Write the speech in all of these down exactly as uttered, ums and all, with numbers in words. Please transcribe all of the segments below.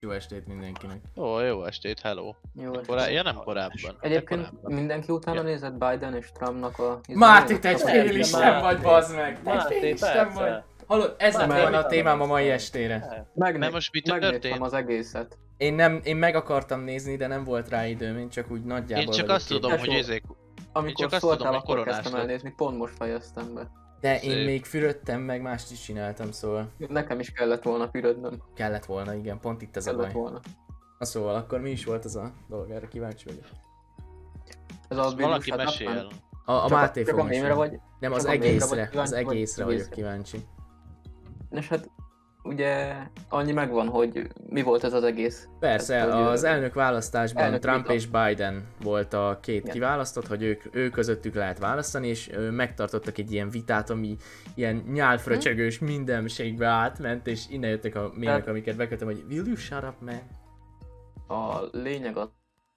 Jó estét mindenkinek. Ó, jó estét, hello. Jó Korá... estét. Ja, nem korábban. Egyébként korábban. mindenki utána Ja. nézett Biden és Trumpnak a... Máté, te egy Persze, félisten Máté. vagy, bazd meg! Te egy Máté, félisten vagy! persze. Hallod, ez lett Máté, volna a mit témám a mai akarsz? estére. Megné... Nem, most mi Megnéztem történt? az egészet. Én nem, én meg akartam nézni, de nem volt rá időm, én csak úgy nagyjából Én csak vagyok azt tudom, képben. hogy ezek... Amikor csak azt szóltál, tudom, hogy akkor koronás kezdtem lett. elnézni, pont most fejeztem be. De én Szép. még fürödtem, meg mást is csináltam, szóval Nekem is kellett volna fürödnöm. kellett volna, igen, pont itt ez a Kellett baj. volna. Na szóval, akkor mi is volt az a dolog, erre kíváncsi vagyok. Ez a Valaki vírus, hát mesél. nem- A, a Csak a- Máté csak fog a mémre mesélni. vagy? Nem, az csak a mémre vagy egészre, az kíváncsi, vagy egészre vagyok egészre? kíváncsi. És hát ugye annyi megvan, hogy mi volt ez az egész. Persze, Hát, hogy, az ö, elnök választásban elnök Trump vita. és Biden volt a két Igen. kiválasztott, hogy ők, ők közöttük lehet választani, és ö, megtartottak egy ilyen vitát, ami ilyen nyálfröcsögős mindenségbe átment, és innen jöttek a mémek, Tehát- amiket bekötöm, hogy will you shut up, man? A lényeg az,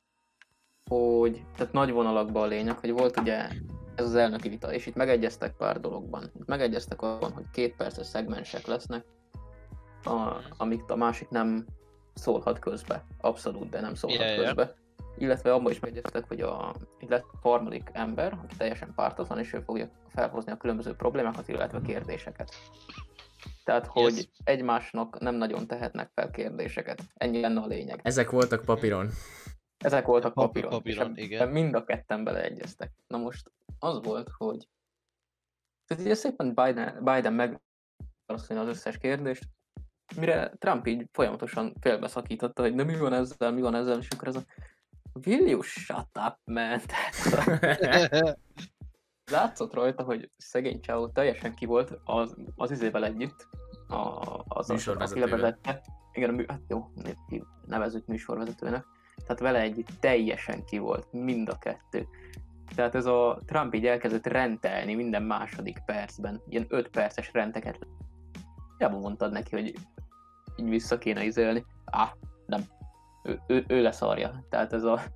hogy, tehát nagy vonalakban a lényeg, hogy volt ugye ez az elnöki vita, és itt megegyeztek pár dologban. Itt megegyeztek abban, hogy két perces szegmensek lesznek, a, amik a másik nem szólhat közbe. Abszolút, de nem szólhat Ja, ja. közbe. Illetve abban is megegyeztek, hogy a, itt lesz a harmadik ember, aki teljesen pártatlan, és ő fogja felhozni a különböző problémákat, illetve kérdéseket. Tehát, hogy Yes. egymásnak nem nagyon tehetnek fel kérdéseket. Ennyi lenne a lényeg. Ezek voltak papíron. Ezek voltak Pap- papíron, papíron, és ebben igen. mind a ketten beleegyeztek. Na most az volt, hogy tehát ugye szépen Biden, Biden megválaszolja az összes kérdést, mire Trump így folyamatosan félbeszakította, hogy de mi van ezzel, mi van ezzel, és akkor ez a will you shut up, man? Tehát látszott rajta, hogy szegény csávó teljesen ki volt az, az izével együtt, a, az, az aki Műsorvezetővel. levezette. Igen, a mű, hát jó, nevezzük műsorvezetőnek. Tehát vele együtt teljesen ki volt, mind a kettő. Tehát ez a Trump így elkezdett rentelni minden második percben, ilyen öt perces renteket. Jában mondtad neki, hogy így vissza kéne izélni. Á, nem. Ő, ő, ő leszarja. Tehát ez a...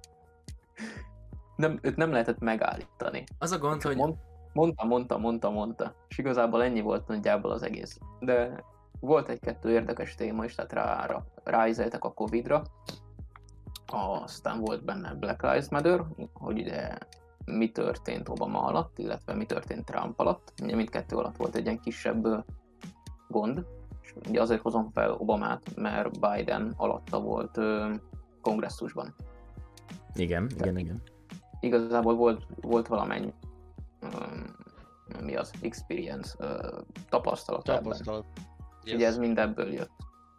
Nem, őt nem lehetett megállítani. Az a gond, hogy Mond, mondta, mondta, mondta, mondta. És igazából ennyi volt nagyjából az egész. De volt egy-kettő érdekes téma is, tehát rá, rá, ráizeltek a Covidra. Aztán volt benne Black Lives Matter, hogy ide mi történt Obama alatt, illetve mi történt Trump alatt. Ugye mindkettő alatt volt egy ilyen kisebb ö, gond. És ugye azért hozom fel Obamát, mert Biden alatta volt ö, kongresszusban. igen, igen, igen. Igazából volt, volt valamennyi um, mi az, experience, uh, tapasztalat ebben. Tapasztalat. És ugye ez mind ebből jött.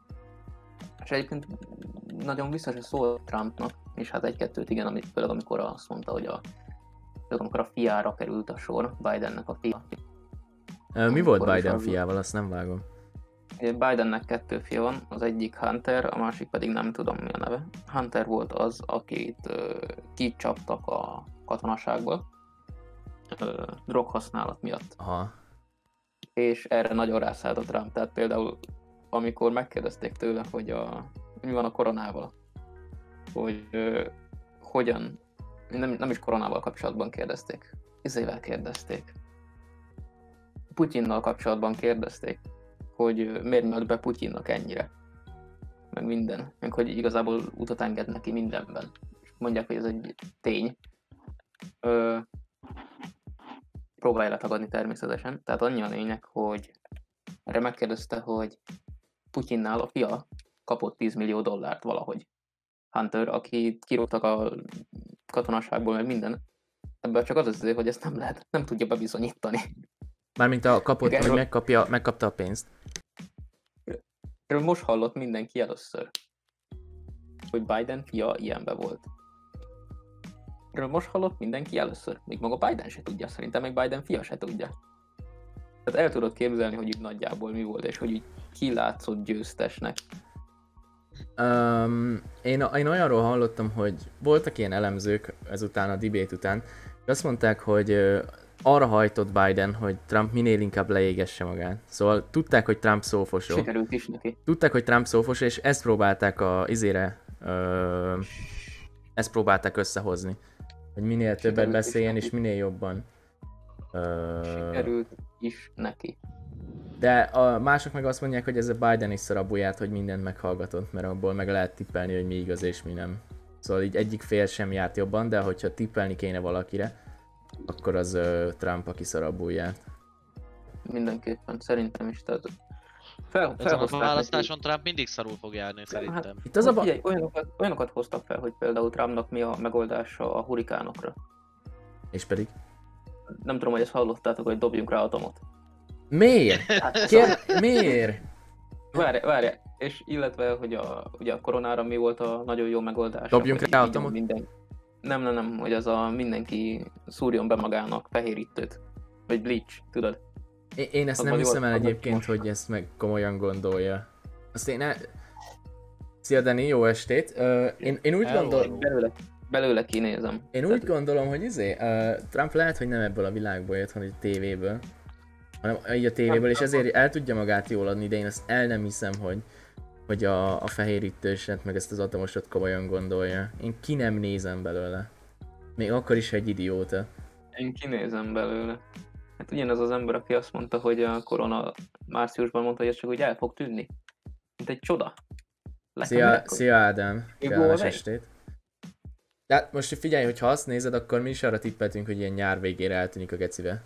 És egyébként nagyon vissza se szólt Trumpnak, és hát egy-kettőt igen, amit, főleg amikor azt mondta, hogy a, főleg amikor a fiára került a sor, Bidennek a fia. Ö, Mi volt Akkor is Biden az- fiával, azt nem vágom. Ugye Bidennek kettő fia van, az egyik Hunter, a másik pedig nem tudom mi a neve. Hunter volt az, akit uh, kicsaptak a katonaságból, uh, droghasználat miatt. Aha. És erre nagyon rászállt a Trump. Tehát például, amikor megkérdezték tőle, hogy a, mi van a koronával, hogy ö, hogyan, nem, nem is koronával kapcsolatban kérdezték, izével kérdezték. Putyinnal kapcsolatban kérdezték, hogy ö, miért nőtt be Putyinnak ennyire. Meg minden. Meg hogy igazából utat enged neki mindenben. És mondják, hogy ez egy tény. Ö, próbálja letagadni természetesen. Tehát annyi a lényeg, hogy erre megkérdezte, hogy Putyinnál a fia kapott tíz millió dollárt valahogy. Hunter, akit kirúgtak a katonaságból, meg minden. Ebből csak az az izé, hogy ezt nem lehet, nem tudja bebizonyítani. Mármint a kapott, Igen, hogy ro- megkapja, megkapta a pénzt. Erről most hallott mindenki először, hogy Biden fia ilyenbe volt. Erről most hallott mindenki először, még maga Biden se tudja, szerintem még Biden fia se tudja. Tehát el tudod képzelni, hogy így nagyjából mi volt, és hogy így kilátszott győztesnek. Um, én, én olyanról hallottam, hogy voltak ilyen elemzők ezután a debate után, és azt mondták, hogy ö, arra hajtott Biden, hogy Trump minél inkább leégesse magát. Szóval tudták, hogy Trump szófosó. Sikerült is neki. Tudták, hogy Trump szófosó, és ezt próbálták a izére, ö, ezt próbálták összehozni. Hogy minél többet Sikerült is beszéljen, neki. és minél jobban. Ö, Sikerült is neki. De a mások meg azt mondják, hogy ez a Biden is szarabul járt, hogy mindent meghallgatott, mert abból meg lehet tippelni, hogy mi igaz és mi nem. Szóval így egyik fél sem járt jobban, de hogyha tippelni kéne valakire, akkor az uh, Trump, aki szarabul járt. Mindenképpen, szerintem is. Tehát fel, Ezen a választáson Trump mindig szarul fog járni, szerintem. Hát, Itt az a ba... figyelj, olyanokat, olyanokat hoztak fel, hogy például Trumpnak mi a megoldása a hurikánokra. És pedig? Nem tudom, hogy ezt hallottátok, hogy dobjunk rá atomot. Miért? Kér... Miért? Várj, várj, és illetve, hogy a, ugye a koronára mi volt a nagyon jó megoldás. Dobjunk rá atomot? Minden... Nem, nem, nem, hogy az a mindenki szúrjon be magának fehérítőt. Vagy bleach, tudod? Én, én ezt az nem hiszem el volt, egyébként, most. hogy ezt meg komolyan gondolja. Azt én el... Szia Dani, jó estét! Uh, én, én úgy Hello. gondolom... Belőle, belőle kinézem. Én úgy gondolom, hogy izé, uh, Trump lehet, hogy nem ebből a világból jött, hanem a tévéből. Hanem így a tévéből, és ezért el tudja magát jól adni, de én azt el nem hiszem, hogy, hogy a, a fehérítőset, meg ezt az atomosot komolyan gondolja. Én ki nem nézem belőle. Még akkor is egy idióta. Én kinézem belőle. Hát ugyanaz az ember, aki azt mondta, hogy a korona márciusban mondta, hogy ez csak úgy el fog tűnni. Mint egy csoda. Szia, szia Ádám, Még kellemes volna egy? estét. De hát most figyelj, hogy ha azt nézed, akkor mi is arra tippeltünk, hogy ilyen nyár végére eltűnik a gecibe.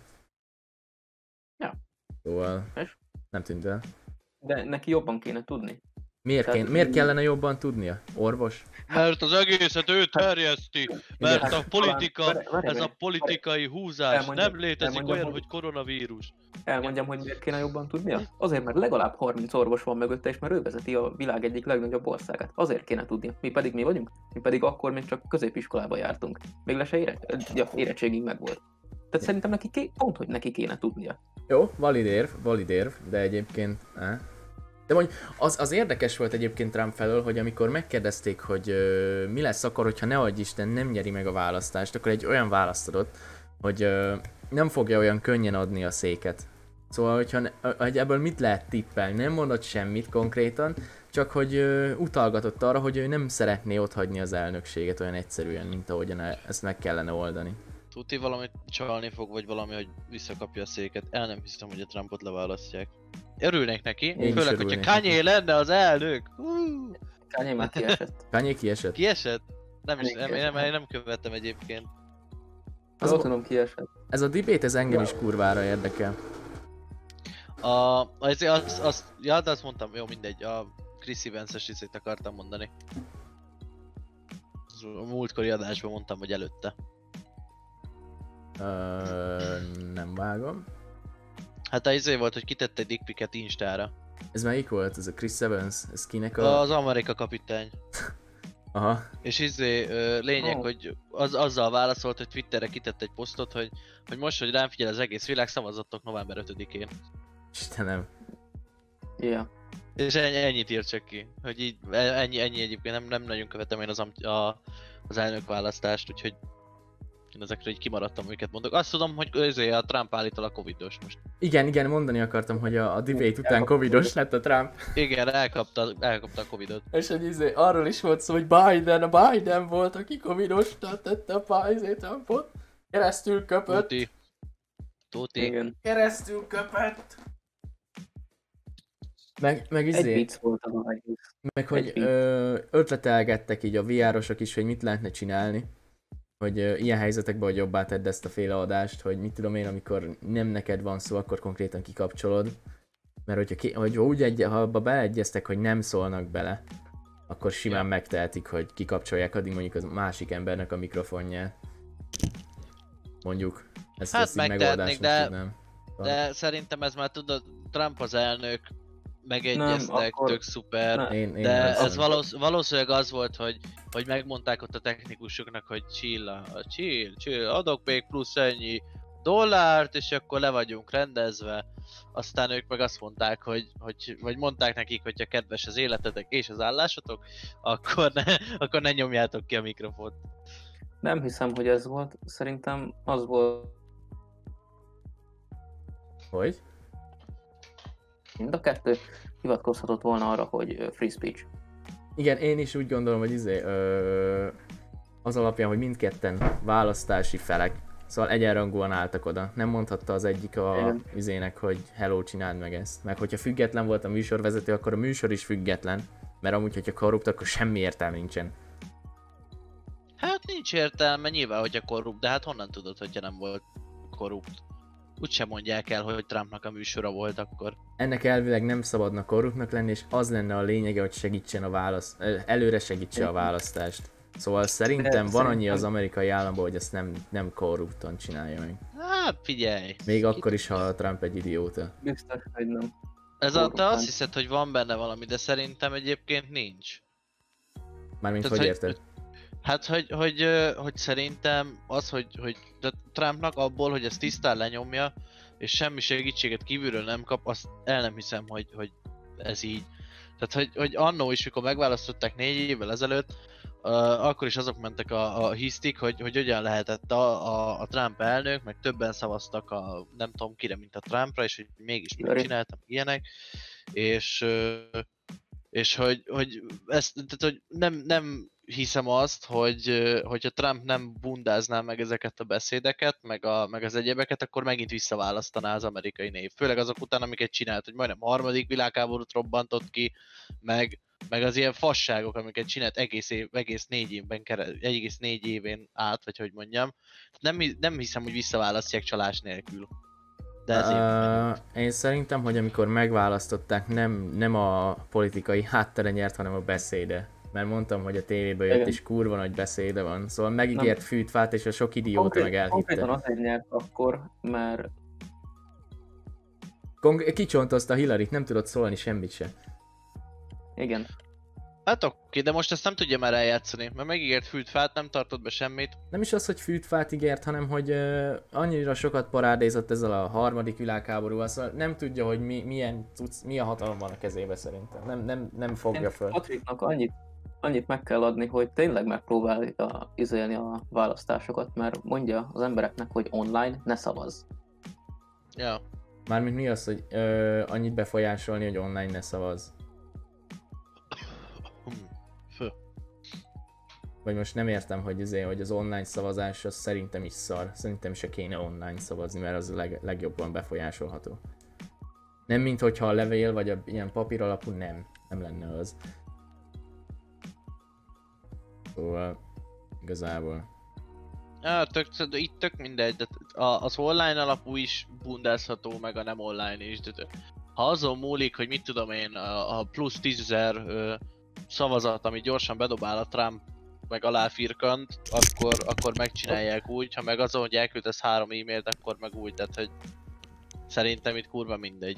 Ja. Szóval És? nem tűnt el. De neki jobban kéne tudni. Miért, Tehát- kéne, miért kellene jobban tudnia? Orvos? Mert az egészet ő terjeszti, mert Hát, a politika, várj, várj, ez a várj. politikai húzás, Elmondjam- nem létezik elmondjam, olyan, hogy- hogy koronavírus. Elmondjam, hogy miért kéne jobban tudnia? Azért, mert legalább harminc orvos van mögötte, és mert ő vezeti a világ egyik legnagyobb országát. Azért kéne tudnia. Mi pedig mi vagyunk? Mi pedig akkor még csak középiskolába jártunk. Még le se ére... ja, érettségig meg volt. Tehát szerintem neki ké... pont, hogy neki kéne tudnia. Jó, valid érv, valid érv, de egyébként... Eh. De mondj, az, az érdekes volt egyébként Trump felől, hogy amikor megkérdezték, hogy ö, mi lesz akkor, hogyha ne adj Isten nem nyeri meg a választást, akkor egy olyan választ adott, hogy ö, nem fogja olyan könnyen adni a széket. Szóval, hogyha ne, hogy ebből mit lehet tippelni, nem mondott semmit konkrétan, csak hogy ö, utalgatott arra, hogy ő nem szeretné otthagyni az elnökséget olyan egyszerűen, mint ahogyan ezt meg kellene oldani. Tuti valamit csalni fog, vagy valami, hogy visszakapja a széket. El nem hiszem, hogy a Trumpot leválasztják. Örülnék neki, Én is főleg, hogyha örülnék Kanye lenne az elnök. Hú, Kanye már kiesett. Kanye kiesett? kiesett? Nem is, Kanye nem, én nem, kiesett. én nem követtem egyébként. Az Jól a- tudom, kiesett. Ez a debate, ez engem is kurvára érdekel. A, az, az, az, ja, de azt mondtam, jó mindegy, a Chris Evans-es részét akartam mondani. A múltkori adásban mondtam, hogy előtte. Ö, nem vágom. Hát az izé volt, hogy kitette egy dickpiket Instára. Ez melyik volt? Ez a Chris Evans? Ez kinek a... Az Amerika kapitány. Aha. És izé, ö, lényeg, Ó. hogy az, azzal válaszolt, hogy Twitterre kitett egy posztot, hogy, hogy most, hogy rám figyel az egész világ, szavazzatok november ötödikén. Istenem. Ja. És ennyi, ennyit írt csak ki, hogy így ennyi, ennyi egyébként nem, nem nagyon követem én az, am- a, az elnök választást, úgyhogy én ezekről így kimaradtam, amiket mondok. Azt tudom, hogy ezért a Trump állítólag covidos most. Igen, igen, mondani akartam, hogy a, a debate után Elkapta covidos lett a Trump. Igen, elkapta, elkapta a covidot. És hogy izé, arról is volt szó, hogy Biden, a Biden volt, aki covidosra tette a Pfizer Trumpot. Keresztül köpött. Tuti. Tuti. Igen. Keresztül köpött. Meg, meg Egy izé, vicc volt az egész. meg hogy egy vicc. ö, ötletelgettek így a vé er-osok is, hogy mit lehetne csinálni. Hogy ö, ilyen helyzetekben, hogy jobbá tedd ezt a féle adást, hogy mit tudom én, amikor nem neked van szó, akkor konkrétan kikapcsolod. Mert hogyha, ki, hogy úgy egy, ha abba beleegyeztek, hogy nem szólnak bele, akkor simán Ja. megtehetik, hogy kikapcsolják addig mondjuk az másik embernek a mikrofonját. Mondjuk. Ezt, Hát ezt így megtehetnék, megoldásnak de- tudnám. De szerintem ez már tudod, Trump az elnök, megegyeztek, Nem, akkor- tök szuper. Nem. Én, én De nem ez hiszem. valósz, valószínűleg az volt, hogy, hogy megmondták ott a technikusoknak, hogy chill, chill, chill, adok még plusz ennyi dollárt, és akkor le vagyunk rendezve. Aztán ők meg azt mondták, hogy, hogy vagy mondták nekik, hogyha kedves az életetek és az állásotok, akkor ne, akkor ne nyomjátok ki a mikrofont. Nem hiszem, hogy ez volt. Szerintem az volt Hogy? mind a kettő. Hivatkozhatott volna arra, hogy ö, free speech. Igen, én is úgy gondolom, hogy izé, ö, az alapján, hogy mindketten választási felek, Szóval egyenrangúan álltak oda. Nem mondhatta az egyik a Igen. üzének, hogy hello, csináld meg ezt. Meg hogyha független volt a műsorvezető, akkor a műsor is független. Mert amúgy, hogyha korrupt, akkor semmi értelme nincsen. Hát nincs értelme, nyilván, hogyha korrupt, de hát honnan tudod, hogyha nem volt korrupt? Úgysem mondják el, hogy Trumpnak a műsora volt akkor. Ennek elvileg nem szabadna korruptnak lenni, és az lenne a lényege, hogy segítsen a választ, előre segítse a választást. Szóval szerintem De van annyi szerintem- az amerikai államban, hogy ezt nem, nem korruptan csinálja meg. Hát figyelj! Még akkor is, ha a Trump egy idióta. Biztos, hogy nem. Ez a, te korruptán. azt hiszed, hogy van benne valami, de szerintem egyébként nincs. Mármint Tehát, hogy hogy- érted? Hát, hogy, hogy, ö, hogy szerintem az, hogy, hogy de Trumpnak abból, hogy ezt tisztán lenyomja, és semmi segítséget kívülről nem kap, azt el nem hiszem, hogy, hogy ez így. Tehát, hogy, hogy annó is, mikor megválasztották négy évvel ezelőtt, uh, akkor is azok mentek a, a hisztik, hogy, hogy hogyan lehetett a, a, a Trump elnök, meg többen szavaztak a nem tudom kire, mint a Trumpra, és hogy mégis mit Hillary. csináltam, ilyenek. És, ö, és hogy, hogy, ezt, tehát, hogy nem, nem hiszem azt, hogy ö, hogyha Trump nem bundázná meg ezeket a beszédeket, meg, a, meg az egyebeket, akkor megint visszaválasztaná az amerikai nép. Főleg azok után, amiket csinált, hogy majdnem harmadik világháborút robbantott ki, meg, meg az ilyen fasságok, amiket csinált egész, év, egész négy évben kere, egész négy évén át, vagy hogy mondjam. Nem, hi- nem hiszem, hogy visszaválasztják csalás nélkül. De ezért Uh, én szerintem, hogy amikor megválasztották, nem, nem a politikai háttere nyert, hanem a beszéde. Mert mondtam, hogy a tévéből jött Igen. és kurva nagy beszéde van. Szóval megígért fűtfát, és a sok idióta meg Konkrétan elhitte. azért nyert akkor, mert Kon- Kicsontozta Hillaryt, nem tudott szólni semmit se. igen, Hát oké, de most ezt nem tudja már eljátszani, mert megígért fűtfát, nem tartott be semmit. Nem is az, hogy fűtfát ígért, hanem hogy uh, annyira sokat parádézott ezzel a harmadik világháborúval, szóval nem tudja, hogy mi, milyen cucc, milyen hatalom van a kezébe szerintem. Nem, nem, nem fogja Én föl. Patriknak annyit, annyit meg kell adni, hogy tényleg megpróbálja izélni a választásokat, mert mondja az embereknek, hogy online ne szavazz. Ja. Mármint mi az, hogy ö, annyit befolyásolni, hogy online ne szavaz. Hm. Fő. Vagy most nem értem, hogy, azért, hogy az online szavazás az szerintem is szar. Szerintem se kéne online szavazni, mert az a leg, legjobban befolyásolható. Nem mint hogyha a levél vagy a ilyen papír alapú, nem. Nem lenne az. Szóval igazából. Ja, tök, itt tök mindegy, de a- az online alapú is bundázható, meg a nem online is, de de ha azon múlik, hogy mit tudom én, a, a plusz tízezer ö, szavazat, ami gyorsan bedobál a Trump, meg alá firkant, akkor, akkor megcsinálják úgy, ha meg azon, hogy elküldesz három e-mailt, akkor meg úgy, tehát hogy szerintem itt kurva mindegy.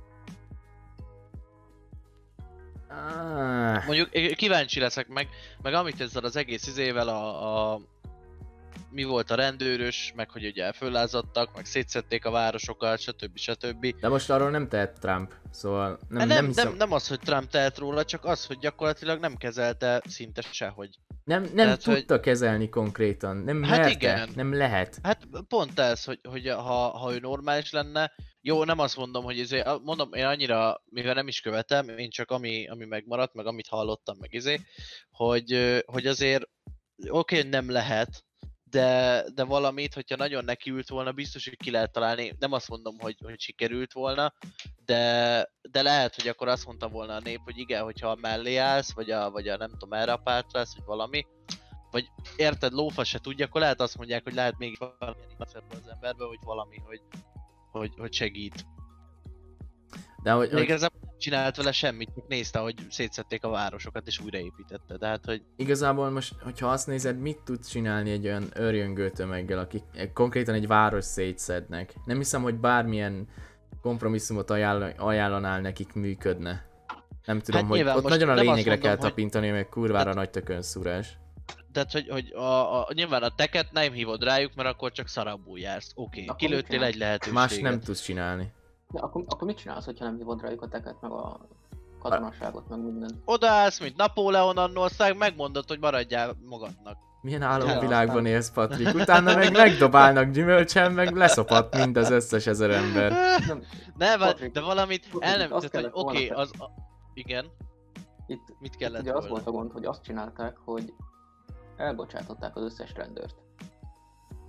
Ah, Mondjuk eh, kíváncsi leszek meg, meg amit ezzel az egész izével a, a mi volt a rendőrös, meg hogy ugye föllázadtak, meg szétszedték a városokat, stb. stb. de most arról nem tehet Trump, szóval nem, Nem, nem, nem, hiszem, nem, nem az, hogy Trump tehet róla, csak az, hogy gyakorlatilag nem kezelte szinte sehogy. nem, nem tehát, tudta hogy- kezelni konkrétan, nem Hát merte, igen. nem lehet. Hát pont ez, hogy, hogy ha, ha ő normális lenne, jó, nem azt mondom, hogy izé, mondom, én annyira, mivel nem is követem, én csak ami, ami megmaradt, meg amit hallottam, meg izé, hogy, ö, hogy azért oké, okay, nem lehet, de, de valamit, hogyha nagyon nekiült volna, biztos, hogy ki lehet találni. Nem azt mondom, hogy, hogy sikerült volna, de, de lehet, hogy akkor azt mondta volna a nép, hogy igen, hogyha a mellé állsz, vagy a, vagy a nem tudom, erre a pártra lesz, vagy valami, vagy érted, lófa se tudja, akkor lehet azt mondják, hogy lehet még valami az emberben, vagy valami, hogy, hogy, hogy segít. De hogy, Még hogy ez nem csinált vele semmit, csak nézte, hogy szétszedték a városokat és újraépítette, tehát hogy igazából most, hogyha azt nézed, mit tud csinálni egy olyan örjöngő tömeggel, akik konkrétan egy város szétszednek. Nem hiszem, hogy bármilyen kompromisszumot ajánl- ajánlanál nekik működne. Nem tudom, Hát hogy nyilván ott most nagyon a nem azt lényegre mondom, kell hogy- tapintani, meg kurvára Hát- nagy tökönszúrás. Tehát, hogy, hogy a, a, nyilván a teket nem hívod rájuk, mert akkor csak szarabul jársz. Oké, okay. Akkor kilőttél mit egy lehetőséget. Más nem tudsz csinálni. De akkor, akkor mit csinálsz, hogyha nem hívod rájuk a teket, meg a katonaságot, meg minden? Odaállsz, mint Napóleon annó, aztán megmondod, hogy maradjál magadnak. Milyen Hát, álomvilágban aztán- élsz, Patrik? Utána meg megdobálnak gyümölcsen, meg leszopat mind az összes ezer ember. Nem, Ne, vár, Patrik, de valamit Patrik, el nem, azt tehát, hogy kellett oké, volna az... A, igen, itt, mit itt kellett ugye az volna? volt a gond, hogy azt csinálták, hogy elbocsátották az összes rendőrt. Mhm.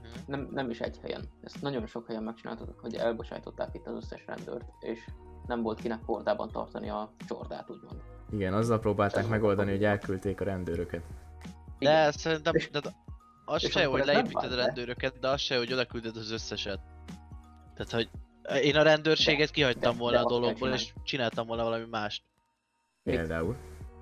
Nem, nem is egy helyen. Ezt nagyon sok helyen megcsináltatok, hogy elbocsájtották itt az összes rendőrt, és nem volt kinek kordában tartani a csordát, úgymond. Igen, azzal próbálták megoldani, hogy elküldték a rendőröket. De Igen. szerintem, És- de az és se jó, akkor hogy ez nem leépíted a vált be? rendőröket, de az se jó, hogy odaküldöd az összeset. Tehát, hogy én a rendőrséget De- kihagytam de- volna de a azt kell dologból, és csinálni. csináltam volna valami mást. Például.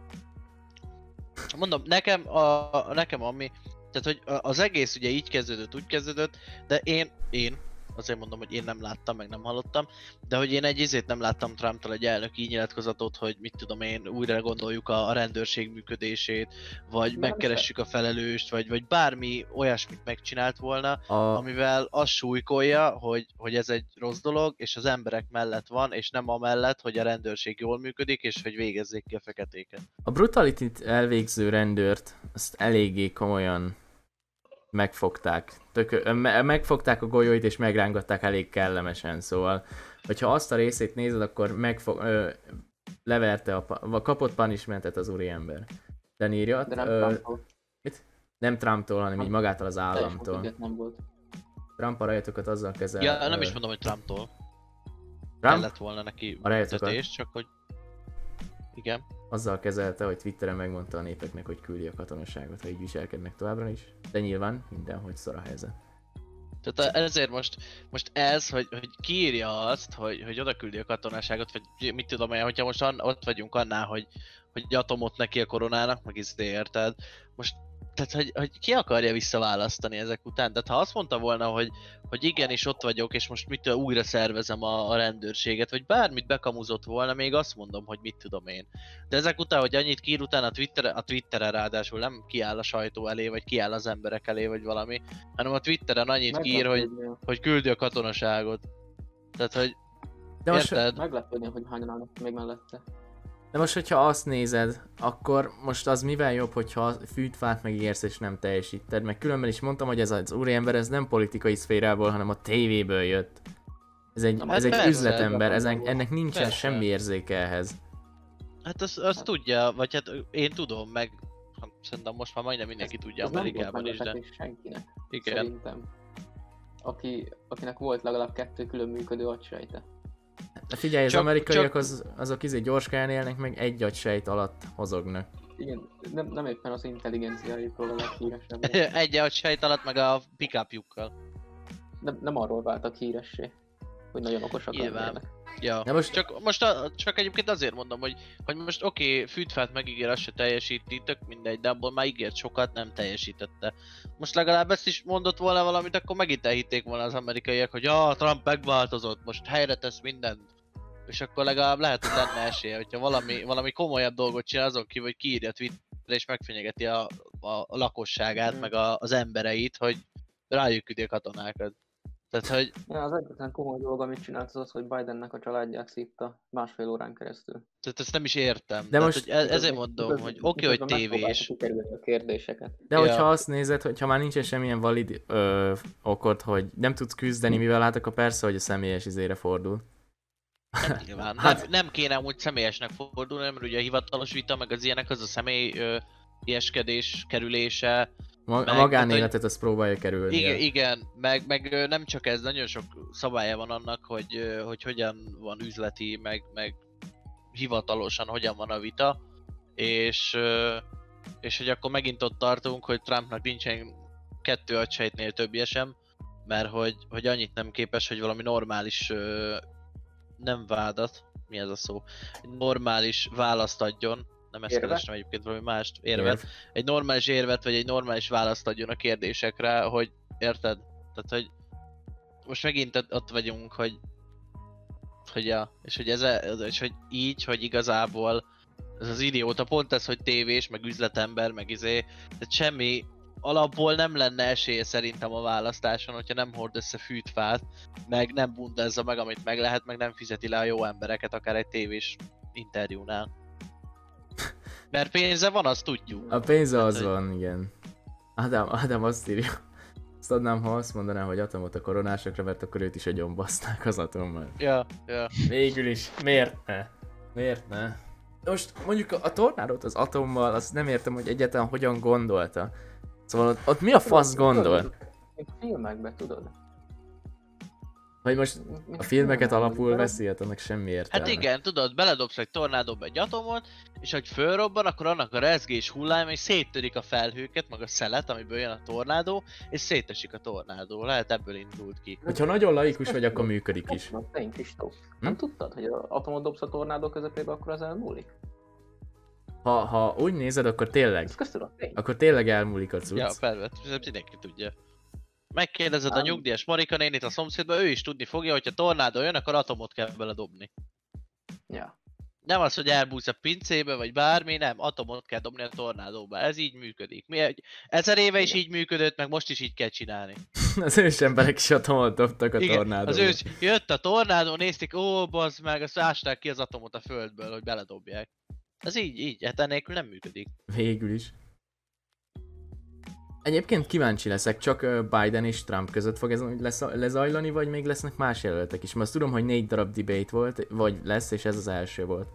Mondom, nekem, a, a- nekem ami, tehát hogy a- az egész ugye így kezdődött, úgy kezdődött, de én, én, azért mondom, hogy én nem láttam, meg nem hallottam, de hogy én egy izét nem láttam Trumptól egy elnöki nyilatkozatot, hogy mit tudom én, újra gondoljuk a, a rendőrség működését, vagy Nem megkeressük a felelőst, vagy, vagy bármi olyasmit megcsinált volna, A, amivel azt súlykolja, hogy, hogy ez egy rossz dolog, és az emberek mellett van, és nem amellett, hogy a rendőrség jól működik, és hogy végezzék ki a feketéket. a brutalitit elvégző rendőrt, azt eléggé komolyan megfogták. Tök, me, megfogták a golyóit és megrángatták elég kellemesen, szóval hogyha azt a részét nézed, akkor megfog, ö, leverte a, pa- vagy kapott punishmentet az úriember. De írja, De nem ö, Trumptól. nem Trumptól, hanem így magától az Teljesen államtól. független volt. Trump a rajtokat azzal kezel. Ja, nem ö, is mondom, hogy Trumptól. Trump Kellett volna neki A rejtokat. büntetés, csak hogy... Igen. azzal kezelte, hogy Twitteren megmondta a népeknek, hogy küldi a katonaságot, ha így viselkednek továbbra is. De nyilván mindenhogy szar a helyzet. Tehát ezért most, most ez, hogy, hogy kiírja azt, hogy, hogy oda küldi a katonaságot, vagy mit tudom én, hogyha most an, ott vagyunk annál, hogy, hogy atomot neki a koronának, meg izé, érted? Most, tehát hogy, hogy ki akarja visszaválasztani ezek után? Tehát ha azt mondta volna, hogy, hogy igenis ott vagyok, és most mit tudom, újra szervezem a, a rendőrséget, vagy bármit bekamuzott volna, még azt mondom, hogy mit tudom én. De ezek után, hogy annyit kiír utána a, Twitter, a Twitteren ráadásul nem kiáll a sajtó elé, vagy kiáll az emberek elé, vagy valami, hanem a Twitteren annyit kiír, hogy, Meglepődni, hogy küldi a katonaságot. Tehát, hogy De most, érted? meglepődni, hogy hányan állnak még mellette. de most, hogyha azt nézed, akkor most az mivel jobb, hogyha fűtfát megígérsz és nem teljesíted, meg különben is mondtam, hogy ez az úriember ez nem politikai szférából, hanem a tévéből jött. Ez egy, Na, ez hát egy persze, üzletember, ez, persze. ennek nincsen Persze. semmi érzéke ehhez. Hát azt, azt tudja, vagy hát én tudom, meg hát szerintem most már majdnem mindenki tudja Ez nem volt Amerikában is, de meglepetés senkinek, igen. szerintem. Aki, akinek volt legalább kettő külön működő agysejte. De figyelj, az Csak- amerikaiak csak- az, azok izé gyorskán élnek, meg egy agysejt alatt hozognak. Igen, nem, nem éppen az intelligenciájukról a leghíresebb. Egy a sejt alatt, meg a pickupjukkal. Nem, nem arról váltak híressé, hogy nagyon okosak Nyilván. lennének. Ja, De most- csak, most a, csak egyébként azért mondom, hogy, hogy most oké, okay, fűtfát megígér, azt se teljesíti, tök mindegy, de abból már ígért sokat, nem teljesítette. Most legalább ezt is mondott volna valamit, akkor megint elhitték volna az amerikaiak, hogy ja, Trump megváltozott, most helyre tesz mindent. És akkor legalább lehet, hogy lenne esélye, hogyha valami, valami komolyabb dolgot csinál azon kívül, hogy kiírja Twitterre és megfenyegeti a, a, a lakosságát, Mhm. meg a, az embereit, hogy rájuk küldi a katonákat. Tehát, hogy Ja, az egyetlen komoly dolog, amit csinált, az az, hogy Bidennek a családját szívta másfél órán keresztül. Tehát ezt nem is értem. De Tehát, most- hogy e- ezért Miközben- mondom, miközben- hogy oké, okay, hogy miközben megpróbálta tévés. kikerülni a kérdéseket. De Ja. hogyha azt nézed, hogyha már nincsen semmilyen valid ö, okod, hogy nem tudsz küzdeni, mivel hát akkor persze, hogy a személyes izére fordul. Nem, nyilván. Hát- Nem, nem kéne úgy személyesnek fordulni, mert ugye a hivatalos vita, meg az ilyenek, az a személy ö, ilyeskedés kerülése. Ma- Meg- a magánéletet azt próbálja kerülni. Igen, igen, meg, meg ö, nem csak ez, nagyon sok szabálya van annak, hogy, ö, hogy hogyan van üzleti, meg, meg hivatalosan hogyan van a vita, és, ö, és hogy akkor megint ott tartunk, hogy Trumpnak nincsen kettő agysejtnél többje sem, mert hogy, hogy annyit nem képes, hogy valami normális, ö, nem vádat, mi ez a szó, egy normális választ adjon, nem ezt Érve? keresem egyébként, valami mást, érvet, Érv. egy normális érvet, vagy egy normális választ adjon a kérdésekre, hogy érted? Tehát, hogy most megint ott- ott vagyunk, hogy hogy ja, és hogy ez, a- és hogy így, hogy igazából ez az idióta pont ez, hogy tévés, meg üzletember, meg izé, tehát semmi alapból nem lenne esélye szerintem a választáson, hogyha nem hord össze fűtfát, meg nem bundázza meg, amit meg lehet, meg nem fizeti le a jó embereket, akár egy tévés interjúnál. Mert pénze van, azt tudjuk. A pénze az hogy- van, igen. Ádám, Ádám azt írja. Azt adnám, ha azt mondaná, hogy atomot a koronásokra, mert akkor őt is agyombaszták az atommal. Ja, ja. Végül is. Miért ne? Miért ne? Most mondjuk a, a tornádót az atommal, azt nem értem, hogy egyáltalán hogyan gondolta. Szóval ott, ott mi a fasz gondol? Mint filmekben, tudod? Vagy most Mint a filmeket filmekben, alapul hogy veszi, hát annak semmi értelme. Hát igen, tudod, beledobsz egy tornádóba egy atomot, és hogy fölrobban, akkor annak a rezgés hullám, és széttörik a felhőket, meg a szelet, amiből jön a tornádó, és szétesik a tornádó. Lehet ebből indult ki. Hogyha nagyon laikus vagy, akkor működik is. Te Kristóf, Hm? nem tudtad, hogy az atomot dobsz a tornádó közepébe, akkor az elmúlik? Ha, ha úgy nézed, akkor tényleg. Ez köztudott tény. Akkor tényleg elmúlik a cucc. Ja, persze, mindenki tudja. Megkérdezed a Ám. nyugdíjas Marika nénit a szomszédba, ő is tudni fogja, hogyha tornádó jön, akkor atomot kell beledobni. Ja. Nem az, hogy elbújsz a pincébe, vagy bármi, nem, atomot kell dobni a tornádóba. Ez így működik. Mi egy ezer éve is így működött, meg most is így kell csinálni. Az ős emberek is atomot dobtak a Igen, tornádóba. az ős, jött a tornádó, nézték, ó, bazd meg, azt ásták ki az atomot a földből, hogy beledobják. Ez így, így, hát ennélkül nem működik. Végül is. Egyébként kíváncsi leszek, csak ö, Biden és Trump között fog ez lesz, lezajlani, vagy még lesznek más jelöltek is? Mert azt tudom, hogy négy darab debate volt, vagy lesz, és ez az első volt.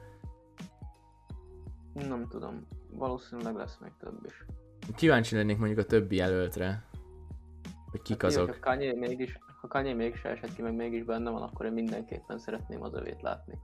Nem tudom. Valószínűleg lesz még több is. Kíváncsi lennék mondjuk a többi jelöltre, hogy kik Hát, azok. Ha Kanye mégis, ha Kanye mégse esett ki, meg mégis benne van, akkor én mindenképpen szeretném az övét látni.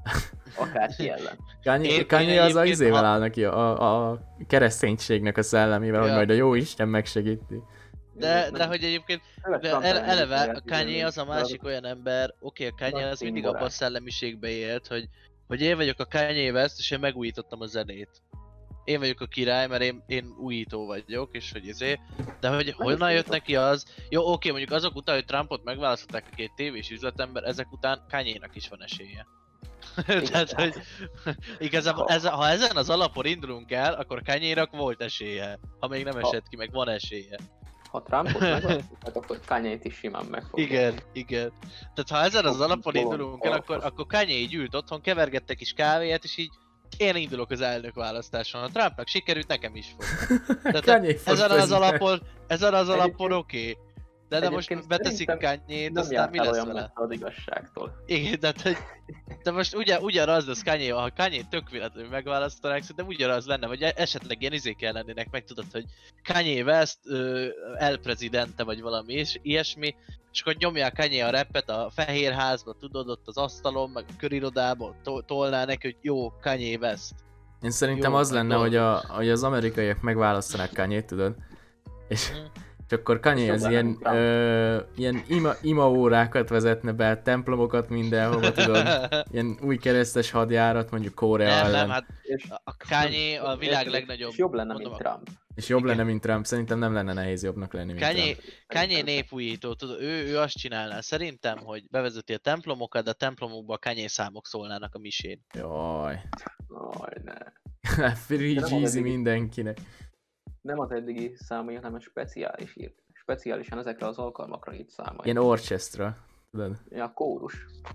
Akárki ellen. Kanye, Én- Kanye én az a egyébként izével ha- áll neki, a, a kereszténységnek a szellemével, hogy Ja. majd a jó Isten megsegíti. De, de hogy egyébként, Főleg de Trump ele, ellen eleve is a Kanye lehet az a figyelni, másik olyan ember, oké, a Kanye Nagy az mindig színbarát. abban a szellemiségbe élt, hogy, hogy én vagyok a Kanye West, és én megújítottam a zenét. Én vagyok a király, mert én, én újító vagyok, és hogy izé, de hogy honnan jött neki az, jó oké, mondjuk azok után, hogy Trumpot megválasztották a két tévés üzletember, ezek után Kanye-nak is van esélye. Tehát, hogy igazából ez, ha ezen az alapon indulunk el, akkor Kanye-nak volt esélye, ha még nem Ha. esett ki, meg van esélye. Ha Trumpot megválasztották, akkor Kanye-t is simán megfogja. Igen, igen. Tehát ha ezen az Fog- alapon fog- indulunk el, akkor, fog- akkor Kanye így ült otthon, kevergettek kis kávéját, és így én indulok az elnök választáson. Ha Trumpnak sikerült, nekem is fog. Tehát Kanye fog ezen az president. alapon, ezen az alapon Egyébként- oké. De, de most Egyébként beteszik szerintem Kanye-t, Nem aztán mi jártál lesz olyan vele? messze az igazságtól. Igen, tehát hogy... De most ugyan, ugyanaz lesz Kanye, ha Kanye tök véletlenül megválasztanák, szerintem ugyanaz lenne, vagy esetleg ilyen izék lennének, meg tudod, hogy Kanye West ö, elprezidente vagy valami és ilyesmi, és akkor nyomják Kanye a rappet a fehér házba, tudod, ott az asztalon, meg a körirodában, to- tolná neki, hogy jó, Kanye West. Én szerintem Jó, az lenne, akkor- hogy, a, hogy az amerikaiak megválasztanák Kanye-t, tudod? És, Mhm. és akkor Kanye Jobb az lenne, ilyen, mint Trump. ö, ilyen ima, imaórákat vezetne be, templomokat mindenhova, tudod? Ilyen új keresztes hadjárat, mondjuk Korea nem, ellen. nem, hát És, a Kanye a világ és- legnagyobb... És jobb lenne, mondom, mint Trump. És jobb igen. lenne, mint Trump. Szerintem nem lenne nehéz jobbnak lenni, mint Kanye, Trump. Kanye Szerintem sem. népújító, tudod, ő, ő azt csinálná szerintem, hogy bevezeti a templomokat, de a templomokban a Kanye számok szólnának a misén. Jaj. Aj, ne. Free De nem az Jeezy eddigi- mindenkinek. Nem az eddigi számai, hanem a speciális írt. Speciálisan ezekre az alkalmakra írt számai. Ilyen orchestra. Tudod? Ja, kórus.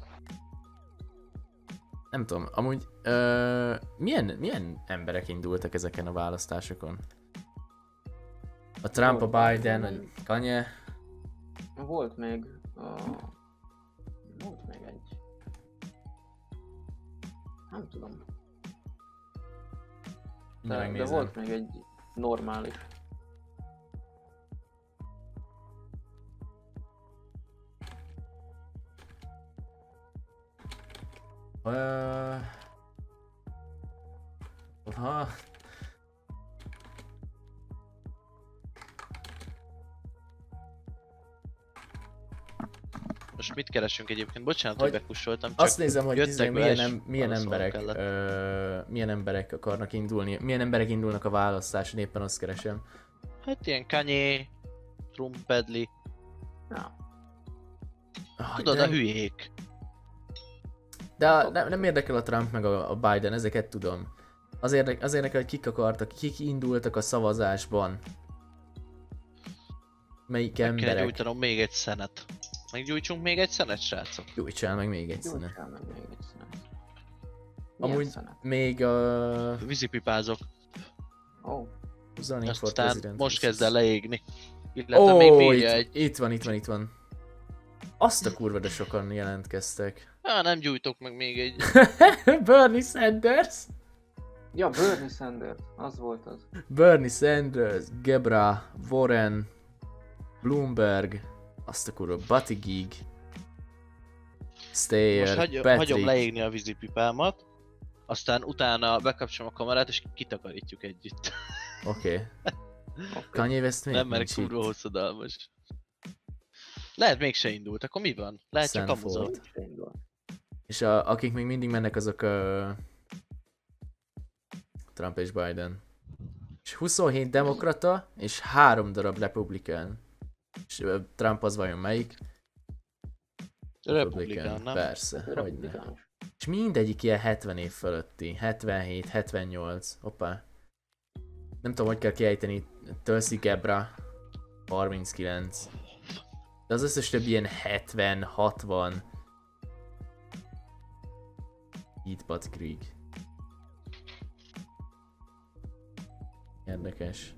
Nem tudom, amúgy ö, milyen, milyen emberek indultak ezeken a választásokon? A Trump, a Biden, a Kanye. Volt még... A... Volt még egy... Nem tudom. De, De, de megnézem. volt még egy normális. Ö... Ha... Most mit keresünk egyébként? Bocsánat, Hogy hogy bekussoltam, csak Azt nézem, hogy jöttek izé, be, milyen, és em, milyen válaszolnom emberek, kellett. ö, milyen emberek akarnak indulni, milyen emberek indulnak a választáson, éppen azt keresem. Hát ilyen Kanye, Trump, Pedli, Ja. Ah, tudod, de a nem- hülyék. De nem, nem érdekel a Trump meg a, a Biden, ezeket tudom. Az, érdek, az érdekel, hogy kik akartak, kik indultak a szavazásban. Melyik Meg kéne emberek. gyújtanom még egy szenet. Meggyújtsunk még egy szenet, srácok? Gyújtsál meg még egy színe. Gyújtsál meg még egy szenet. Milyen Amúgy szenet? még a... Vízipipázok. Ó, Running for Aztán President. most kezd el leégni. Illetve Ó, még itt, bírja egy... itt van, itt van, itt van. Azt a kurva, de sokan jelentkeztek. Ah, nem gyújtok meg még egy... Bernie Sanders! ja, Bernie Sanders, az volt az. Bernie Sanders, Gebra, Warren, Bloomberg, azt a kurva, Buttigieg, Steyer, Most hagy, Patrick. hagyom leégni a vízipipámat, aztán utána bekapcsolom a kamerát és kitakarítjuk együtt. Oké. Okay. Kanye West még Nem, mert nincs kurva itt. hosszadalmas. Lehet mégse indult, akkor mi van? Lehet csak Stanford. amuzol. És a, akik még mindig mennek, azok a Trump és Biden. És huszonhét demokrata, és három darab republikán. És ö, Trump az vajon melyik? Republikán, nem? Persze, hogyne. Republikánus. És mindegyik ilyen hetven év fölötti. hetvenhét, hetvennyolc. Hoppá. Nem tudom, hogy kell kiejteni. Tulsi Gabbard. harminckilenc. De az összes több ilyen hetven, hatvan. Heath Buttigieg. Érdekes.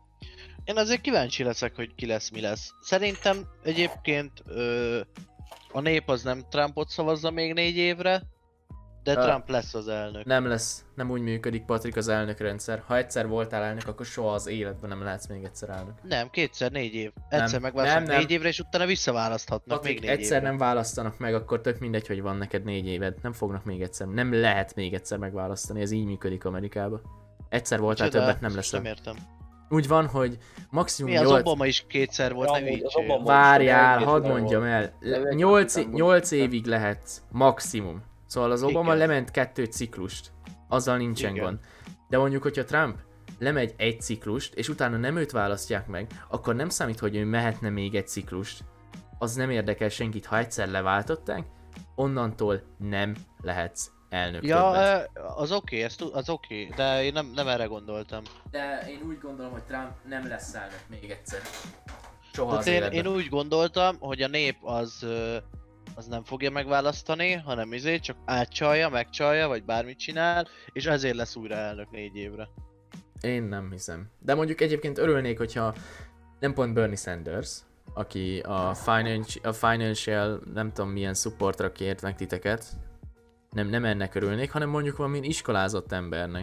Én azért kíváncsi leszek, hogy ki lesz, mi lesz. Szerintem egyébként ö, a nép az nem Trumpot szavazza még négy évre, de Ö, Trump lesz az elnök. Nem lesz, nem úgy működik, Patrik, az elnökrendszer. Ha egyszer voltál elnök, akkor soha az életben nem lehetsz még egyszer elnök. Nem, kétszer négy év. Egyszer Nem, megválasztnak nem, nem. négy évre, és utána visszaválaszthatnak Patrik, még négy egyszer évre. nem választanak meg, akkor tök mindegy, hogy van neked négy éved. Nem fognak még egyszer, nem lehet még egyszer megválasztani, ez így működik Amerikában. Egyszer voltál, Micsoda? többet nem Most leszel. Nem értem. Úgy van, hogy maximum Mi az nyolc... Obama is kétszer volt, Ja, ne amúgy az hülyítsél. Obama- Várjál, Most hadd nem mondjam volt. el. De nyolc nem volt. nyolc évig lehetsz, maximum. Szóval az Obama Igen. lement kettő ciklust. Azzal nincsen Igen. gond. De mondjuk, hogyha Trump lemegy egy ciklust, és utána nem őt választják meg, akkor nem számít, hogy ő mehetne még egy ciklust. Az nem érdekel senkit, ha egyszer leváltották, onnantól nem lehetsz elnök Ja, többet. ö, az oké, ez tu- az oké, de én nem, nem erre gondoltam. De én úgy gondolom, hogy Trump nem lesz elnök még egyszer. Soha Tehát az én, életben. én úgy gondoltam, hogy a nép az, ö, az nem fogja megválasztani, hanem izé csak átcsalja, megcsalja, vagy bármit csinál, és ezért lesz újra elnök négy évre. Én nem hiszem. De mondjuk egyébként örülnék, hogyha nem pont Bernie Sanders, aki a, financi- a financial, nem tudom milyen supportra kért meg titeket, nem, nem ennek örülnék, hanem mondjuk valami iskolázott embernek.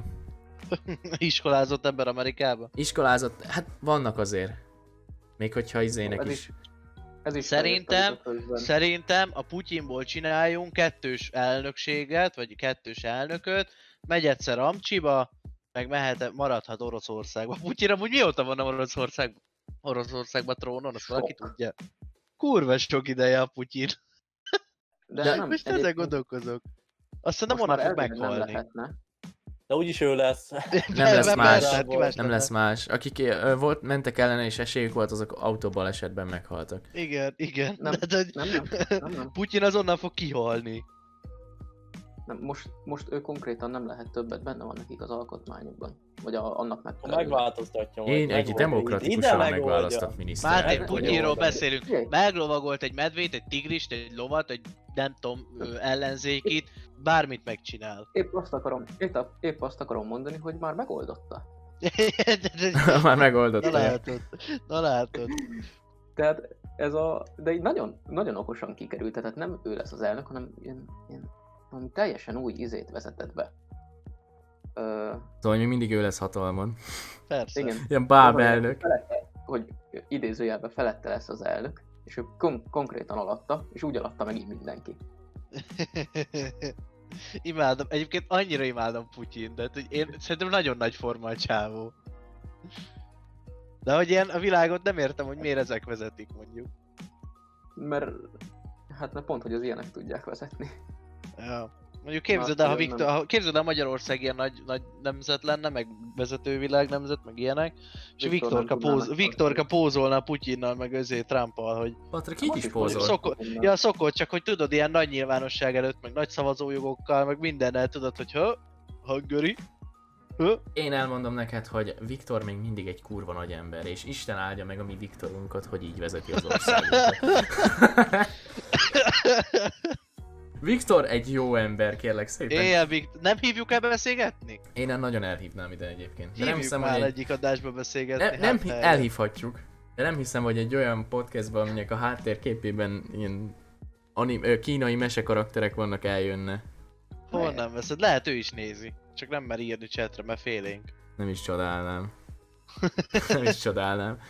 Iskolázott ember Amerikába. Iskolázott, hát vannak azért. Még hogyha izének Ez is. is- Ez is Szerintem- felírtam a közben. Szerintem a Putyinból csináljunk kettős elnökséget, vagy kettős elnököt, megy egyszer Amcsiba, meg mehet, maradhat Oroszországba. Putyin amúgy mióta van Oroszország, Oroszországban trónon, azt valaki Sok. tudja. Kurva sok ideje a Putyin. De, De nem, Most ezen egyébként gondolkozok. Aztán nem most onnan már fog elvileg nem meghalni. lehetne. De úgyis ő lesz. Nem lesz más. persze, kíváncsi Nem lenne. lesz más. Akik ö, volt, mentek ellene és esélyük volt, azok autóbalesetben meghaltak. Igen, igen. Nem, De, hogy Nem, nem, nem, nem. Putyin azonnal fog kihalni. nem. Most, most ő konkrétan nem lehet többet, benne van nekik az alkotmányokban. Vagy a, annak Ha megfelelően. megváltoztatja majd. Én egy megoldja. demokratikusan Ide megválasztott megoldja. miniszter. Mártin, Ez- Putyinról ez- beszélünk. Figyelj. Meglovagolt egy medvét, egy tigrist, egy lovat, egy nem tudom, ö, ellenzékit, bármit megcsinál. Épp azt akarom, épp, épp azt akarom mondani, hogy már megoldotta. Már Na megoldotta. látod, na látod. Tehát ez a... De így nagyon, nagyon okosan kikerült, tehát nem ő lesz az elnök, hanem ilyen, ilyen valami teljesen új izét vezetett be. Ö, Szóval még mindig ő lesz hatalmon. Persze. igen. Ilyen báb Az, hogy elnök. Felette, hogy idézőjelben felette lesz az elnök, és ő kon- konkrétan alatta, és úgy alatta megint mindenki. Imádom, egyébként annyira imádom Putyin, de hogy én szerintem nagyon nagy forma a csávó. De hogy ilyen a világot nem értem, hogy miért ezek vezetik mondjuk. Mert hát mert pont, hogy az ilyenek tudják vezetni. Ja. Mondjuk képzeld el, ha, külön Viktor, ha képzeld el Magyarország ilyen nagy, nagy nemzet lenne, meg vezető világ nemzet, meg ilyenek, és Viktor Viktorka, nem tudná póz, Viktorka pózolna Putyinnal, meg özé Trumpal, hogy Patrik így Most is is pózol. pózol. szokott, ja szokott, csak hogy tudod, ilyen nagy nyilvánosság előtt, meg nagy szavazójogokkal, meg mindennel tudod, hogy ha, Hungary, ha, Én elmondom neked, hogy Viktor még mindig egy kurva nagy ember, és Isten áldja meg a mi Viktorunkat, hogy így vezeti az országot. Viktor egy jó ember, kérlek szépen. Éjjel, Viktor, nem hívjuk el beszélgetni? Én nagyon elhívnám ide egyébként. De Hívjuk nem hiszem, már hogy egy... egyik adásba beszélgetni. ne, nem hát, hi- ne. elhívhatjuk. De nem hiszem, hogy egy olyan podcastban, aminek a háttérképében ilyen anim, ö, kínai mesekarakterek vannak, eljönne. Hol nem veszed? Lehet ő is nézi. Csak nem mer írni chatre, mert félénk. Nem is csodálnám. Nem is csodálnám.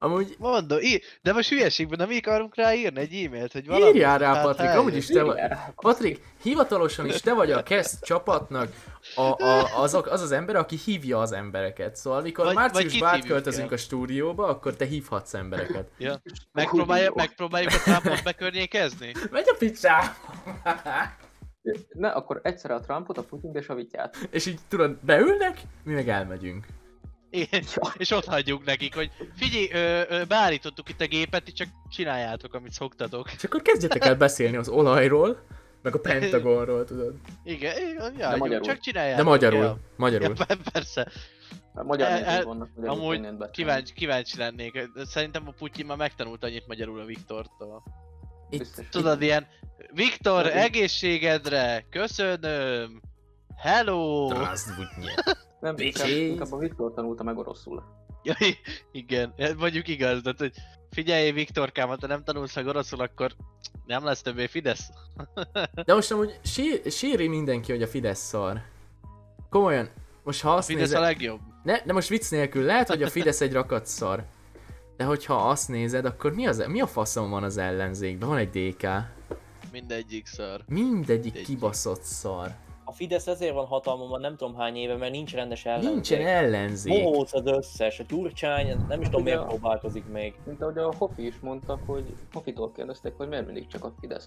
Amúgy Mondom, í- de most hülyeségben nem akarunk rá írni egy e-mailt, hogy valami... írjál rá, hát Patrik, helyes. amúgy is te vagy. Patrik, hivatalosan is te vagy a Kesz csapatnak a, a, azok, az az ember, aki hívja az embereket. Szóval amikor Vagy- vagy márciusban kit hívjuk átköltözünk el? a stúdióba, akkor te hívhatsz embereket. Ja. Megpróbálja, megpróbáljuk a Trumpot bekörnyékezni? Megy a picsába! Ne, akkor egyszerre a Trumpot, a Putyint és a Vityát. És így tudod, beülnek, mi meg elmegyünk. Igen. És ott hagyjuk nekik, hogy figyelj, ö, ö, beállítottuk itt a gépet, ti csak csináljátok, amit szoktatok. És akkor kezdjetek el beszélni az olajról, meg a Pentagonról, tudod. Igen, igen, ja, magyarul. csak csináljátok. De magyarul, Ja. magyarul. Ja, persze. A magyar El- nézők el- vannak, magyarul Amúgy könnyűen beszélni. kíváncsi, kíváncsi lennék. Szerintem a Putyin már megtanult annyit magyarul a Viktortól. Itt, Biztos. Tudod, ilyen Viktor, Igen. egészségedre, köszönöm, hello! Zdravstvutnye. Nem, inkább, Bitches. inkább a Viktor tanulta meg oroszul. Ja, i- igen, hát mondjuk igaz, de hogy figyelj Viktorkám, ha te nem tanulsz meg oroszul, akkor nem lesz többé Fidesz. De most amúgy sír, síri mindenki, hogy a Fidesz szar. Komolyan, most ha azt Fidesz nézed... a legjobb. Ne, de most vicc nélkül, lehet, hogy a Fidesz egy rakat szar. De hogyha azt nézed, akkor mi, az, mi a faszom van az ellenzékben? Van egy dé ká. Mindegyik szar. Mindegyik Mindegyik. kibaszott szar. A Fidesz ezért van hatalmon nem tudom hány éve, mert nincs rendes ellenzék. Nincsen ellenzék. Bohóc az összes, a Gyurcsány, nem is tudom Ugye miért a- próbálkozik még. Mint ahogy a Hofi is mondta, hogy Hofitól kérdezték, hogy miért mindig csak a Fidesz.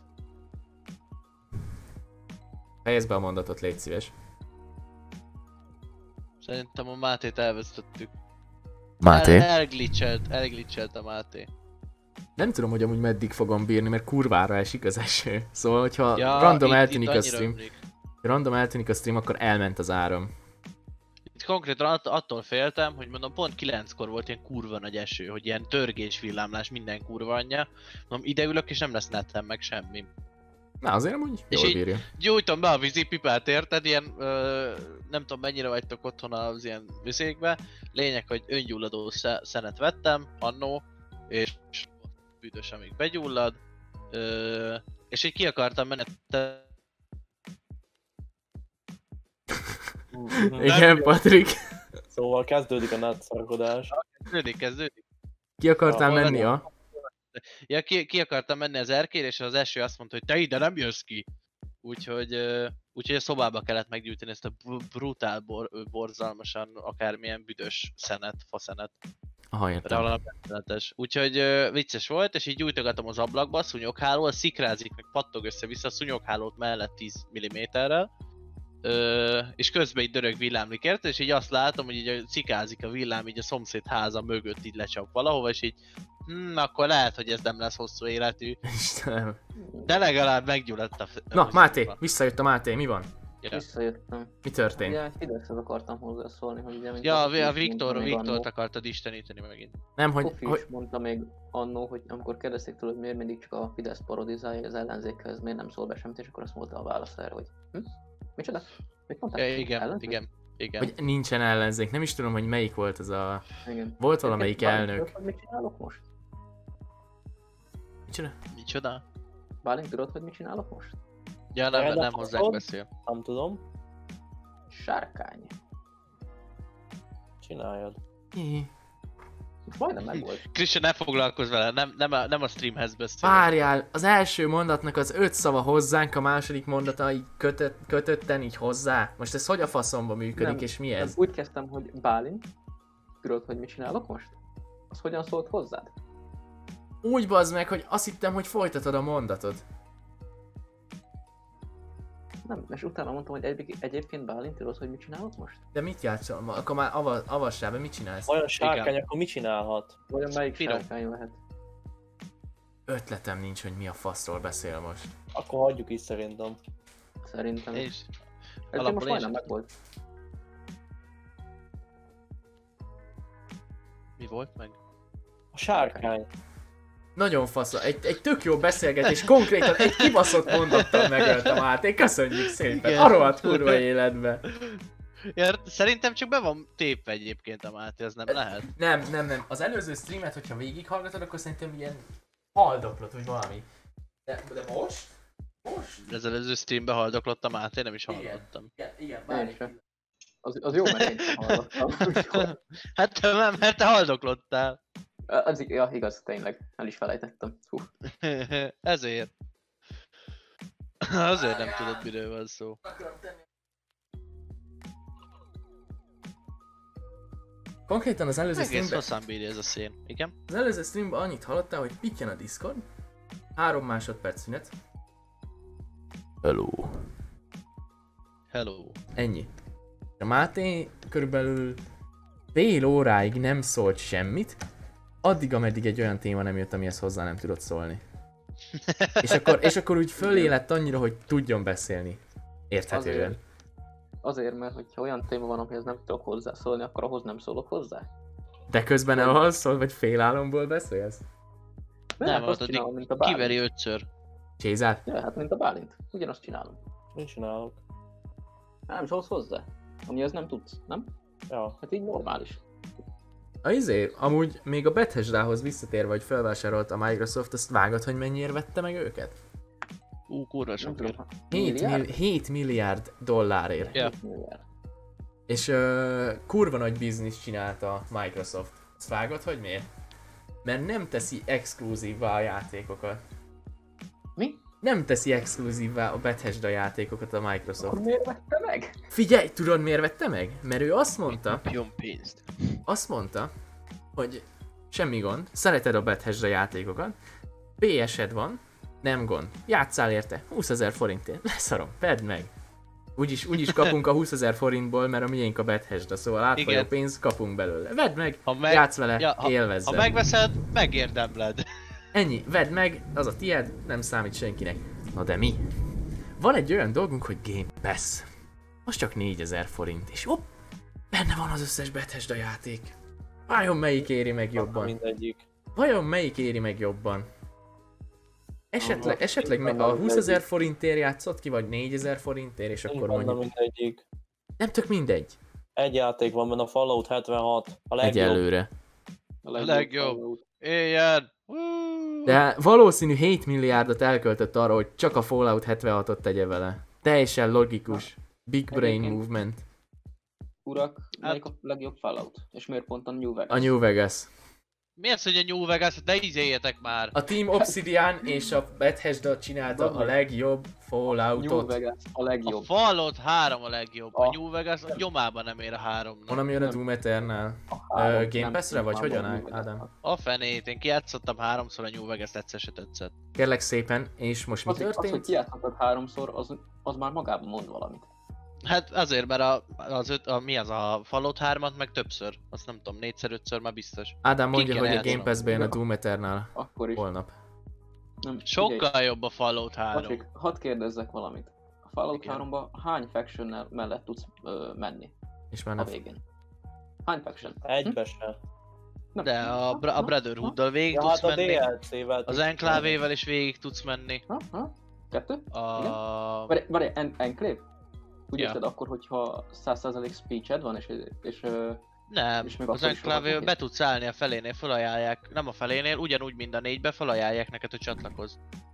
Fejezd be a mondatot, légy szíves. Szerintem a Mátét elvesztettük. Máté? El, elglitchelt, elglitchelt a Máté. Nem tudom, hogy amúgy meddig fogom bírni, mert kurvára esik az eső. Szóval, hogyha Ja, random itt- eltűnik itt a annyira stream, ömlik. random eltűnik a stream, akkor elment az áram. Itt konkrétan att- attól féltem, hogy mondom pont kilenckor volt ilyen kurva nagy eső, hogy ilyen törgés villámlás minden kurva anyja. Mondom ide ülök és nem lesz netem meg semmi. Na, azért amúgy És jól így- bírja. Gyújtom be a vízipipát, érted? Ilyen, ö, nem tudom mennyire vagytok otthon az ilyen vizékbe. Lényeg, hogy öngyulladó sze- szenet vettem annó, és büdös, amíg begyullad. Ö, és így ki akartam menni. te- Igen, Patrik. Szóval kezdődik a nagyszarkodás. Kezdődik, kezdődik. Ki akartál Ahol menni, van- a? Ja, ki, ki akartam menni az erkélyre, és az eső azt mondta, hogy te ide nem jössz ki. Úgyhogy, ö, úgyhogy a szobába kellett meggyűjteni ezt a br- brutál, bor, ö, borzalmasan, akármilyen büdös szenet, faszenet. Aha, De értem. valami rettenetes. Úgyhogy ö, vicces volt, és így gyújtogatom az ablakba, a szúnyogháló, az szikrázik, meg pattog össze-vissza a szúnyoghálót mellett tíz milliméterrel. Ö, és közben így dörög villámlik, érted? És így azt látom, hogy így a- szikázik a villám így a szomszéd háza mögött így lecsap valahova, és így hm, akkor lehet, hogy ez nem lesz hosszú életű, Istenem. de legalább meggyulladt a... f- Na, a Máté, vizsga. visszajött a Máté, mi van? Ja, Visszajöttem. Mi történt? Ugye Fideszhez akartam hozzászólni, hogy ugye... mint ja a, Hofi a is Viktor, mondta még Viktort annó- akartad isteníteni megint. Nem, hogy, Hofi hogy is mondta még annó, hogy amikor kérdezték tőle, hogy miért mindig csak a Fidesz parodizálja az ellenzékhez, miért nem szól be semmit, és akkor azt mondta a válasz erre, hogy hm? Micsoda? Mit mondtál? Ja, igen, Ellenzék? igen, igen. hogy nincsen ellenzék. Nem is tudom, hogy melyik volt ez a... Igen. Volt valamelyik Bálint, elnök. tudod, hogy mit csinálok most? Micsoda? Micsoda? Bálint, tudod, hogy mit csinálok most? Ja, nem, Erre nem a hozzánk faszod? beszél. Nem tudom. Sárkány. Csináljad. Jé. Most majdnem megvolt. Christian, ne foglalkozz vele, nem, nem, a, nem a streamhez beszél. Várjál, az első mondatnak az öt szava hozzánk, a második mondata így kötött, kötötten így hozzá. Most ez hogy a faszomba működik, Nem, és mi Nem, ez? úgy kezdtem, hogy Bálint, tudod, hogy mit csinálok most? Az hogyan szólt hozzád? Úgy bazd meg, hogy azt hittem, hogy folytatod a mondatot. Nem, és utána mondtam, hogy egy, egyébként Bálint, tudod, hogy mit csinálok most? De mit játszol? Akkor már ava, avassál be, mit csinálsz? Olyan sárkány, Igen. akkor mit csinálhat? Vajon melyik Finom. sárkány lehet? Ötletem nincs, hogy mi a faszról beszél most. Akkor hagyjuk is szerintem. Szerintem. És Egyébként alapból most én majdnem sem. megvolt. mi volt meg? A sárkány. Nagyon fasza, egy, egy tök jó beszélgetés, konkrétan egy kibaszott mondattal megöltem át. Köszönjük szépen, Igen. a rohadt kurva életbe. Ja, szerintem csak be van tépve egyébként a Máté, az nem lehet. Nem, nem, nem. Az előző streamet, hogyha végighallgatod, akkor szerintem ilyen haldoklott, vagy valami. De, de most? Most? Az előző streambe haldoklott a Máté, nem is Igen. hallottam. Igen, igen, Én bármi. sem. Az, az jó, mert én sem hallottam. Úgyhogy- Hát te, nem, mert te haldoklottál. Az, ja, igaz, tényleg. El is felejtettem. Hú. Ezért. Azért nem tudod, miről van szó. Konkrétan az előző Egész streamben, hosszan bírja ez a szén. Igen? az előző streamben annyit hallottál, hogy pittyen a Discord, három másodperc szünet. Hello. Hello. Ennyi. A Máté körülbelül fél óráig nem szólt semmit, addig, ameddig egy olyan téma nem jött, amihez hozzá nem tudott szólni. és, akkor, és akkor úgy fölé lett annyira, hogy tudjon beszélni. Érthetően. Azért, azért, mert hogyha olyan téma van, amihez nem tudok hozzászólni, akkor ahhoz nem szólok hozzá. De közben elhalszol, vagy félálomból beszélsz? Nem, Nem, hát azt addig csinálom, mint a Bálint. kiveri ötször. Csézár? Ja, hát mint a Bálint. Ugyanazt csinálom. Mit csinálok? Nem szólsz hozzá. Amihez nem tudsz, nem? Ja. Hát így normális. A izé, amúgy még a Bethesdához visszatérve, hogy felvásárolt a Microsoft, azt vágod, hogy mennyire vette meg őket? Ú, kurva Nem sokért. tudom. hét milliárd dollárért. Ja. hét milliárd. És uh, kurva nagy bizniszt csinált a Microsoft. Azt vágod, hogy miért? Mert nem teszi exkluzívvá a játékokat. Mi? Nem teszi exkluzívvá a Bethesda játékokat a Akkor Microsoft. miért vette meg? Figyelj, tudod miért vette meg? Mert ő azt mondta, Kapjon pénzt. azt mondta, hogy semmi gond, szereted a Bethesda játékokat, pé es-ed van, nem gond, játsszál érte, húszezer forintért, leszarom, vedd meg. Úgyis, úgyis kapunk a húszezer forintból, mert a miénk a Bethesda, szóval átfolyó Igen. pénzt kapunk belőle. Vedd meg, Ha meg- játsz vele, Ja, ha- élvezzed. Ha megveszed, megérdemled. Ennyi, vedd meg, az a tied, nem számít senkinek. Na de mi? Van egy olyan dolgunk, hogy Game Pass. Most csak négyezer forint, és hopp, benne van az összes Bethesda játék. Vajon melyik éri meg jobban? Mindegyik. Vajon melyik éri meg jobban? Esetleg, Aha, esetleg meg a húszezer forintért játszott ki, vagy négyezer forintért, és akkor Akkor mondjuk... mindegyik. Nem tök mindegy. Egy játék van benne, a Fallout hetvenhat. A legjobb. Egyelőre. A legjobb. Éljen! Woo! De valószínű hét milliárdot elköltött arra, hogy csak a Fallout hetvenhatot tegye vele. Teljesen logikus. Big brain Egyébként- movement. Urak, melyik Hát- a legjobb Fallout? És miért pont a New Vegas? A New Vegas. Mi az, hogy a New Vegas? Ne izéljetek már! A Team Obsidian és a Bethesda csinálta a legjobb New Falloutot. Vegas a A legjobb. Fallout három a legjobb, a A- New Vegas a nyomában nem ér a háromnak. Honnan jön a Doom Eternal? A három, Ö, Game nem Pass-re, vagy tudom, hogyan a áll, New Vegas. Ádám? A fenét, én kijátszottam háromszor a New Vegas, egyszer se tetszett. Kérlek szépen, és most mi Az, hogy- az, hogy történt? kijátszottad háromszor, az, az már magában mond valamit. Hát azért, mert a, az öt, a, mi az a Fallout hármat meg többször. Azt nem tudom, négyszer, ötször már biztos. Ádám mondja, Ki hogy kéne a Game játszanom. Pass-be jön a Doom Eternal Akkor is. holnap. Nem, Sokkal figyelj, jobb a Fallout három. Pacsik, hadd kérdezzek valamit. A Fallout Igen. háromba hány faction mellett tudsz ö, menni És már a nem... végén? Hány faction? Egybe se. Nem. De a, Bra- a Brotherhood-dal végig Ja, tudsz hát a menni. dé el cé-vel. Az Enclave-vel is végig tudsz menni. Ha? Ha? Kettő? A... Várj, várj, en- Enclave? Úgy Ja. érted akkor, hogyha száz százalék speech-ed van, és, és ö, Nem, És még az akkor is Enclave-vel rohadt be tudsz állni a felénél, felajánlják, nem a felénél, ugyanúgy, mint a négybe, felajánlják neked, hogy csatlakozz.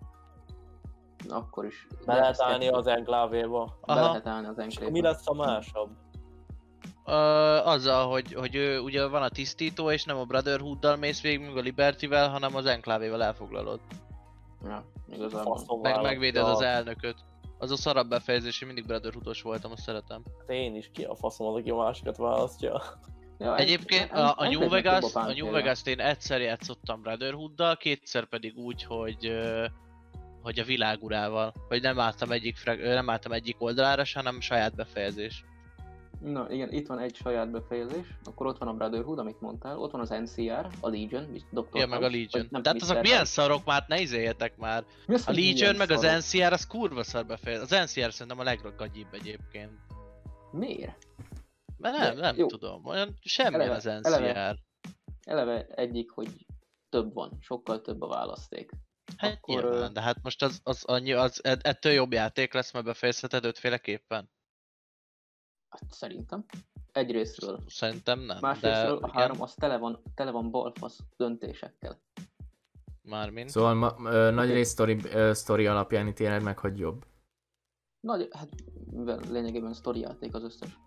akkor is. Be De lehet ez állni kettő. az Enclave-ba. Be Aha. lehet állni az És Enclave-ba. mi lesz a másabb? Ö, azzal, hogy, hogy ő, ugye van a tisztító, és nem a Brotherhood-dal mész végig, meg a Liberty-vel, hanem az Enclave-vel elfoglalod. Ja, igazából. Faszom Meg választja. megvéded az elnököt. Az a szarabb befejezés, én mindig Brotherhood-os voltam, azt szeretem. Én is, ki a faszom az, aki a másikat választja. Ja, Egyébként en- a, a Enclave-nek New több Vegas, a páncélja. New Vegas-t én egyszer játszottam Brotherhood-dal, kétszer pedig úgy, hogy ö, hogy a világurával, hogy nem álltam egyik, frag- ö, nem álltam egyik oldalára, se, hanem saját befejezés. Na igen, itt van egy saját befejezés, akkor ott van a Brotherhood, amit mondtál, ott van az en cé er, a Legion, doktor Ja, meg a House, Legion. vagy nem, Tehát azok miszter milyen House. szarok már, ne izéljetek már. Mi az, A hogy Legion milyen meg az szarok? en cé er az kurva szar befejezés. Az en cé er szerintem a legragagyibb egyébként. Miért? Mert nem, De nem jó. tudom, olyan semmilyen Eleve- az en cé eleve- er. Eleve egyik, hogy több van, sokkal több a választék. Hát akkor, nyilván, ö, de hát most az, az, annyi, az ed- ettől jobb játék lesz, mert befejezheted ötféleképpen. Hát szerintem. Egyrésztről. Szerintem nem, Másrésztről de a három az tele van, tele van balfasz döntésekkel. mármint. Szóval ma, ö, nagy rész sztori, ö, sztori alapján ítéled meg, hogy jobb. Nagy, hát mivel lényegében sztori játék az összes.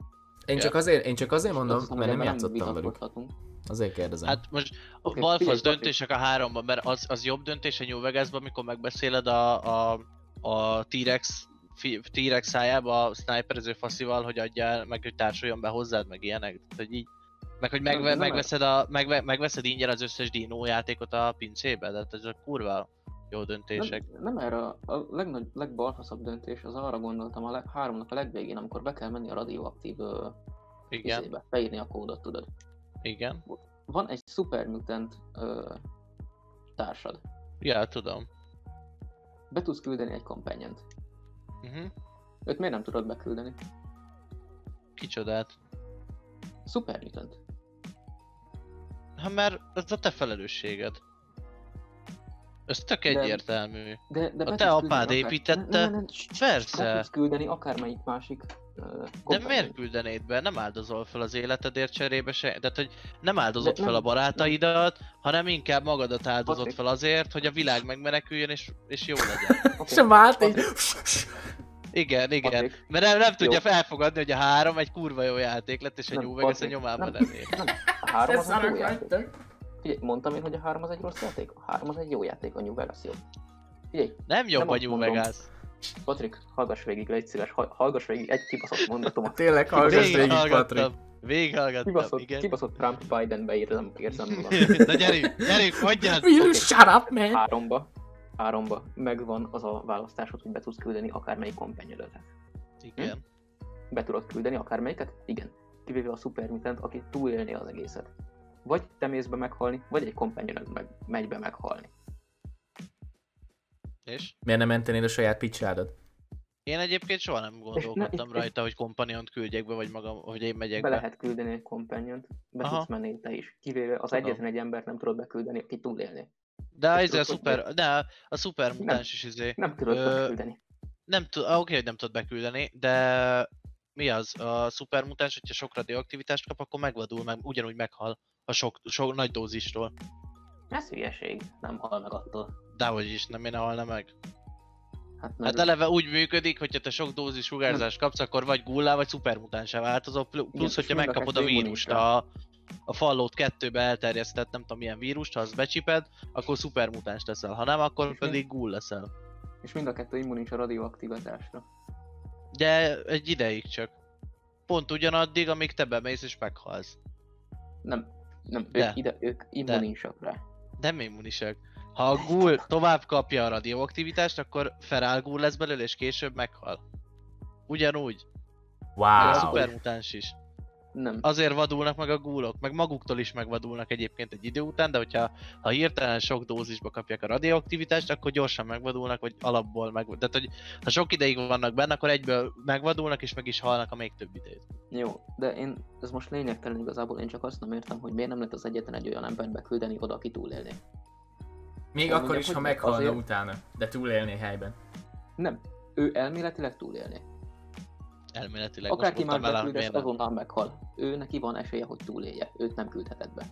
Én csak azért, én csak azért mondom, Azt mert nem amiben játszottam velük. vitatkozhatunk. Azért kérdezem. Hát most a Oké, Valve figyelj, az Patrik. döntések a háromban, mert az, az jobb döntés a New Vegasban, amikor megbeszéled a, a, a T-Rex fi- T-Rex szájába a sniperező faszival, hogy adjál, meg hogy társuljon be hozzád, meg ilyenek. Tehát, hogy így. Meg hogy megve, Nem, nem megveszed, a, megve, megveszed ingyen az összes Dino játékot a pincébe, de ez a kurva jó döntések. Nem, nem erre a, a legnagy, legbalfaszabb döntés, az arra gondoltam a leg, háromnak a legvégén, amikor be kell menni a radioaktív ö, Igen, izébe, beírni a kódot, tudod. igen. Van egy Super Mutant ö, társad. Ja, tudom. Be tudsz küldeni egy companion-t. Uh-huh. Őt miért nem tudod beküldeni? Kicsodát. Super Mutant. Hát mert ez a te felelősséged. Ez tök De- egyértelmű. De, de be A te tudsz apád küldeni akár- építette? Nem, nem, nem, cs- cs- Persze. Be tudsz küldeni akármelyik másik ö, De companion-t. miért küldenéd be? Nem áldozol fel az életedért cserébe se. Tehát, hogy nem áldozod De fel nem- a barátaidat, hanem inkább magadat áldozod Patrik. fel azért, hogy a világ megmeneküljön és, és jó legyen. Oké. És a Máté... Patrik. Igen, igen. Patrik. Mert nem, nem tudja Jó. elfogadni, hogy a három egy kurva jó játék lett, és a Nem, New Vegas a Patrik, nyomában nem. nem ér. Nem, a három az egy jó Szarok játék. vagytok. Figyelj, mondtam én, hogy a három az egy rossz játék? A három az egy jó játék, a New Vegas jó. Figyelj, Nem jobb Nem a azt New mondom. Vegas. Patrik, hallgass végig, légy szíves, ha- hallgass végig egy kibaszott mondatomat. Tényleg hallgass végig, Patrik. Végighallgattam. Végighallgattam, Kibaszott, igen. kibaszott Trump Biden beérzem, érzem magam. Na gyerünk, gyerünk, mondjad! Will you Oké. shut up, man? Háromba, háromba megvan az a választásod, hogy be tudsz küldeni akármelyik companion-öt. Igen. Be tudod küldeni akármelyiket? Igen. Kivéve a Super Mutant, aki túlélné az egészet. Vagy te mész be meghalni, vagy egy companion meg megy be meghalni. És? Miért nem mentenéd a saját picsádat? Én egyébként soha nem gondolkodtam és- rajta, hogy kompaniont küldjek be, vagy magam, hogy én megyek Be be. lehet küldeni egy companion-t, be Aha. tudsz menni te is. Kivéve az Tudom. egyetlen egy embert nem tudod beküldeni, aki túlélni. De És ez a tudod, hogy szuper, de a szuper mutáns is izé. Nem tudod Ö, beküldeni. Nem tud, ah, oké, hogy nem tudod beküldeni, de mi az? A szuper mutáns, hogyha sok radioaktivitást kap, akkor megvadul, meg ugyanúgy meghal a sok, sok nagy dózistól. Ez hülyeség, nem hal meg attól. Dehogy is, nem én halna meg. Hát, mert Hát eleve úgy működik, hogyha te sok dózis sugárzást kapsz, akkor vagy gullá, vagy szupermutánsá változol, pl- plusz, és hogyha mind a megkapod a kettő vírust, immunisra. a, a Fallout kettőbe elterjesztett nem tudom milyen vírust, ha azt becsiped, akkor szupermutáns leszel, ha nem, akkor És pedig gull leszel. És mind a kettő immunis a radioaktivitásra. De egy ideig csak. Pont ugyanaddig, amíg te bemész és meghalsz. Nem, nem, De. ők, ide, ők immunisak rá. Nem immunisak. Ha a ghoul tovább kapja a radioaktivitást, akkor feráll ghoul lesz belőle és később meghal. Ugyanúgy. Meg a Wow. szupermutáns is. Nem. Azért vadulnak meg a ghoulok, meg maguktól is megvadulnak egyébként egy idő után, de hogyha ha hirtelen sok dózisba kapják a radioaktivitást, akkor gyorsan megvadulnak, vagy alapból meg... Tehát, hogy ha sok ideig vannak benne, akkor egyből megvadulnak és meg is halnak a még több idejét. Jó, de én, ez most lényegtelen igazából, én csak azt nem értem, hogy miért nem lehet az egyetlen egy olyan embert beküldeni oda, aki túlélné. Még Mondják, akkor is, hogy ha meghalna azért- utána, de túlélné helyben. Nem, ő elméletileg túlélné. Elméletileg Akárki most más mondtam el, hogy beküldesz, miért nem. azonnal meghal. Ő neki van esélye, hogy túlélje. Őt nem küldheted be.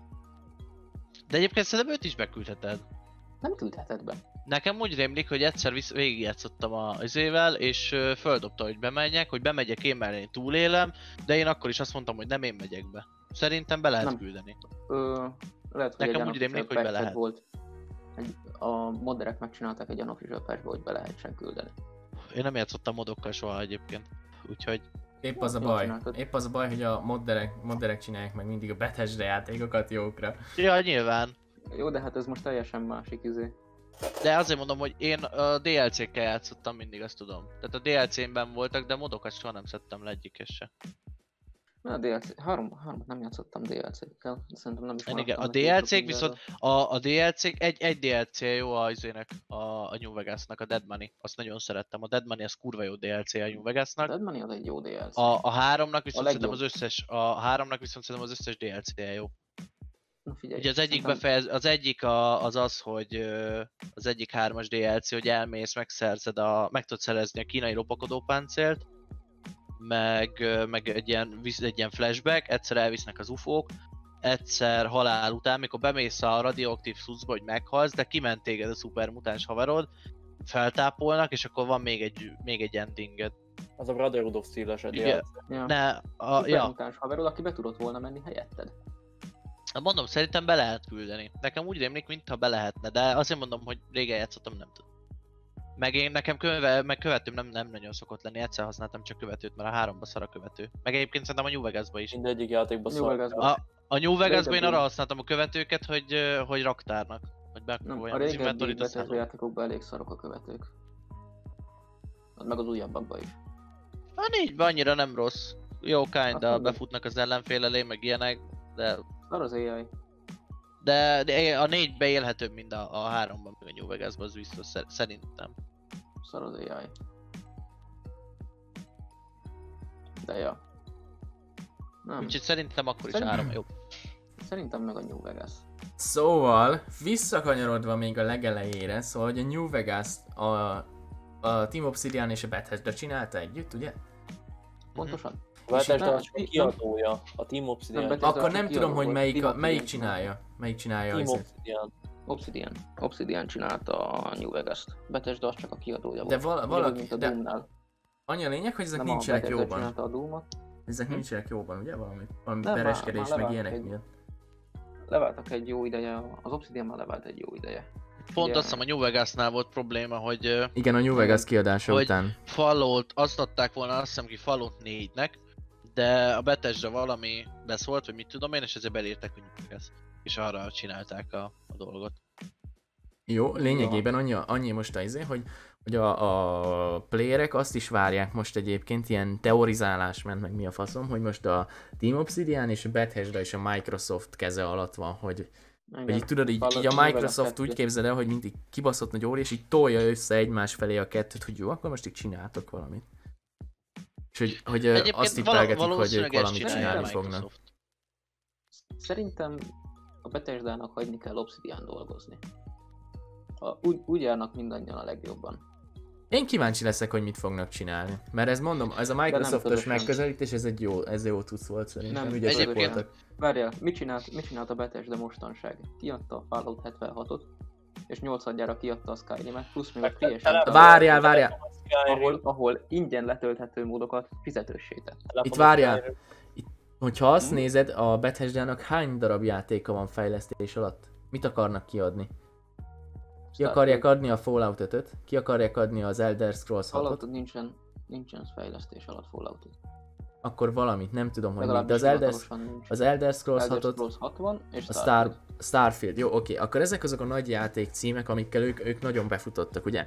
De egyébként szerintem őt is beküldheted. Nem küldheted be. Nekem úgy rémlik, hogy egyszer visz, végigjátszottam a izével, és ö, földobta, hogy bemenjek, hogy bemegyek én, mert én túlélem, de én akkor is azt mondtam, hogy nem én megyek be. Szerintem be lehet Nem. küldeni. Ö, lehet, hogy Nekem egy úgy rémlik, unofficial hogy be patch lehet. volt. Egy, a modderek megcsináltak egy unofficial patchbe, hogy be lehessen küldeni. Én nem játszottam modokkal soha egyébként. Úgyhogy Épp az a Jól baj. csináltad. Épp az a baj, hogy a modderek, modderek csinálják meg mindig a Bethesda játékokat jókra. ja, nyilván. Jó, de hát ez most teljesen másik izé. De azért mondom, hogy én a dé el cé-kkel játszottam mindig, azt tudom. Tehát a dé el cé-ben voltak, de modokat soha nem szedtem le egyikes se. Na, a dé el cé, három, három nem játszottam dé el cé-kkel, szerintem nem is Igen, maradtam a neki dé el sok cé-k mindenről. viszont, a, a dé el cé, egy, egy dé el cé jó a izének, a, a New Vegasnak, a Dead Money. Azt nagyon szerettem. A Dead Money az kurva jó dé el cé a New A Vegasnak. Dead Money az egy jó dé el cé. A, a háromnak viszont A szerintem az legjobb. összes, a háromnak viszont szerintem az összes dé el cé-je jó. Na figyelj, Ugye az egyik szerintem- befejez, az egyik a, az az, hogy ö, az egyik hármas dé el cé, hogy elmész, megszerzed a, meg tudod szerezni a kínai lopakodó páncélt, meg, ö, meg egy ilyen, visz- egy ilyen flashback, egyszer elvisznek az ufók, egyszer halál után, mikor bemész a radioaktív szucba, hogy meghalsz, de kiment téged a szupermutáns haverod, feltápolnak, és akkor van még egy, még egy endinged. Az a Brotherhood of Steel-es Igen. Ja. Ne, a, Szuper ja. mutáns haverod, aki be tudott volna menni helyetted. Hát mondom, szerintem be lehet küldeni. Nekem úgy rémlik, mintha be lehetne, de azért mondom, hogy régen játszottam, nem tudom. Meg én nekem köve, meg követőm nem, nem nagyon szokott lenni, egyszer használtam csak követőt, mert a háromba szar a követő. Meg egyébként szerintem a New Vegasba is. Mindegyik játékban New szar. Vegasban. A, a New Vegasban én Régebbi- arra használtam a követőket, hogy, ö, hogy raktárnak. Hogy Nem, a beakkoljam az régebbi inventorit, aztán... Bethesda játékokban elég szarok a követők. Meg az újabbakban is. A négyben annyira nem rossz. Jó kinda, Akkor befutnak az ellenfél elé, meg ilyenek, de... Szar az á i. De, de a négyben élhetőbb, mint a, a háromban, meg a New Vegasban, az biztos szer- szerintem. Szar az á i. De ja. Nem. Úgyhogy szerintem akkor is Szerintem- három jobb. Szerintem meg a New Vegas. Szóval, visszakanyarodva még a legelejére, szóval hogy a New Vegas-t a, a Team Obsidian és a Bethesda csinálta együtt, ugye? Pontosan. Bethesda nem- az csak a nem- kiadója, a Team Obsidian. Nem, Bethesda Akkor csak nem tudom, kiadó hogy volt, melyik, Team a, melyik Obsidian csinálja. Melyik csinálja Team azért. Obsidian. Obsidian. Obsidian csinálta a New Vegas-t. Bethesda az csak a kiadója De volt. vala, Ugyanúgy, valaki, mint a de Doom-nál. annyi a lényeg, hogy ezek Nem nincsenek a Bethesda jóban. csinálta a Doom-ot. Ezek Hm? nincsenek jóban, ugye? Valami, valami Nem, már- pereskedés, már meg levált ilyenek egy- miatt. Leváltak egy jó ideje, az Obsidian már levált egy jó ideje. Pont Ugye- azt hiszem a New Vegasnál volt probléma, hogy ö, Igen, a New Vegas kiadása Hogy- után. Fallout, azt adták volna azt hiszem ki Fallout négynek, de a Bethesda valami beszólt, vagy mit tudom én, és ezért belírták, hogy New Vegas. És arra csinálták a, a dolgot. Jó, lényegében annyi, annyi most az izé, hogy, hogy a, a playerek azt is várják most egyébként, ilyen teorizálás ment meg mi a faszom, hogy most a Team Obsidian és a Bethesda és a Microsoft keze alatt van, hogy, Igen. hogy így tudod, így, Fallout így a New Vegas Microsoft kettő. úgy képzel el, hogy mint így kibaszott nagy óri, és így tolja össze egymás felé a kettőt, hogy jó, akkor most így csináltok valamit. És hogy, hogy ö, azt tippelgetik, hogy ők valószínűleg ezt valamit csinálja csinálni a fognak. Microsoft. Szerintem a Bethesdának hagyni kell Obsidian dolgozni. A, úgy, úgy járnak mindannyian a legjobban. Én kíváncsi leszek, hogy mit fognak csinálni. Mert ez mondom, ez a Microsoftos közösen. megközelítés, ez egy jó, ez jó cucc volt szerintem, Nem, ügyesek egyébként- voltak. Várjál, mit csinált, mit csinált a Bethesda mostanság? Kiadta a Fallout hetvenhatot, és nyolcadjára kiadta a Skyrim-et, plusz még a Creation, Várjál, várjál. ahol, ahol ingyen letölthető módokat fizetőssé tett. Itt várjál. Hogyha azt Hm? nézed, a Bethesdának hány darab játéka van fejlesztés alatt? Mit akarnak kiadni? Ki akarják adni a Fallout ötöt? Ki akarják adni az Elder Scrolls hatot? Fallout nincsen, nincsen fejlesztés alatt Fallout. Akkor valamit, nem tudom, hogy mit. De Legalábbis az Elder, hivatalosan nincs. az Elder Scrolls Elder hatot, Scrolls hat van, és a Star, Starfield. Starfield. Jó, oké. Akkor ezek azok a nagy játék címek, amikkel ők, ők nagyon befutottak, ugye?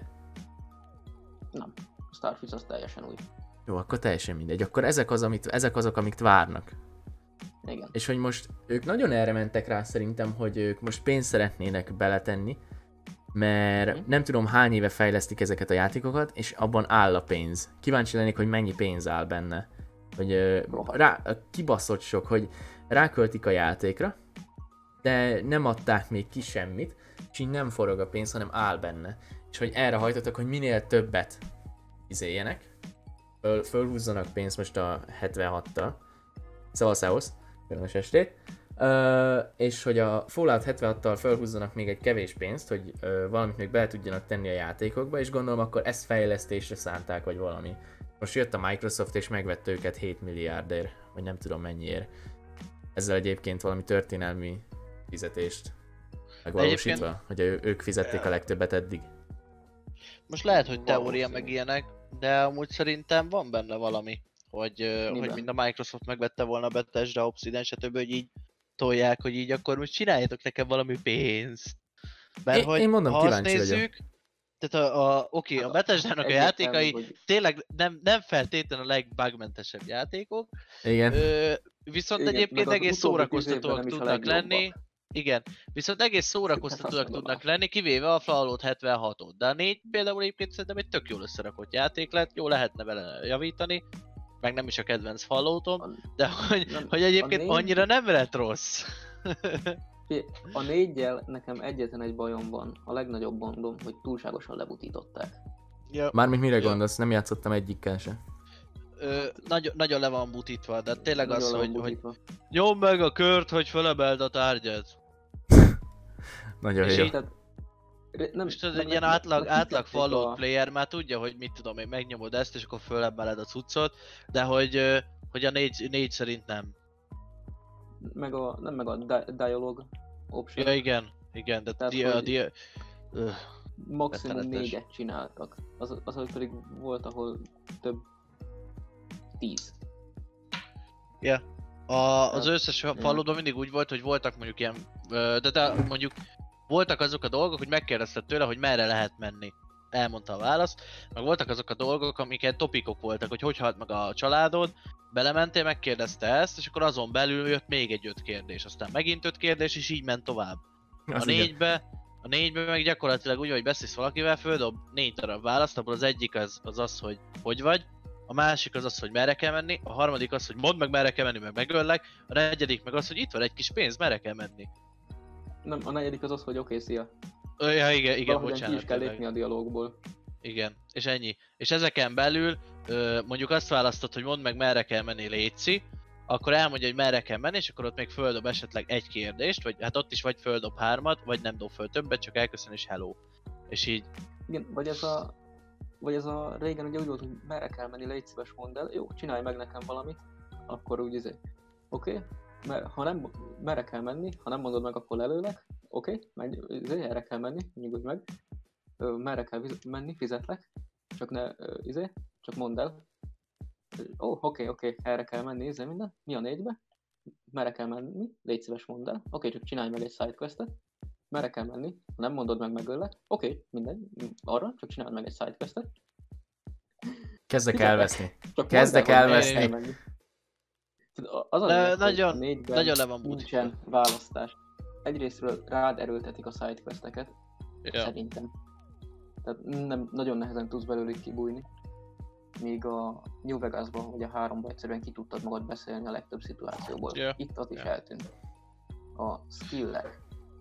Nem, a Starfield az teljesen új. Jó, akkor teljesen mindegy. Akkor ezek, az, amit, ezek azok, amiket várnak. Igen. És hogy most ők nagyon erre mentek rá szerintem, hogy ők most pénzt szeretnének beletenni, mert Mhm. nem tudom hány éve fejlesztik ezeket a játékokat, és abban áll a pénz. Kíváncsi lennék, hogy mennyi pénz áll benne. Hogy ö, Rohadt. rá, kibaszott sok, hogy ráköltik a játékra, de nem adták még ki semmit, és így nem forog a pénz, hanem áll benne. És hogy erre hajtottak, hogy minél többet izéljenek, föl, fölhúzzanak pénzt most a hetvenhattal. Szavaszához, különös estét. Uh, és hogy a Fallout hetvenhattal felhúzzanak még egy kevés pénzt, hogy uh, valamit még bele tudjanak tenni a játékokba, és gondolom akkor ezt fejlesztésre szánták, vagy valami. Most jött a Microsoft és megvette őket hét milliárdért, vagy nem tudom mennyiért. Ezzel egyébként valami történelmi fizetést megvalósítva, Egyébként- hogy ő, ők fizették a legtöbbet eddig. Most lehet, hogy teória Valószínű. meg ilyenek, de amúgy szerintem van benne valami, hogy, ö, hogy Miben? mind a Microsoft megvette volna a Bethesda, Obsidian, stb. Hogy így tolják, hogy így akkor most csináljátok nekem valami pénzt. Mert Én- hogy én mondom, ha azt kíváncsi vagyok. nézzük, tehát a, a oké, a Bethesdának a Egyértelmű, játékai hogy tényleg nem, nem feltétlenül a legbugmentesebb játékok, Igen. ö, viszont Igen, egyébként meg az egész utóbbi tíz szórakoztatóak évben nem is a tudnak legjobbak. lenni. Igen, viszont egész szórakoztatóak tudnak lenni, kivéve a Fallout hetvenhatot. De a négy például egyébként szerintem egy tök jól összerakott játék lett, jó lehetne vele javítani, meg nem is a kedvenc Falloutom, de hogy, Nem, hogy a egyébként négy- annyira nem lett rossz. Figyelj, a négyel nekem egyetlen egy bajom van, a legnagyobb gondom, hogy túlságosan lebutították. Ja, Mármint mire Ja. gondolsz? Nem játszottam egyikkel se. ö, nagyon, nagyon le van butítva, de tényleg Nagyon az, le van hogy, hogy butítva. nyomd meg a kört, hogy felemeld a tárgyat. Nagyon És jó. így- Tehát Nem, Most tudod, nem- egy ilyen nem- átlag, nem átlag hitették Fallout a- player már tudja, hogy mit tudom én, megnyomod ezt, és akkor fölemeled a cuccot, de hogy, ö, hogy a négy, négy szerint nem. Meg a, nem meg a di- dialog option. Ja igen, igen, de Tehát, di, a, hogy- di, öh, Maximum rettenetes. négyet csináltak. Az, az, hogy pedig volt, ahol több tíz. a, az összes Falloutban mindig úgy volt, hogy voltak mondjuk ilyen, ö, de, de mondjuk voltak azok a dolgok, hogy megkérdezted tőle, hogy merre lehet menni. Elmondta a választ, meg voltak azok a dolgok, amik ilyen topikok voltak, hogy hogy halt meg a családod, belementél, megkérdezte ezt, és akkor azon belül jött még egy öt kérdés, aztán megint öt kérdés, és így ment tovább. A Az igen. négybe, a négybe meg gyakorlatilag úgy, hogy beszélsz valakivel, földob négy darab választ, abból az egyik az az, az hogy hogy vagy, a másik az az, hogy merre kell menni, a harmadik az, hogy mondd meg merre kell menni, meg megöllek, a negyedik meg az, hogy itt van egy kis pénz, merre kell menni. Nem, a negyedik az az, hogy oké, okay, szia. Ö, Ja, igen, igen, Valahogyan ki bocsánat. is kell tényleg. lépni a dialógból. Igen, és ennyi. És ezeken belül ö, mondjuk azt választod, hogy mondd meg merre kell menni, létszi, akkor elmondja, hogy merre kell menni, és akkor ott még földob esetleg egy kérdést, vagy hát ott is vagy földob hármat, vagy nem dob föl többet, csak elköszön és hello. És így, Igen, vagy ez a... Vagy ez a régen ugye úgy volt, hogy merre kell menni, légy szíves, mondd el. Jó, csinálj meg nekem valamit. Akkor úgy izé. Oké? Okay? Mert ha nem, merre kell menni, ha nem mondod meg, akkor lelőlek. Oké? Okay? Menj, izé, erre kell menni, nyugodj meg. Ö, merre kell viz- menni, fizetlek. Csak ne, ö, izé, csak mondd el. Ó, oh, oké, okay, oké, okay, erre kell menni, izé minden. Mi a négybe? Merre kell menni, légy szíves, mondd el. Oké, okay, csak csinálj meg egy sidequestet. Merre kell menni? Ha nem mondod meg, megöllek. Oké, okay, mindegy. Arra, csak csináld meg egy sidequestet. Kezdek Fizetek. elveszni. Csak Kezdek mondd el, hogy elveszni. merre kell menni. Tudod, Az a De lényeg, hogy nagyon- a négyben nagyon le van nincsen butítva. választás. Egyrésztről rád erőltetik a sidequesteket, Ja. szerintem. Tehát nem, nagyon nehezen tudsz belőlük kibújni. Míg a New Vegasban, vagy a háromban egyszerűen ki tudtad magad beszélni a legtöbb szituációból. Ja. Itt az is Ja. eltűnt. A skillek.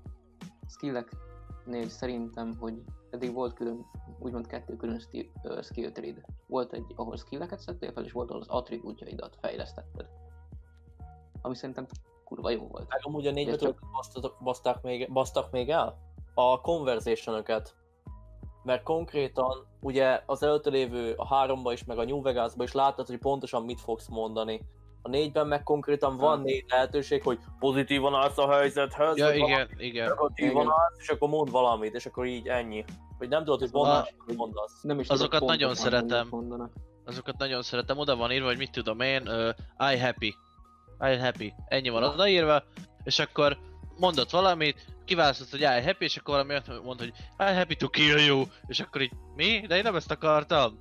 Skilleknél szerintem, hogy eddig volt külön, úgymond kettő külön sti- ö, skill tree. Volt egy, ahol skilleket szedtél fel, és volt, ahol az attribútjaidat fejlesztetted. Ami szerintem kurva jó volt. Meg amúgy a négybe Érted? csak basztatok, baszták még, basztak még el a conversation-öket. Mert konkrétan ugye az előtte lévő a háromba is, meg a New Vegasba is láttad, hogy pontosan mit fogsz mondani. A négyben meg konkrétan van Ja. négy lehetőség, hogy pozitívan állsz a helyzethez, Ja, vagy igen, igen. negatívan Igen. állsz, és akkor mond valamit, és akkor így ennyi. Hogy nem tudod, hogy mondasz, hogy mondasz. Nem is Azokat tudod nagyon pontosan, szeretem. hogy mit mondanak. Azokat nagyon szeretem, oda van írva, hogy mit tudom én, uh, I happy. I happy. Ennyi van odaírva, és akkor mondott valamit, kiválasztott, hogy I happy, és akkor valami olyat mond, hogy I happy to kill you, és akkor így, mi? De én nem ezt akartam.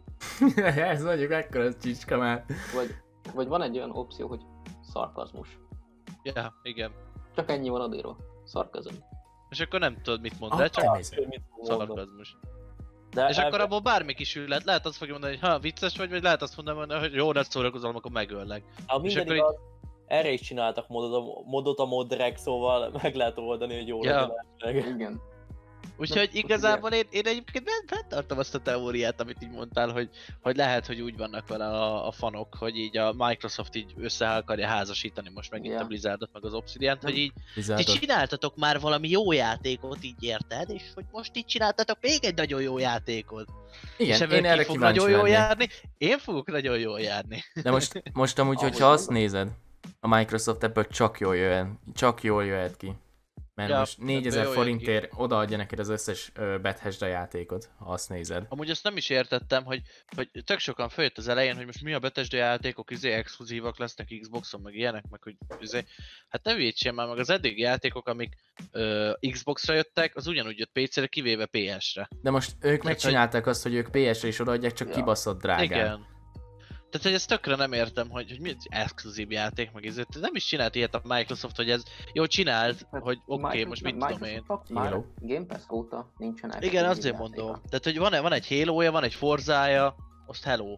Ez mondjuk ekkora csicska már. Vagy, vagy van egy olyan opció, hogy szarkazmus. Ja, igen. Csak ennyi van odírva. Szarkazm. És akkor nem tudod mit mondani, Ah, csak elnézést. Hogy mit fog mondani. szarkazmus. De És el- akkor abból bármi kisülhet, lehet azt fogja mondani, hogy ha vicces vagy, vagy lehet azt mondani, hogy jó, nagy szórakozom, akkor megöllek. Ha minden akkor igaz, erre is csináltak modot a, modot a modreg, szóval meg lehet oldani, hogy jól Ja. legyen elvileg. Igen. Úgyhogy Na, igazából én, én egyébként ben- fenntartom azt a teóriát, amit így mondtál, hogy, hogy lehet, hogy úgy vannak vele a, a fanok, hogy így a Microsoft így össze akarja házasítani most megint Ja. a Blizzardot meg az Obsidiant, hogy így ti Blizzardot. csináltatok már valami jó játékot, így érted? És hogy most így csináltatok még egy nagyon jó játékot. és Igen, ebből én erre ki fog kíváncsi nagyon jól lennék. járni, én fogok nagyon jól járni. De most, most amúgy, Ahogy hogyha azt mondod. nézed, a Microsoft ebből csak jól jöhet, csak jól jöhet ki. Mert Ja, most négyezer ebből jól jön forintért odaadja neked az összes uh, Bethesda játékot, ha azt nézed. Amúgy azt nem is értettem, hogy, hogy tök sokan följött az elején, hogy most mi a Bethesda játékok, izé exkluzívak lesznek Xboxon, meg ilyenek, meg hogy izé... Hát ne védjen már, meg az eddigi játékok, amik ö, Xboxra jöttek, az ugyanúgy jött pé cére, kivéve pé esre. De most ők megcsinálták azt, hogy ők pé esre is odaadják, csak Ja. kibaszott drágán. Igen. Tehát, hogy ezt tökre nem értem, hogy, hogy mi az exkluzív játék, meg izé. Nem is csinált ilyet a Microsoft, hogy ez jó csinált, Hát hogy oké, okay, most mit tudom én. Microsoftnak már Halo. Game Pass óta nincsenek. Igen, exkluzív azért játéka. mondom. Tehát, hogy van, van egy Halo-ja, van egy Forzája, azt hello.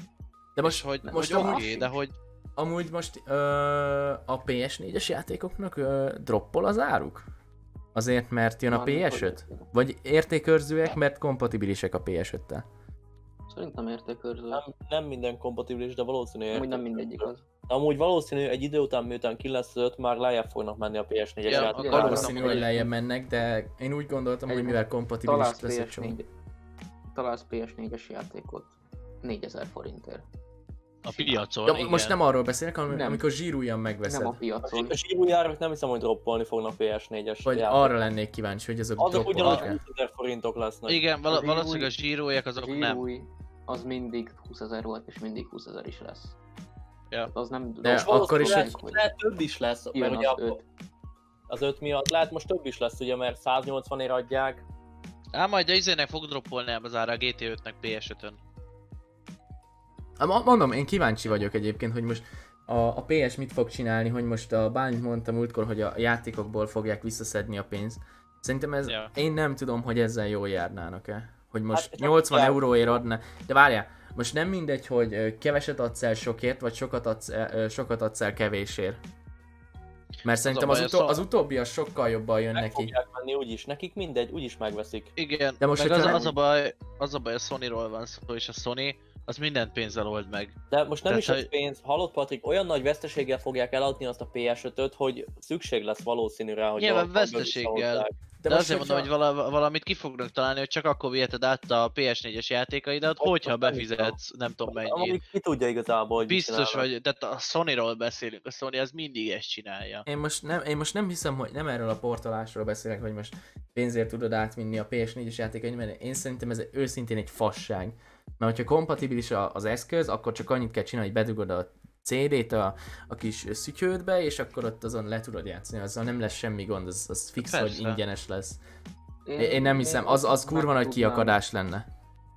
De most, Hogy, most hogy amúgy, oké, de hogy... amúgy most ö, a pé es négyes játékoknak ö, droppol az áruk? Azért, mert jön a Van, pé es öt? Vagy értékőrzőek, mert kompatibilisek a pé es öttel? Szerintem értékőrző. Nem, nem minden kompatibilis, de valószínű Amúgy nem értékőrző. mindegyik az. Amúgy valószínű egy idő után, miután ki lesz az öt, már lejjebb fognak menni a pé es négyes Ja, játékok. akkor Valószínű, hogy- hogy lejjebb mennek, de én úgy gondoltam, hogy Egy- mivel kompatibilis Találsz lesz pé egy es csomó. négy, találsz pé es négyes játékot négyezer forintért. A piacon, Ja, igen. most nem arról beszélek, hanem Nem. amikor zsírújan megveszed. Nem a piacon. A zsírújárak nem hiszem, hogy droppolni fognak pé es négyes Vagy játékok. arra lennék kíváncsi, hogy azok Azok ugyanúgy droppolnak. húszezer forintok lesznek. Igen, val- A zsírúj- valószínűleg a zsíróják azok nem. Zsírúj az mindig húszezer volt, és mindig húszezer is lesz. Ja. Tehát az nem... De rossz, akkor is lehet, egy- hogy lehet több is lesz, jön mert ugye az a- öt. az öt miatt lehet most több is lesz, ugye, mert száznyolcvanért adják. Á, majd a izének fog droppolni ám az ára a gé té ötnek pé es ötön. Hát mo- mondom, én kíváncsi vagyok egyébként, hogy most a, a pé es mit fog csinálni, hogy most a Bálint mondta múltkor, hogy a játékokból fogják visszaszedni a pénzt. Szerintem ez, Ja. én nem tudom, hogy ezzel jól járnának-e. Hogy most Hát, nyolcvan csak- euróért adna, de várjál, most nem mindegy, hogy ö, keveset adsz el sokért, vagy sokat adsz el, ö, sokat adsz el kevésért. Mert szerintem az, baj, utó, a az utóbbi az sokkal jobban jön Meg neki. fogják menni úgyis, nekik mindegy, úgyis megveszik. Igen, De most, meg hogyha az, nem- az, a baj, az a baj, a Sony-ról van szó, és a Sony az mindent pénzzel old meg. De most nem Tehát, is az hogy- pénz, hallott Patrik, olyan nagy veszteséggel fogják eladni azt a pé es ötöt, hogy szükség lesz valószínű rá, hogy Nyilván valahol veszteséggel. visszahozzák. De, most, azért mondom, hogy vala, valamit ki fognak találni, hogy csak akkor viheted át a pé es négyes játékaidat, Ott hogyha most nem befizetsz nem tudom mennyit. Amúgy ki tudja igazából, hogy mit Biztos csinálnak. vagy, tehát a Sony-ról beszélünk, a Sony az mindig ezt csinálja. Én most, nem, én most nem hiszem, hogy nem erről a portolásról beszélek, hogy most pénzért tudod átvinni a pé es négyes játékait, mert én szerintem ez őszintén egy fasság. Mert hogyha kompatibilis a- az eszköz, akkor csak annyit kell csinálni, hogy bedugod a cé dét a, a kis szütyődbe, és akkor ott azon le tudod játszani, azzal nem lesz semmi gond, az, az fix, hogy Persze. ingyenes lesz. Én, én nem hiszem, az, az kurva nagy meg tudnám- kiakadás lenne.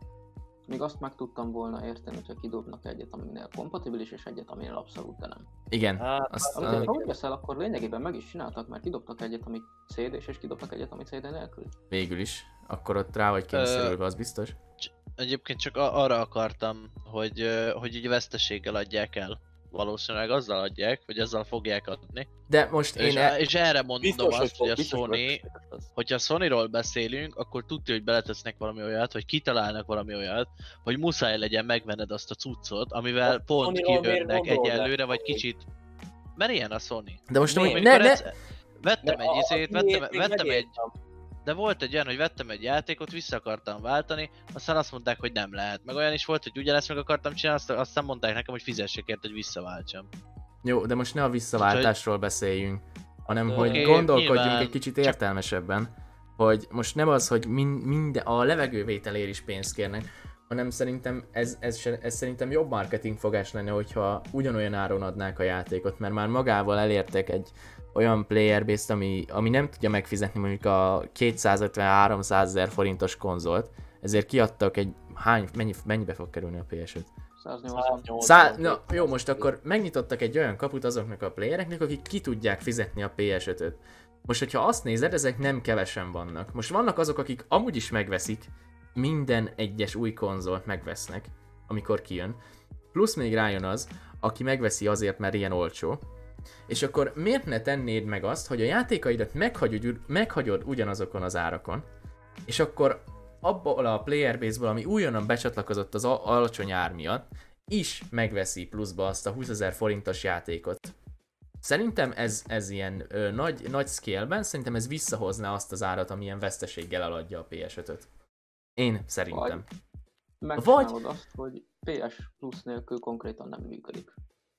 Még azt meg tudtam volna érteni, hogyha kidobnak egyet, aminél kompatibilis, és egyet, aminél abszolút nem. Igen, Hát, azt, Amit a, ha úgy veszel, akkor lényegében meg is csináltak, mert kidobtak egyet, ami cé dés, és kidobtak egyet, ami cé dé nélkül. végül is. Akkor ott rá vagy kényszerülve, az biztos. Egyébként csak a- arra akartam, hogy, ö, hogy így veszteséggel adják el. Valószínűleg azzal adják, vagy azzal fogják adni. De most És, én... E, és erre mondom biztos, hogy azt, hogy fog, a biztos, Sony, hogy lesz. hogyha a Sony-ról beszélünk, akkor tudja, hogy beletesznek valami olyat, vagy kitalálnak valami olyat, hogy muszáj legyen megvenned azt a cuccot, amivel A pont Sony-ról miért kijönnek gondolod egyelőre, vagy ezt? kicsit... Mert ilyen a Sony. de most Miért? amúgy, ne, Amikor ne, egyszer- Vettem De egy a- a izét, tiéd vettem, még vettem egy... megértem. De volt egy olyan, hogy vettem egy játékot, vissza akartam váltani, aztán azt mondták, hogy nem lehet. Meg olyan is volt, hogy ugyanezt meg akartam csinálni, aztán, aztán mondták nekem, hogy fizessek érte, hogy visszaváltsam. jó, de most ne a visszaváltásról beszéljünk, hanem hogy Oké, gondolkodjunk nyilván. egy kicsit értelmesebben, hogy most nem az, hogy min, minden, a levegővételért is pénzt kérnek, hanem szerintem ez, ez, se- ez szerintem jobb marketingfogás lenne, hogyha ugyanolyan áron adnák a játékot, mert már magával elértek egy olyan player base-t, ami, ami nem tudja megfizetni mondjuk a kétszázötven-háromszázezer forintos konzolt, ezért kiadtak egy, hány, mennyi, mennyibe fog kerülni a pé es öt? száznyolcvan. száznyolcvan. Szá- na, jó, most akkor megnyitottak egy olyan kaput azoknak a playereknek, akik ki tudják fizetni a pé es ötöt. Most, hogyha azt nézed, ezek nem kevesen vannak. Most vannak azok, akik amúgy is megveszik, minden egyes új konzolt megvesznek, amikor kijön. Plusz még rájön az, aki megveszi azért, mert ilyen olcsó. És akkor miért ne tennéd meg azt, hogy a játékaidat meghagyod, meghagyod ugyanazokon az árakon, és akkor abból a player base-ból, ami újonnan becsatlakozott az a- alacsony ár miatt, is megveszi pluszba azt a húszezer forintos játékot. Szerintem ez, ez ilyen ö, nagy, nagy scale-ben, szerintem ez visszahozná azt az árat, amilyen veszteséggel eladja a pé es ötöt. Én szerintem. Megcsinálod azt, hogy pé es Plus nélkül konkrétan nem működik.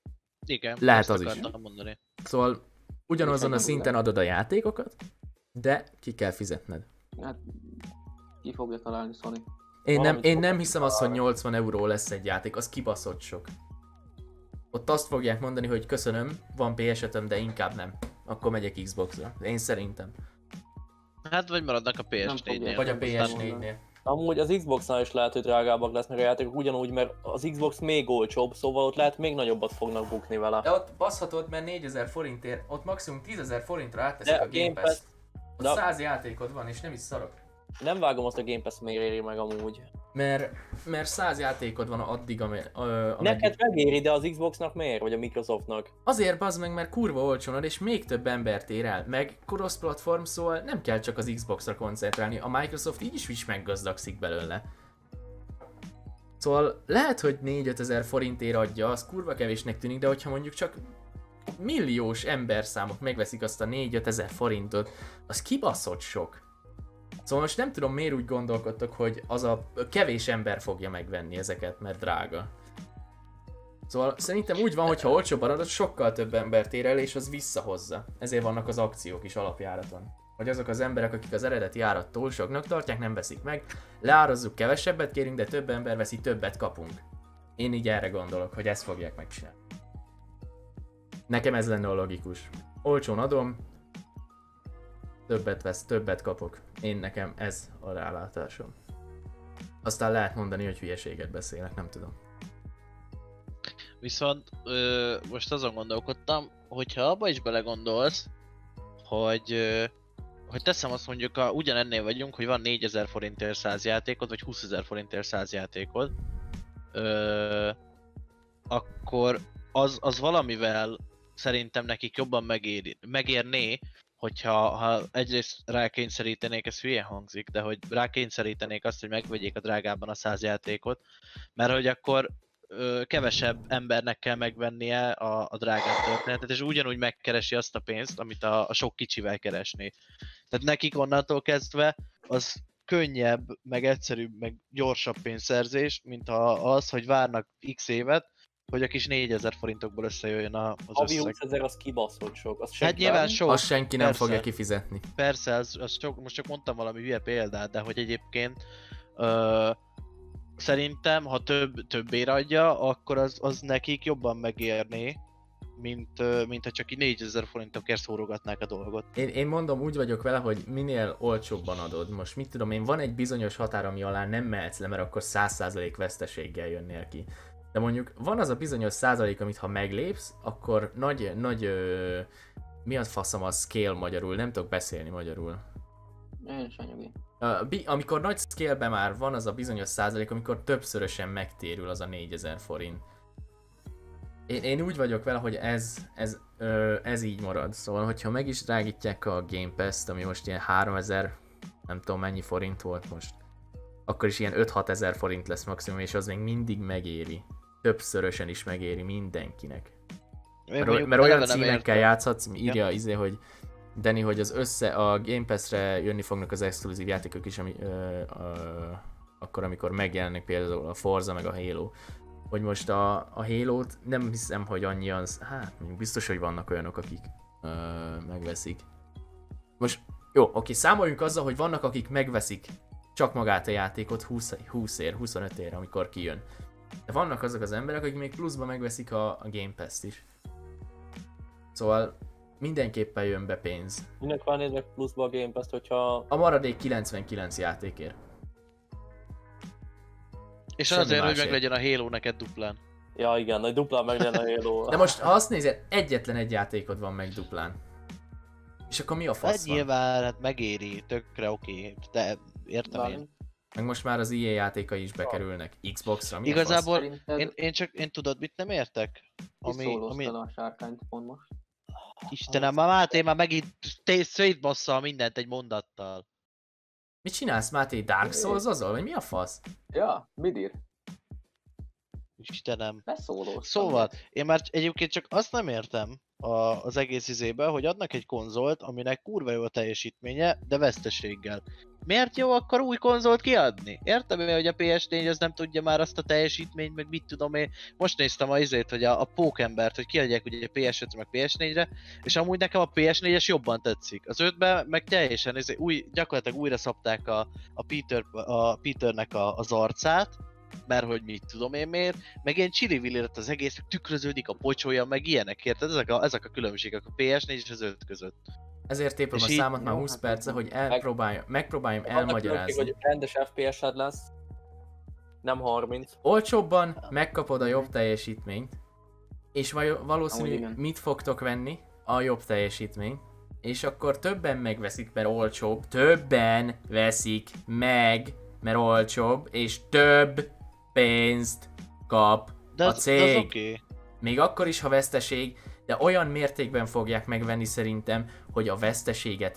Igen, Lehet ezt az is. akartam mondani. Szóval ugyanazon a És szinten adod a játékokat, de ki kell fizetned. Hát ki fogja találni Sony. Én nem, Valamit én nem fognak hiszem azt, hogy találni. nyolcvan euró lesz egy játék, az kibaszott sok. Ott azt fogják mondani, hogy köszönöm, van pé es ötöm, de inkább nem. Akkor megyek Xbox-ra. Én szerintem. Hát vagy maradnak a pé es Nem négynél. fogják. Vagy a nem pé es aztán négynél. Amúgy az Xbox-nál is lehet, hogy drágábbak lesznek a játékok, ugyanúgy, mert az Xbox még olcsóbb, szóval ott lehet még nagyobbat fognak bukni vele. De ott baszhatod, mert négyezer forintért, ott maximum tízezer forintra átteszik De a a Game Game Pass. Pass- Ott de- száz játékod van, és nem is szarok. Nem vágom azt, a Game Pass miért éri meg amúgy. Mert, mert száz játékod van addig, ame, ö, ameddig... Neked megéri, de az Xboxnak miért? Vagy a Microsoftnak? Azért bazd meg, mert kurva olcsón ad, és még több embert ér el. Meg cross platform, szóval nem kell csak az Xboxra koncentrálni. A Microsoft így is is meggazdagszik belőle. Szóval lehet, hogy négy-ötezer forintért adja, az kurva kevésnek tűnik, de hogyha mondjuk csak milliós emberszámok megveszik azt a négy-ötezer forintot, az kibaszott sok. Szóval most nem tudom, miért úgy gondolkodtok, hogy az a kevés ember fogja megvenni ezeket, mert drága. Szóval szerintem úgy van, hogy ha olcsóbban adod, sokkal több embert ér el, és az visszahozza. Ezért vannak az akciók is alapjáraton. Hogy azok az emberek, akik az eredeti árat túl soknak tartják, nem veszik meg, leárazzuk, kevesebbet kérünk, de több ember veszi, többet kapunk. Én így erre gondolok, hogy ezt fogják megcsinálni. Nekem ez lenne a logikus. Olcsón adom, többet vesz, többet kapok. Én nekem ez a rálátásom. Aztán lehet mondani, hogy hülyeséget beszélek, nem tudom. Viszont ö, most azon gondolkodtam, hogyha abba is belegondolsz, hogy, ö, hogy teszem azt mondjuk, a, ugyanennél vagyunk, hogy van négyezer forintért száz játékod, vagy húszezer forintért száz játékod, ö, akkor az, az valamivel szerintem nekik jobban megéri, megérné, hogyha ha egyrészt rákényszerítenék, ez hülye hangzik, de hogy rákényszerítenék azt, hogy megvegyék a drágában a száz játékot, mert hogy akkor ö, kevesebb embernek kell megvennie a, a drágább történetet, és ugyanúgy megkeresi azt a pénzt, amit a, a sok kicsivel keresné. Tehát nekik onnantól kezdve az könnyebb, meg egyszerűbb, meg gyorsabb pénzszerzés, mint ha az, hogy várnak x évet, hogy a kis négyezer forintokból összejöjjön a, az Havi összeg. húszezer az kibaszott sok. Az Hát nyilván sok. Azt senki nem persze. fogja kifizetni. Persze, az, az csak, most csak mondtam valami hülye példát, de hogy egyébként ö, szerintem, ha több, többért adja, akkor az, az nekik jobban megérné, mint, ö, mint ha csak így négyezer forintokért szórogatnák a dolgot. Én, én mondom, úgy vagyok vele, hogy minél olcsóbban adod. Most mit tudom én, van egy bizonyos határ, ami alá nem mehetsz le, mert akkor száz százalék veszteséggel jönnél ki. De mondjuk van az a bizonyos százalék, amit ha meglépsz, akkor nagy, nagy, ö, mi az faszom a scale magyarul, nem tudok beszélni magyarul. Én is anyagi. Uh, bi- amikor nagy scale-ben már van az a bizonyos százalék, amikor többszörösen megtérül az a négyezer forint. Én, én úgy vagyok vele, hogy ez, ez, ö, ez így marad. Szóval, hogyha meg is drágítják a Game Pass-t, ami most ilyen háromezer, nem tudom mennyi forint volt most, akkor is ilyen öt-hat ezer forint lesz maximum, és az még mindig megéri. Többszörösen is megéri mindenkinek. Én Mert, mert olyan címekkel értem. játszhatsz, írja ja. izé, hogy Danny, hogy az össze, a Game Pass-re jönni fognak az exkluzív játékok is, ami, ö, ö, akkor, amikor megjelennek például a Forza meg a Halo. Hogy most a, a Halo-t nem hiszem, hogy annyian, hát mondjuk biztos, hogy vannak olyanok, akik ö, megveszik. Most jó, oké, számoljunk azzal, hogy vannak, akik megveszik csak magát a játékot húsz ér, huszonöt ér, amikor kijön. De vannak azok az emberek, akik még pluszban megveszik a, a Game Pass-t is. Szóval mindenképpen jön be pénz. Minek van néznek pluszba a Game Pass-t, hogyha... A maradék kilencvenkilenc játékért. És semmi azért, hogy másért. meg legyen a Halo neked duplán. Ja igen, hogy duplán meg lenne a Halo. De most, ha azt nézed, egyetlen egy játékod van meg duplán. És akkor mi a Hát fasz van? nyilván, hát megéri, tökre oké, de értem én. Meg most már az i á játékai is bekerülnek Xbox-ra, mi Igazából a fasz? Szerinted én, én csak, én tudod mit nem értek? Ami, Ami, ami, a sárkányt pont most? Istenem, már Máté már megint szétbassza mindent egy mondattal. Mit csinálsz, Máté? Dark Souls azol? Vagy mi a fasz? Ja, mit ír? Istenem. Beszólóztam. Szóval, én már egyébként csak azt nem értem a, az egész izébe, hogy adnak egy konzolt, aminek kurva jó a teljesítménye, de veszteséggel. Miért jó akkor új konzolt kiadni? Értem én, hogy a pé es négy az nem tudja már azt a teljesítményt, meg mit tudom én. Most néztem a izét, hogy a, a Pókembert, hogy kiadják ugye pé es ötre, meg pé es négyre, és amúgy nekem a pé es négyes jobban tetszik. Az ötben meg teljesen izé, új, gyakorlatilag újra szabták a, a, Peter, a Peternek a, az arcát, mert hogy mit tudom én miért, meg ilyen csili lett az egész, meg tükröződik a pocsója, meg ilyenek, érted? Ezek a, ezek a különbségek a pé es négy és az öt között. Ezért tépem És a így- számot már Jó, húsz hát perce, akkor hogy elpróbáljam, megpróbáljam Annak különbség, elmagyarázni. hogy rendes ef pé es-ed lesz, nem harminc. Olcsóbban megkapod a jobb teljesítményt, és vaj- valószínű, Amúgy igen. mit fogtok venni? A jobb teljesítményt. És akkor többen megveszik, mert olcsóbb. Többen veszik meg, mert olcsóbb, és több pénzt kap De a az, de az cég. oké. Még akkor is, ha veszteség, de olyan mértékben fogják megvenni szerintem, hogy a veszteséget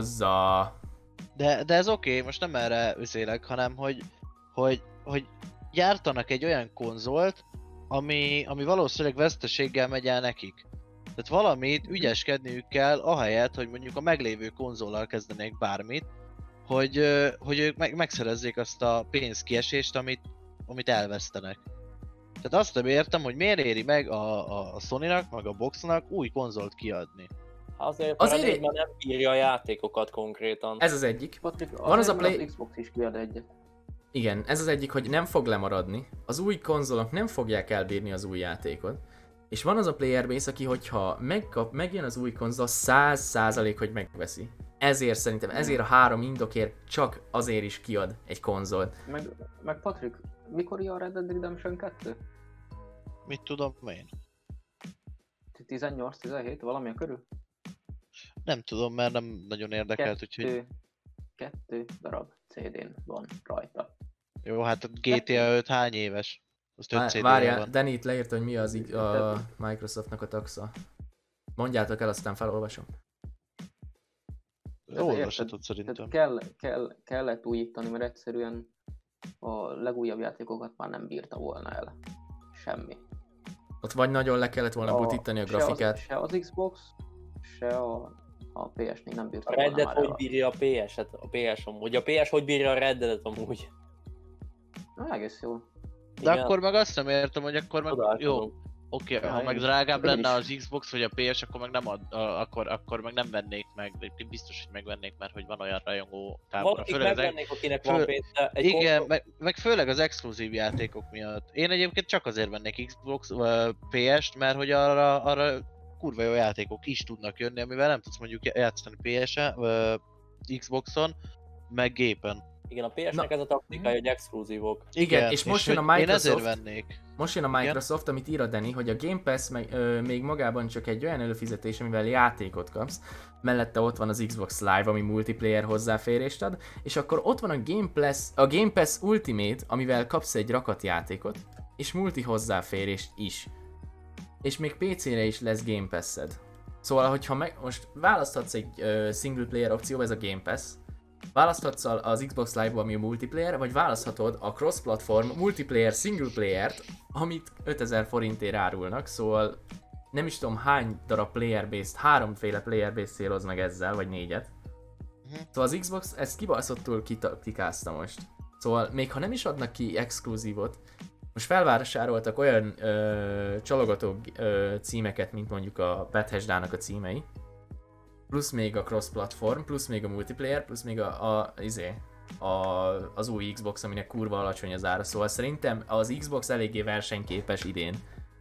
visszahozza. De, de ez oké, most nem erre üzélek, hanem hogy, hogy, hogy gyártanak egy olyan konzolt, ami, ami valószínűleg veszteséggel megy el nekik. Tehát valamit ügyeskedniük kell, ahelyett, hogy mondjuk a meglévő konzollal kezdenék bármit, hogy, hogy ők meg, megszerezzék azt a pénzkiesést, amit, amit elvesztenek. Tehát azt nem értem, hogy miért éri meg a, a, a Sony-nak, meg a Boxnak új konzolt kiadni. Azért, Azért mert é- már nem bírja a játékokat konkrétan. Ez az egyik. Patrik, Van az a mert Play- az Xbox is kiad egyet. Igen, ez az egyik, hogy nem fog lemaradni. Az új konzolok nem fogják elbírni az új játékot. És van az a player base, aki hogyha megkap, megjön az új konzol, száz százalék, hogy megveszi. Ezért szerintem, ezért a három indokért csak azért is kiad egy konzolt. Meg, meg Patrik, mikor jön a Red Dead Redemption kettő? Mit tudom én? tizennyolc tizenhét, valamilyen körül? Nem tudom, mert nem nagyon érdekelt, úgyhogy... Kettő, kettő darab cé dén van rajta. Jó, hát a gé té á öt hány éves? Azt öt Vá- cé dé Várjál, van. Danny itt leírta, hogy mi az ig- a Microsoftnak a taxa. Mondjátok el, aztán felolvasom. Olvashatod Tehát szerintem. kell, kell, kellett újítani, mert egyszerűen a legújabb játékokat már nem bírta volna el. Semmi. Ott vagy nagyon le kellett volna butítani a grafikát. Se az, se az Xbox, se a, a pé es négy nem bírta A volna Red Dead már hogy el. bírja a pé es-et? A pé es amúgy. A pé es hogy bírja a Red Dead-et amúgy? Na, egész jó. De Igen. akkor meg azt nem értem, hogy akkor meg... Jó, Csodálkozom. oké, Ja, ha én meg is. drágább Én lenne is. az Xbox vagy a pé es, akkor meg nem ad, a, akkor, akkor meg nem vennék meg. Egyébként biztos, hogy megvennék, mert hogy van olyan rajongó tábora. Valakik Főleg az, megvennék, akinek van föl- pénze. Egy igen, konzol- meg, meg főleg az exkluzív játékok miatt. Én egyébként csak azért vennék Xbox vagy pé est, mert hogy arra, arra kurva jó játékok is tudnak jönni, amivel nem tudsz mondjuk játszani pé es-en, vagy Xboxon, meg gépen. Igen, a pé esnek ez a taktikája, hogy exkluzívok. Igen, és most jön a hogy Én ezért Microsoft, vennék. most jön a Microsoft, amit ír a Danny, hogy a Game Pass meg, ö, még magában csak egy olyan előfizetés, amivel játékot kapsz, mellette ott van az Xbox Live, ami multiplayer hozzáférést ad, és akkor ott van a Game Pass, a Game Pass Ultimate, amivel kapsz egy rakat játékot, és multi hozzáférést is. És még pé cére is lesz Game Pass-ed. Szóval, hogyha meg, most választhatsz egy ö, single player opció, ez a Game Pass, választhatsz az Xbox Live-ba, ami a multiplayer, vagy választhatod a cross-platform multiplayer single player-t, amit ötezer forintért árulnak, szóval nem is tudom hány darab player-based, háromféle player-based céloz meg ezzel, vagy négyet. Mhm. Szóval az Xbox ezt kibaszottul kitaktikázta most. Szóval még ha nem is adnak ki exkluzívot, most felvásároltak olyan ö, csalogató ö, címeket, mint mondjuk a Bethesda-nak a címei, plusz még a cross-platform, plusz még a multiplayer, plusz még a, a, izé, a, az új Xbox, aminek kurva alacsony az ára, szóval szerintem az Xbox eléggé versenyképes idén.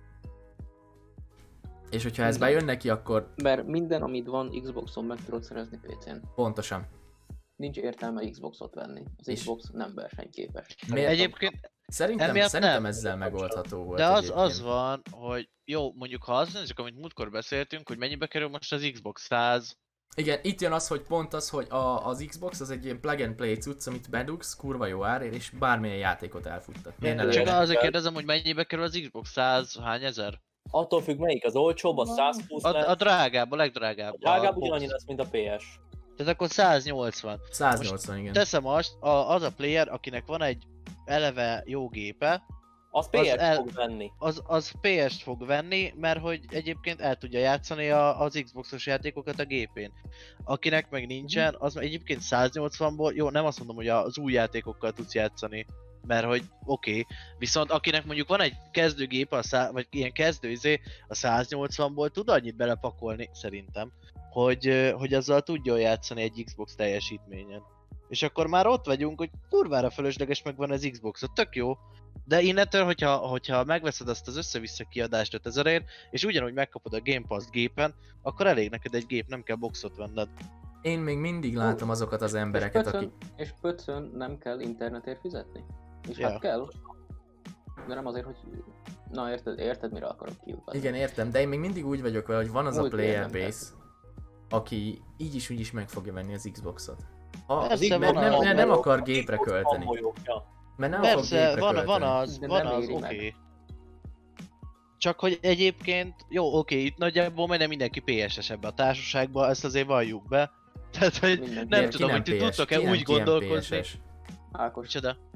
És hogyha ez bejön neki, akkor Mert minden, amit van Xboxon, meg tudod szerezni pé cén. pontosan. Nincs értelme Xboxot venni. Az És- Xbox nem versenyképes. Miért? Egyébként, Szerintem, emiatt szerintem nem. ezzel megoldható volt de az, egyébként. az van, hogy jó, mondjuk ha azt nézzük, amit múltkor beszéltünk, hogy mennyibe kerül most az Xbox száz, Igen, itt jön az, hogy pont az, hogy a, az Xbox az egy ilyen plug and play cucc, amit bedugsz, kurva jó árért, és bármilyen játékot elfuttat. Miért ne Csak csak legyen? azért kérdezem, hogy mennyibe kerül az Xbox száz, hány ezer? Attól függ melyik, az olcsóbb, a százhúsz lesz, A, a drágább, a legdrágább. a drágább a ugyanannyi box. lesz, mint a pé es. Tehát akkor száznyolcvan. száznyolcvan, igen. Teszem azt, a, az a player, akinek van egy eleve jó gépe, Az pé es el- fog venni. az, az pé est fog venni, mert hogy egyébként el tudja játszani a, az Xboxos játékokat a gépén. Akinek meg nincsen, az egyébként száznyolcvanból, jó, nem azt mondom, hogy az új játékokkal tudsz játszani, mert hogy oké, okay. Viszont akinek mondjuk van egy kezdőgép, a szá- vagy ilyen kezdőizé, a száznyolcvanból tud annyit belepakolni, szerintem, hogy, ö, hogy azzal tudjon játszani egy Xbox teljesítményen. És akkor már ott vagyunk, hogy durvára fölösleges megvan az Xboxot, tök jó. De innentől, hogyha, hogyha megveszed azt az össze-vissza kiadást ötezerért, és ugyanúgy megkapod a Game Pass gépen, akkor elég neked egy gép, nem kell boxot venned. Én még mindig látom azokat az És embereket, pöcön, akik... és pöcön nem kell internetért fizetni. És Ja. hát kell. De nem azért, hogy... Na érted, érted mire akarok kiukadni. Igen, értem, de én még mindig úgy vagyok vele, hogy van az a Múlt player évben base, aki így is úgy is meg fogja venni az Xboxot. Ha, Persze, mert van nem, a- nem, nem akar gépre Xbox költeni. fanbolyokja. Mert nem Persze, akar gépre van, költeni. van az, De van nem az, éri oké. meg. Okay. Csak hogy egyébként, jó, oké, okay, itt nagyjából majdnem mindenki pé es-es ebbe a társaságba, ezt azért valljuk be. Tehát, hogy Mindenki. nem Ki tudom, nem hogy ti pé es? tudtok-e Ki nem- úgy ki nem gondolkozni. pé es-es? Ákos. Micsoda?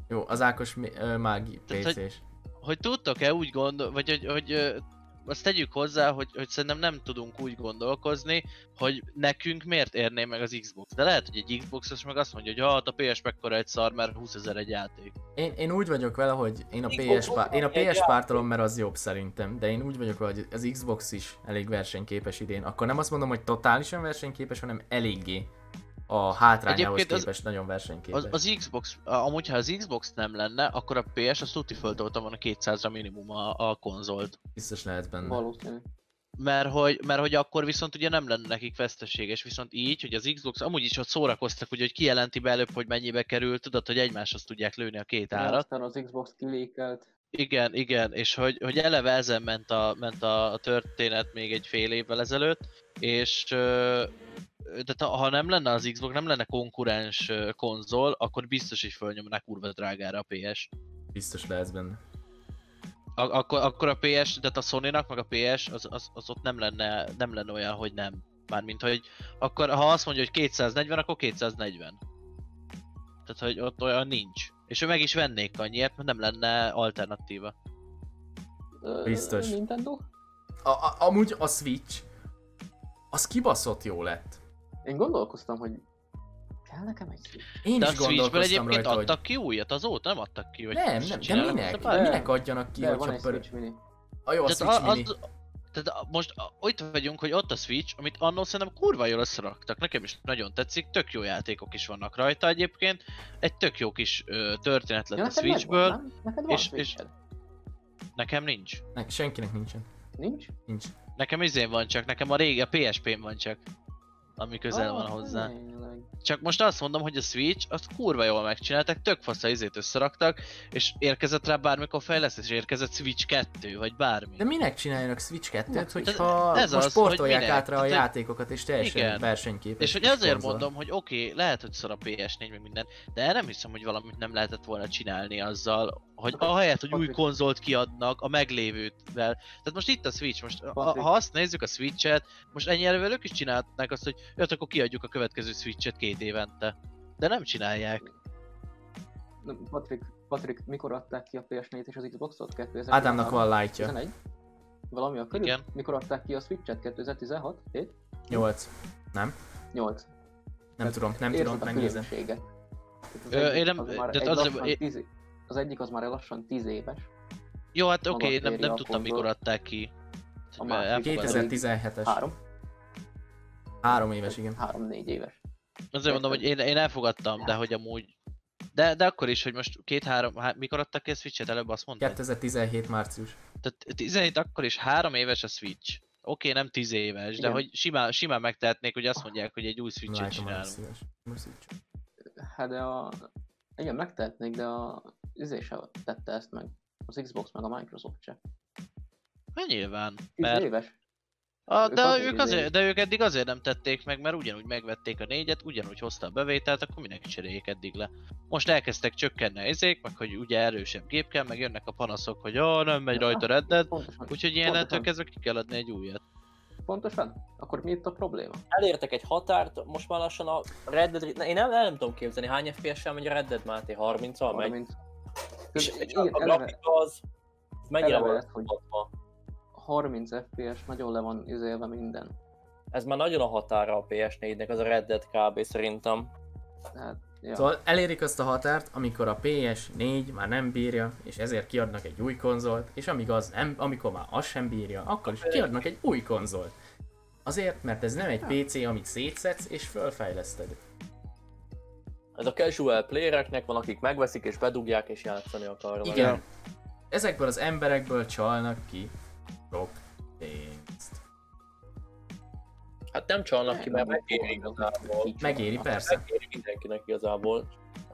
Jó, az Ákos mi- ö, mági Tehát, pé cés. Hogy tudtok-e úgy gondol, vagy hogy, hogy ö, azt tegyük hozzá, hogy, hogy szerintem nem tudunk úgy gondolkozni, hogy nekünk miért érné meg az Xbox. De lehet, hogy egy Xboxos meg azt mondja, hogy hát a pé es mekkora egy szar, mert húszezer egy játék. Én, én úgy vagyok vele, hogy én a Xbox pé es, pá- én a egy pé es játék. pártolom, mert az jobb szerintem, de én úgy vagyok vele, hogy az Xbox is elég versenyképes idén. Akkor nem azt mondom, hogy totálisan versenyképes, hanem eléggé a hátrányához Egyébként az- képest nagyon versenyképes. Az, az Xbox, amúgy ha az Xbox nem lenne, akkor a pé es az tuti föltolta volna kétszázra minimum a, a konzolt. Biztos lehet benne. Valószínű. Mert hogy, mert hogy akkor viszont ugye nem lenne nekik veszteséges, viszont így, hogy az Xbox amúgy is ott szórakoztak, ugye, hogy kijelenti be előbb, hogy mennyibe kerül, tudod, hogy egymáshoz tudják lőni a két Ja, árat. aztán az Xbox kilékelt. Igen, igen, és hogy, hogy eleve ezen ment a, ment a, a történet még egy fél évvel ezelőtt, és ö, de ta, ha nem lenne az Xbox, nem lenne konkurens ö, konzol, akkor biztos, hogy fölnyomná kurva drágára a pé es. Biztos lehet benne. Ak- akkor, akkor a pé es, tehát a Sony-nak, meg a pé es, az, az, az ott nem lenne, nem lenne olyan, hogy nem. Mármint, hogy akkor ha azt mondja, hogy kétszáznegyven, akkor kétszáznegyven. Tehát, hogy ott olyan nincs. És ő meg is vennék annyiért, mert nem lenne alternatíva. Ö, Biztos. Nintendo? A, a, amúgy a Switch, az kibaszott jó lett. Én gondolkoztam, hogy kell nekem egy Switch? Én De a is Switchből gondolkoztam egyébként rajta, hogy... adtak ki újat azóta? Nem adtak ki, vagy Nem, most nem, de csinálnak minek? azt a De pár- De- minek adjanak ki, De van hogyha egy pör... Switch Mini. A jó, a Tehát Switch a- Mini. az, tehát a- most a- ott vagyunk, hogy ott a Switch, amit annól szerintem kurva jól összeraktak, nekem is nagyon tetszik, tök jó játékok is vannak rajta egyébként, egy tök jó kis ö, történet lett Ja, a neked Switchből, megvan, nem? Neked van és- Switched? nekem nincs. Ne, senkinek nincsen. Nincs? Nincs. Nekem izén van csak, nekem a régi, a pé es pén van csak, ami közel Ah, van hozzá. tényleg. Csak most azt mondom, hogy a Switch, azt kurva jól megcsináltak, tök fasz a izét összeraktak, és érkezett rá bármikor fejlesztés, és érkezett Switch kettő, vagy bármi. De minek csináljanak Switch Na, kettőt, ez- hogyha ez most az, hogy portolják minek? át rá a Tehát, hogy- játékokat, és teljesen Igen. versenyképes. És hogy kis azért konzol. mondom, hogy oké, okay, lehet, hogy szar a pé es négy meg minden, de nem hiszem, hogy valamit nem lehetett volna csinálni azzal, hogy ahelyett, hogy új Patrik. konzolt kiadnak a meglévővel. Tehát most itt a Switch, most ha, Patrik. ha azt nézzük a Switch-et, most ennyi elővel ők is csinálták azt, hogy jött, akkor kiadjuk a következő Switch-et két évente. De nem csinálják. Na, Patrik, Patrik, mikor adták ki a pé es négyet és az Xboxot? Ádámnak van lightja. tizenegy? Valami a körül? Igen. Mikor adták ki a Switchet? kétezer-tizenhat? hét? nyolc. Nem? nyolc. Nem tudom, nem Érzed tudom, a megnézem. különbséget. Tehát az Ö, egyik én nem- az már de egy az- lassan én- tíz, az egyik az már lassan tíz éves. Jó, hát Maga oké, okay, nem, kéri nem a tudtam, konzol. mikor adták ki. A másik Elfogadom. kétezer-tizenhetes. Három? Három éves, igen. Három-négy éves. Azért mondom, hogy én, én elfogadtam, de hogy amúgy... De, de akkor is, hogy most két-három... há- Mikor adtak ki a Switch-et? Előbb azt mondtad? kétezer-tizenhét március. Tehát tizenhét akkor is három éves a Switch. Oké, nem tíz éves, de Igen. hogy simán, simán megtehetnék, hogy azt mondják, hogy egy új Switch-et Lájtom, hogy csinálunk. szíves. Most Switch. Hát de a... Igen, megtehetnék, de a... Izé se tette ezt meg. Az Xbox meg a Microsoft se. Hát nyilván, Tíz mert... éves? A, ők de azért ők, izé- azért, de ők eddig azért nem tették meg, mert ugyanúgy megvették a négyet, ugyanúgy hozta a bevételt, akkor minek cseréljék eddig le. Most elkezdtek csökkenni a izék, meg hogy ugye erősebb gép kell, meg jönnek a panaszok, hogy ó, nem megy rajta Red Dead, Pontosan. úgyhogy ilyenetől Pontosan. kezdve ki kell adni egy újat. Pontosan? Akkor mi itt a probléma? Elértek egy határt, most már lassan a Red Dead... Én nem, nem tudom képzelni, hány ef pé es-sel megy a Red Dead, Máté? harminccal megy? harminc. És, Köz- és igen, a eleve grafika az... Mennyire eleve van ez, hogy- hatva? harminc ef pé es, nagyon le van izélve minden. Ez már nagyon a határa a pé es négynek, az a Red Dead kb. Szerintem. Tehát, ja. Szóval elérik azt a határt, amikor a pé es négy már nem bírja, és ezért kiadnak egy új konzolt, és amíg az nem, amikor már az sem bírja, akkor is kiadnak egy új konzolt. Azért, mert ez nem egy pé cé, amit szétszedsz és fölfejleszted. Ez a casual playereknek van, akik megveszik és bedugják és játszani akarnak. Igen. Ezekből az emberekből csalnak ki sok pénzt. Hát nem csalnak ki, mert Nem, megéri nem, igazából. így Megéri, csinálnak. persze. Megéri mindenkinek igazából.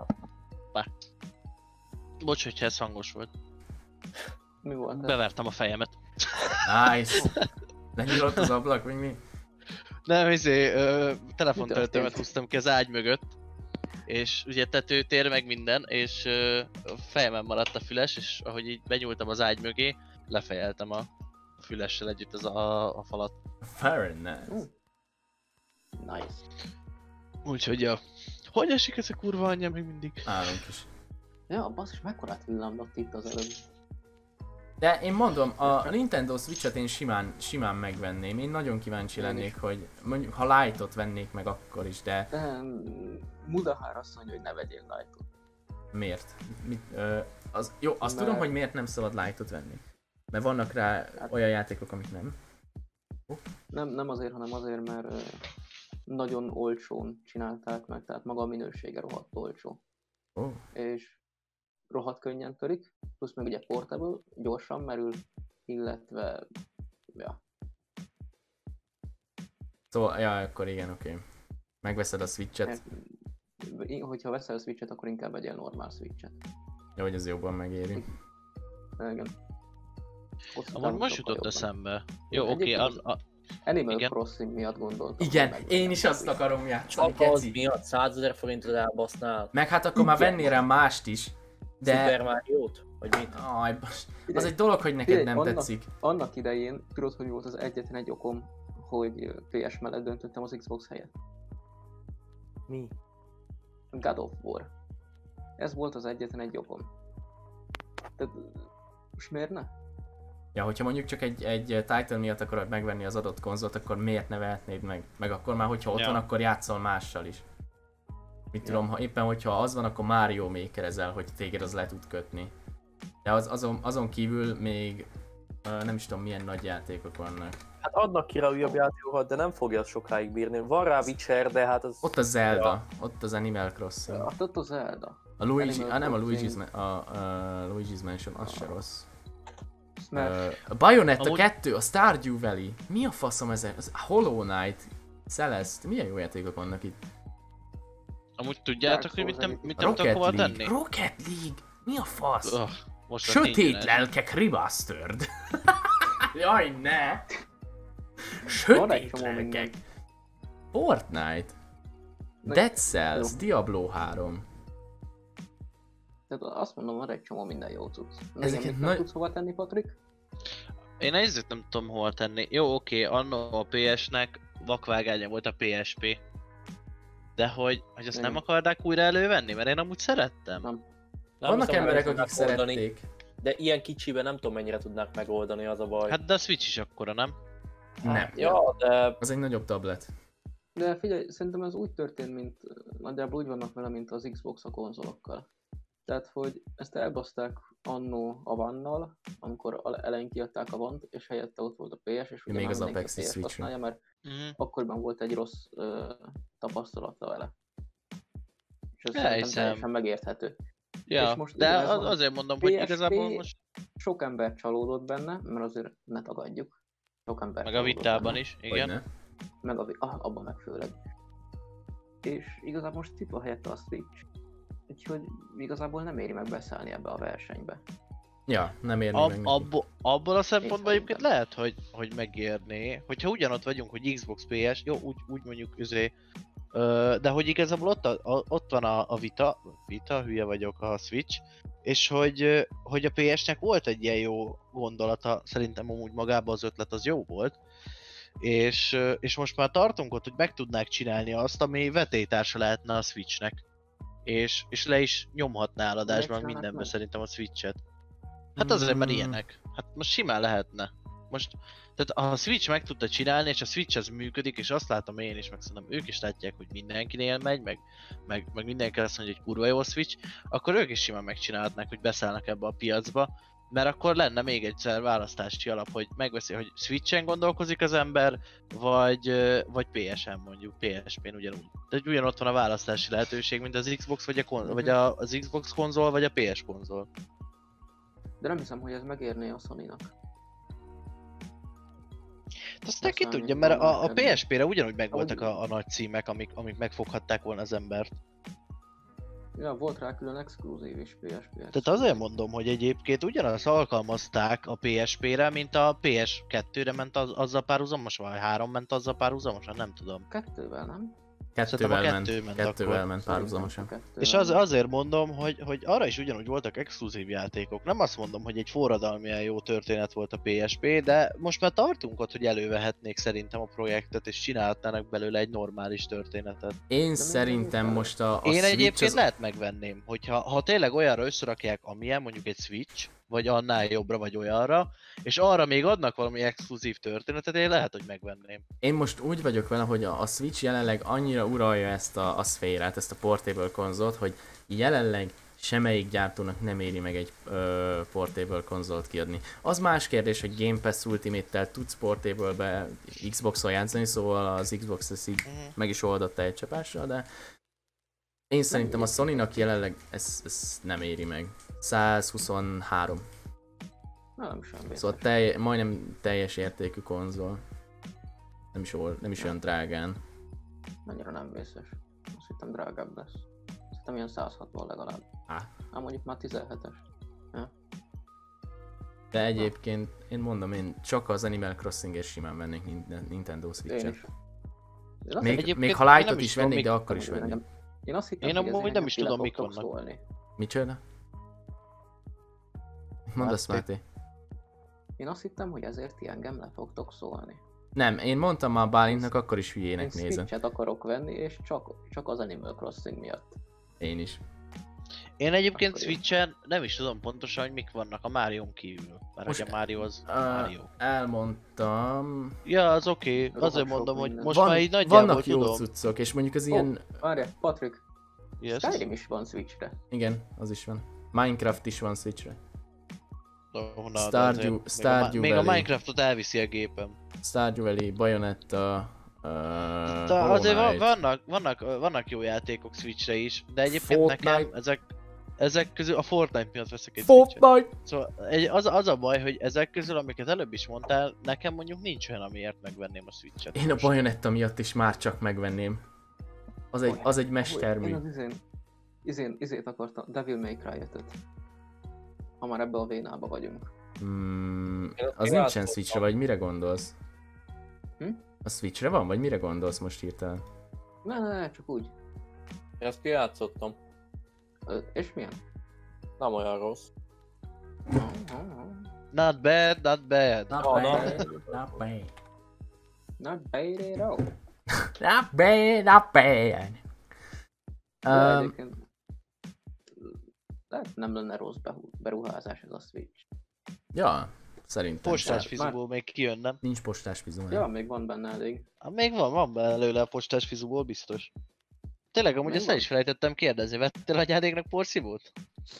Bocs, hogyha ez hangos volt. Mi volt ez? Bevertem a fejemet. Nice! Lenyílott az ablak, vagy mi? Nem, izé, ö, Mi telefontöltőmet történt? húztam ki az ágy mögött. És ugye tetőtér meg minden, és ö, a fejemen maradt a füles, és ahogy így benyúltam az ágy mögé, lefejeltem a fülessel együtt az a, a falat. Very nice. Mm. Nice. Úgyhogy ja. Hogy esik ez a kurva anyja még mindig? Nálunk is. Ja, basszus, mekkorát villámlott itt az előbb. De én mondom, a Nintendo Switch-et én simán, simán megvenném. Én nagyon kíváncsi Én lennék, is. hogy mondjuk ha Lite-ot vennék meg akkor is, de De Mudahár azt mondja, hogy ne vegyél Lite-ot. miért? Mit, ö, az, jó, azt Mert- tudom, hogy miért nem szabad Lite-ot venni. Mert vannak rá Hát- olyan játékok, amik nem. Nem, nem azért, hanem azért, mert ö, nagyon olcsón csinálták meg, tehát maga a minősége rohadt olcsó. Ó, És rohadt könnyen törik, plusz meg ugye portable, gyorsan merül, illetve ja, szóval, ja, akkor igen, oké. Okay. Megveszed a Switch-et, hát, hogyha veszel a Switch-et, akkor inkább vegyél normál Switch-et. jó, hogy ez jobban megéri. De igen. Hosszú Amúgy távon most sokkal jutott jobban. eszembe. Jó, oké, Egyébként okay, az- a... Animal igen. Crossing miatt gondoltam. Igen, hogy megvenném én is a azt Switch-et. akarom játszani, Csak az keci. miatt százezer forintot elbasznál. Meg hát akkor már Igen. vennél rá mást is. De... Super De... Mario-t? Vagy mit? Aj, bas. Az Figyelj, egy dolog, hogy neked figyelj, nem annak- tetszik. Annak idején, tudod, hogy volt az egyetlen egy okom, hogy pé es mellett döntöttem az Xbox helyett. Mi? God of War. Ez volt az egyetlen egy okom. Tehát, most miért ne? Ja, hogyha mondjuk csak egy, egy title miatt akarod megvenni az adott konzolt, akkor miért ne vehetnéd meg? Meg akkor már, hogyha ott Ja. van, akkor játszol mással is. Mit tudom, ha éppen hogyha az van, akkor Mario Maker-ezel, hogy téged az le tud kötni. De az, azon, azon kívül még uh, nem is tudom milyen nagy játékok vannak. Hát adnak ki rá újabb játékokat, de nem fogja sokáig bírni. Van rá Witcher, de hát az... Ott a Zelda, ott az Animal Crossing. Hát ott az Zelda. A Luigi, Animal ah, nem a Crossing. Luigi's, Ma- a, a Luigi's Mansion, az se rossz. Smash. Uh, a Bayonetta Amúgy- kettő, a Stardew Valley. Mi a faszom ez? Az Hollow Knight, Celeste, milyen jó játékok vannak itt. Amúgy tudjátok, Dark hogy mit nem, Souls mit nem tudok Rocket hova League, tenni? Rocket League, mi a fasz? Ugh, most már Sötét nincsen. lelkek remastered. Jaj, ne! Van egy Sötét csomó minden. lelkek. Fortnite. Meg- Dead Cells, Jó. Diablo három. Tehát azt mondom, van egy csomó minden jó cucc. Ezeket Ezeket mit nem nagy- tudsz hova tenni, Patrik? Én ezért nem tudom hol tenni. Jó, oké, annó a pé esnek vakvágánya volt a pé es pé. De hogy, hogy azt nem Igen. akarták újra elővenni? Mert én amúgy szerettem. Nem. Nem Vannak hiszem, emberek, hogy akik tudnák oldani, szerették. De ilyen kicsiben nem tudom mennyire tudnák megoldani, az a baj. Hát de a Switch is akkora, nem? Nem. Ja, de Az egy nagyobb tablet. De figyelj, szerintem ez úgy történt, mint nagyjából úgy vannak vele, mint az Xbox a konzolokkal. Tehát, hogy ezt elbaszták annó a One-nal, amikor a- elején kiadták a One-t, és helyette ott volt a pé es, és ugye Még már az mindenki Apex is a pé es Switch-en. használja, mert Mhm. akkoriban volt egy rossz ö, tapasztalata vele. És ez Elhiszem. szerintem teljesen megérthető. Ja, És most de ugyanez az, van. azért mondom, hogy pé es pé igazából most, Sok ember csalódott benne, mert azért ne tagadjuk. Sok ember meg a csalódott vitában benne. is, Vagy igen. ne? Meg a, vi- ah, abban meg főleg. És igazából most itt van helyette a Switch. Úgyhogy igazából nem éri meg beszállni ebbe a versenybe. Ja, nem érni Ab, meg neki. abbo, abból a szempontból Én egyébként szerintem. lehet, hogy, hogy megérné, hogyha ugyanott vagyunk, hogy Xbox pé es, jó, úgy, úgy mondjuk üzé, ö, de hogy igazából ott, a, a, ott van a, a vita, vita, hülye vagyok, a Switch, és hogy, ö, hogy a pé esnek volt egy ilyen jó gondolata, szerintem amúgy magában az ötlet az jó volt, és, ö, és most már tartunk ott, hogy meg tudnák csinálni azt, ami vetélytársa lehetne a Switchnek. És, és le is nyomhatná eladásban csinálnak mindenbe meg? szerintem a Switchet. Hát azért, mert Mm. ilyenek. Hát most simán lehetne. Most, tehát a Switch meg tudta csinálni, és a Switch ez működik, és azt látom én is, meg szerintem ők is látják, hogy mindenkinél megy, meg, meg, meg mindenki azt mondja, hogy kurva jó a Switch, akkor ők is simán megcsinálhatnák, hogy beszállnak ebbe a piacba, mert akkor lenne még egyszer választási alap, hogy megveszi, hogy Switchen gondolkozik az ember, vagy, ö, vagy pé esen mondjuk, pé es pén ugyanúgy. Tehát ugyanott van a választási lehetőség, mint az Xbox, vagy, a kon- vagy a, az Xbox konzol, vagy a pé es konzol. De nem hiszem, hogy ez megérné a Sony-nak. Aztán ki Aztán tudja, van mert a, a neked. pé es pére ugyanúgy megvoltak Ahogy- a, a nagy címek, amik, amik megfoghatták volna az embert. Ja, volt rá külön exkluzív is pé es pé. Tehát azért mondom, hogy egyébként ugyanazt alkalmazták a pé es pére, mint a pé es kettőre ment az, azzal párhuzamosan, vagy három ment azzal párhuzamosan, nem tudom. Kettővel, nem? Kettővel a ment, kettő ment kettővel akkor. ment párhuzamosan. És az, azért mondom, hogy, hogy arra is ugyanúgy voltak exkluzív játékok. Nem azt mondom, hogy egy forradalmian jó történet volt a pé es pé, de most már tartunk ott, hogy elővehetnék szerintem a projektet, és csinálhatnának belőle egy normális történetet. Én szerintem most a, a Én Switch egyébként az... lehet megvenném, hogyha ha tényleg olyanra összerakják, amilyen mondjuk egy Switch, vagy annál jobbra, vagy olyanra, és arra még adnak valami exkluzív történetet, én lehet, hogy megvenném. Én most úgy vagyok vele, hogy a, a Switch jelenleg annyira uralja ezt a, a szférát, ezt a portable konzolt, hogy jelenleg semmelyik gyártónak nem éri meg egy ö, portable konzolt kiadni. Az más kérdés, hogy Game Pass Ultimate-tel tudsz portable-be Xbox-on játszani, szóval az Xbox ezt így Uh-huh. meg is oldotta egy csapásra, de én szerintem a Sony-nak jelenleg ez, ez nem éri meg. százhuszonhárom. Nem sem vészes. Szóval telj, majdnem teljes értékű konzol. Nem is, ol, nem is olyan drágán. Annyira nem vészes. Azt hittem drágább lesz. Szerintem ilyen száz hatvan legalább. Á. Ám mondjuk már tizenhetes. De egyébként én mondom, én csak az Animal Crossing-ért simán vennék Nin- Nintendo Én Switch-et. is. Én azt Még, Egyébként még ha én Lite-ot nem is is tudom, vennék, de mik- akkor is hittem, hogy venném. engem- Én azt hittem, Én hogy amúgy ezért nem is engem tudom, ki le mik fogtok vannak. szólni. Micsoda? Mondd azt, Máté. Máté. Én azt hittem, hogy ezért ti engem le fogtok szólni. Nem, én mondtam már Bálintnak, akkor is Én hülyének nézem. Switch-et akarok venni, és csak, csak az Animal Crossing miatt. Én is. Én egyébként Akkor jó. Switchen nem is tudom pontosan, hogy mik vannak a Mario-n kívül. Mert Most, ugye Mario az Uh, Mario. elmondtam. Ja, az oké. Okay. Azért Rohadt sok mondom, hogy minden. most Van, már így nagyjából vannak jó tudom. cuccok, és mondjuk az Ó, ilyen... Várjál, Patrik, Yes. Skyrim is van Switchre. Igen, az is van. Minecraft is van Switchre. Oh, na, de Stardew- azért még a- Stardew Még a Valley. Minecraftot elviszi a gépem. Stardew Valley, Bayonetta... Uh, De azért van, Hollow Knight. vannak, vannak, vannak jó játékok Switchre is, de egyébként Fortnite. nekem ezek, ezek közül a Fortnite miatt veszek egy Switchet. Fortnite! Szóval egy, az, az a baj, hogy ezek közül, amiket előbb is mondtál, nekem mondjuk nincs olyan, amiért megvenném a Switchet. Én a Bayonetta miatt is már csak megvenném. Az egy, az egy Én mestermű. az izén, izén, izét akartam, Devil May Cry ötöt. Ha már ebbe a vénába vagyunk. Mm, Én azt az még nincsen átszoktam. Switchre, vagy mire gondolsz? Hm? A Switchre van, vagy mire gondolsz most hirtelen? Ne, ne, ne, csak úgy. Én ezt kijátszottam. Ö, és milyen? Nem olyan rossz. Oh, oh, oh. Not bad, not bad. Not Oh, bad, not bad. Not bad at all. Not bad, not bad. De Um, egyébként lehet nem lenne rossz behu- beruházás ez a Switch. ja, szerintem. Postás Már- fizuból még kijön, nem? Nincs postás fizum. Ja, még van benne elég. Ah, még van, van belőle a postás fizuból, biztos. Tényleg, amúgy Még ezt el van. is felejtettem kérdezni, vettél anyádéknak porszívót?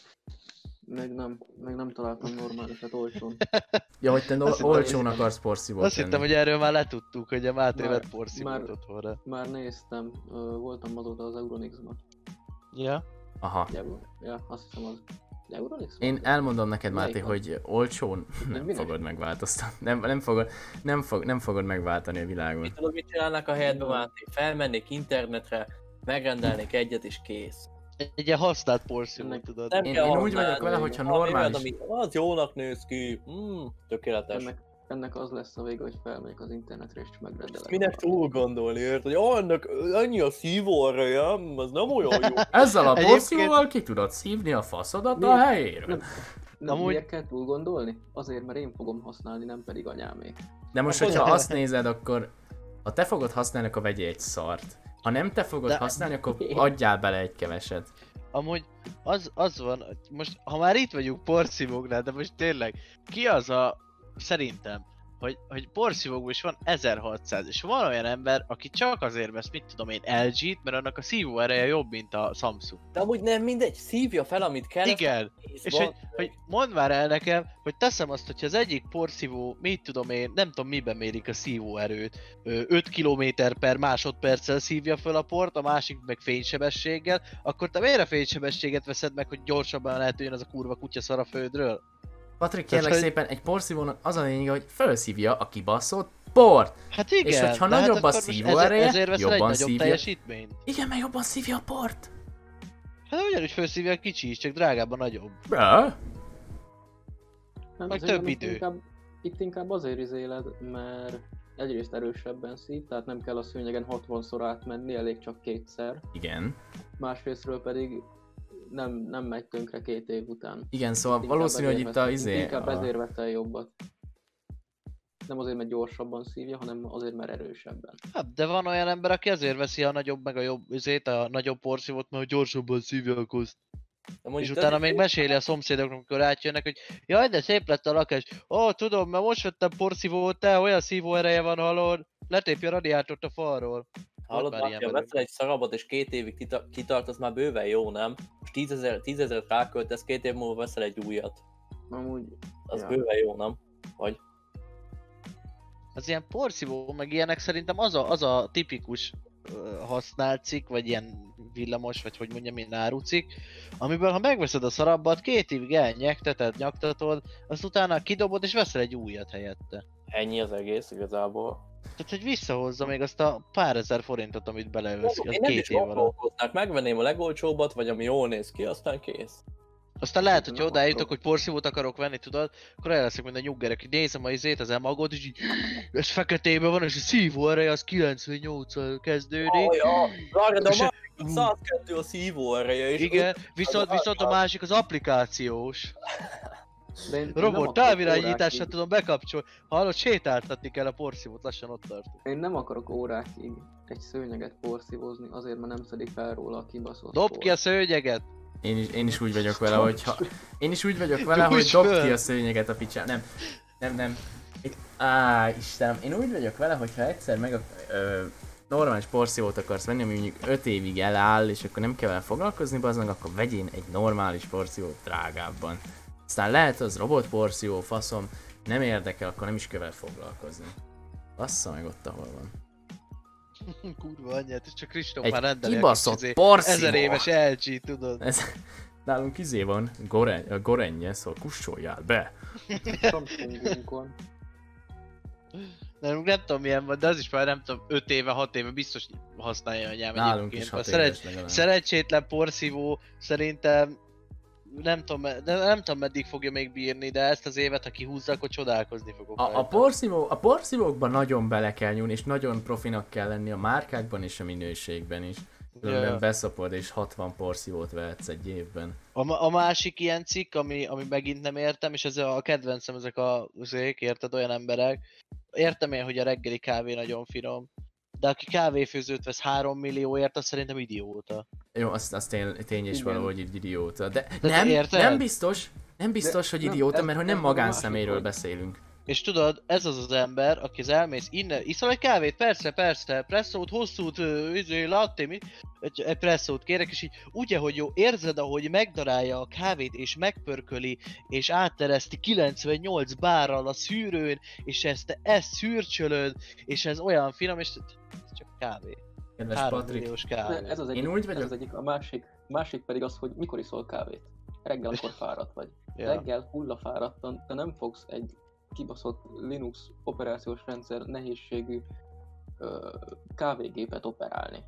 Még nem, még nem találtam normálisat olcsón. Ja, hogy te no- Azt hittem, olcsón hogy- akarsz porszívót Azt hittem, hogy erről már letudtuk, hogy a Máté Már- vett porszívót már- otthonra. Már néztem, ö, voltam azóta az Euronix-ban. Ja? Aha. Euro... Ja, azt hiszem az... Euronix? Én elmondom neked, Melyik Máté, van? hogy olcsón nem minek? fogod megváltoztatni. Nem, nem, fogod, nem, fog, nem fogod megváltani a világon. Mit tudod, mit csinálnak a helyedben, Máté? Felmennék internetre, megrendelnék egyet és kész. Egy, egy ilyen használt porszívót, Ennek- tudod. Nem Én, kell én úgy használni, vagyok vele, hogyha valami normális... olyan, ami az jónak néz ki. Mm, tökéletes. Ennek, ennek az lesz a vége, hogy felmegyek az internetre és megrendelek. Minek túl gondolni, érted? Hogy oh, ennek ennyi a szívóarra, az nem olyan jó. Ezzel a Egyébként- porszívóval ki tudod szívni a faszodat a Miért? helyéről. Nem, nem Amúgy- miért kell túl gondolni? Azért, mert én fogom használni, nem pedig anyámé. De most, hogyha azt nézed, akkor ha te fogod használni, akkor vegyél egy szart. Ha nem te fogod De- használni, akkor adjál bele egy keveset. Amúgy az, az van, most ha már itt vagyunk porszívóknál, de most tényleg, ki az a, szerintem, hogy, hogy porszívókban is van ezerhatszáz, és van olyan ember, aki csak azért vesz, mit tudom én, el gét, mert annak a szívó ereje jobb, mint a Samsung. De amúgy nem mindegy, szívja fel, amit kell. Igen, és és hogy, hogy mondd már el nekem, hogy teszem azt, hogyha az egyik porszívó, mit tudom én, nem tudom miben mérik a szívóerőt, ö, öt kilométer per másodperccel szívja föl a port, a másik meg fénysebességgel, akkor te miért a fénysebességet veszed meg, hogy gyorsabban lehetőjön az a kurva kutya szar a földről? Patrik, Tehát, kérlek hogy- szépen, egy porszívónak az a lényege, hogy felszívja a kibaszott port. Hát igen, És hogyha de hát nagyobb a akkor most szívóereje, ezért, ezért veszel egy jobban nagyobb szívja. teljesítményt. Igen, mert jobban szívja a port. Hát ugyanúgy felszívja a kicsi is, csak drágább a nagyobb. Bra. Nem, Meg azért több itt idő. Inkább, itt inkább azért izéled, mert egyrészt erősebben szív, tehát nem kell a szőnyegen hatvanszor átmenni, elég csak kétszer. Igen. Másrésztről pedig nem, nem megy tönkre két év után. Igen, szóval Inkább valószínű, hogy ezért itt a vesz- izé... Inkább A... ezért vett el jobbat. Nem azért, mert gyorsabban szívja, hanem azért, mert erősebben. Hát, de van olyan ember, aki azért veszi a nagyobb, meg a jobb üzét, a nagyobb porszívót, mert hogy gyorsabban szívja a koszt. És utána még meséli a szomszédoknak, amikor átjönnek, hogy jaj, de szép lett a lakás. Ó, tudom, mert most vettem porszívót, te olyan szívó ereje van, hallod. Letépj a radiátort a falról. Hallod, már ilyen Máté, ha velünk. veszel egy szarabot és két évig kita- kitart, az már bőven jó, nem? Most tízezer, tízezeret ráköltesz, két év múlva veszel egy újat. Amúgy, Az Ja. bőven jó, nem? Vagy? Az ilyen porszívó, meg ilyenek szerintem az a, az a tipikus ö, használt cikk, vagy ilyen villamos, vagy hogy mondjam, ilyen árucikk, amiből ha megveszed a szarabbat, két évig elnyekteted, nyaktatod, azt utána kidobod és veszel egy újat helyette. Ennyi az egész igazából. Tehát, hogy visszahozza még azt a pár ezer forintot, amit belevesz Én az nem két is év alatt. gondolkoznák, megvenném a legolcsóbbat, vagy ami jól néz ki, aztán kész. Aztán lehet, Nem hogy odájutok, akarok. hogy porszívót akarok venni, tudod, akkor el leszek, mint a nyuggerek, így nézem a izét, az emagot, és így, ez feketében van, és a szívó ereje az kilencvennyolccal kezdődik. Oh, ja, várj, de a És- másik száz kettő a szívó ereje, és Igen, viszont, az- viszont a másik az applikációs. de én, én nem Robot akarok távirányítással órákig- tudom bekapcsolni. Hallod, sétáltatni kell a porszívót, lassan ott tartunk. Én nem akarok órákig egy szőnyeget porszívozni, azért, mert nem szedik fel róla a kibaszott Dob por. ki a szőnyeget! Én is, én is úgy vagyok vele, hogy ha... Én is úgy vagyok vele, hogy Gyújts dobd föl! ki a szőnyeget a picsán. Nem, nem, nem. Itt, á, Istenem, én úgy vagyok vele, hogy ha egyszer meg a, ö, normális porszívót akarsz venni, ami mondjuk öt évig eláll, és akkor nem kell vele foglalkozni, bazdmeg, akkor vegyél egy normális porszívót drágábban. Aztán lehet az robot porszívó, faszom, nem érdekel, akkor nem is kell vele foglalkozni. Bassza meg ott, ahol van. Kurva anyját, és csak Kristóf Egy már rendeli a kis kibaszott izé, porszívó! ezer éves el gé, tudod? Ez, nálunk izé van, goren, a gorenje, szóval kussoljál be. Samsungunkon. Nem, nem tudom milyen van, de az is már nem tudom, öt éve, hat éve biztos használja anyám Nálunk egyébként. is A hat szeret- éves legalább. Szerencsétlen porszívó szerintem nem tudom, de nem tudom meddig fogja még bírni, de ezt az évet, ha kihúzza, akkor csodálkozni fogok. A, a, rajta. porszívó, a porszívókban nagyon bele kell nyúlni, és nagyon profinak kell lenni a márkákban és a minőségben is. Különben Ja. beszopod és hatvan porszívót vehetsz egy évben. A, ma- a másik ilyen cikk, ami, ami megint nem értem, és ez a kedvencem, ezek a zék, érted, olyan emberek. Értem én, hogy a reggeli kávé nagyon finom, de aki kávéfőzőt vesz három millióért, az szerintem idióta. Jó, azt, azt tény, tény is Igen. valahogy így idióta. De, te nem, érted? nem biztos, nem biztos, De hogy nem, idióta, ez- mert hogy nem ez meg a magánszeméről másik, beszélünk. És tudod, ez az az ember, aki az elmész innen, iszol egy kávét, persze, persze, presszót, hosszút, ö, izé, latte, mi? Egy, egy presszót kérek, és így úgy, hogy jó, érzed, ahogy megdarálja a kávét, és megpörköli, és áttereszti kilencvennyolc bárral a szűrőn, és ezt te ezt szűrcsölöd, és ez olyan finom, és ez csak kávé. Kedves három Patrik, milliós De kávé. ez az Én egyik, úgy ez vagyok- az egyik, a másik, másik pedig az, hogy mikor iszol kávét. Reggel akkor fáradt vagy. Ja. Reggel hullafáradtan, te nem fogsz egy kibaszott Linux operációs rendszer nehézségű ö, kávégépet operálni.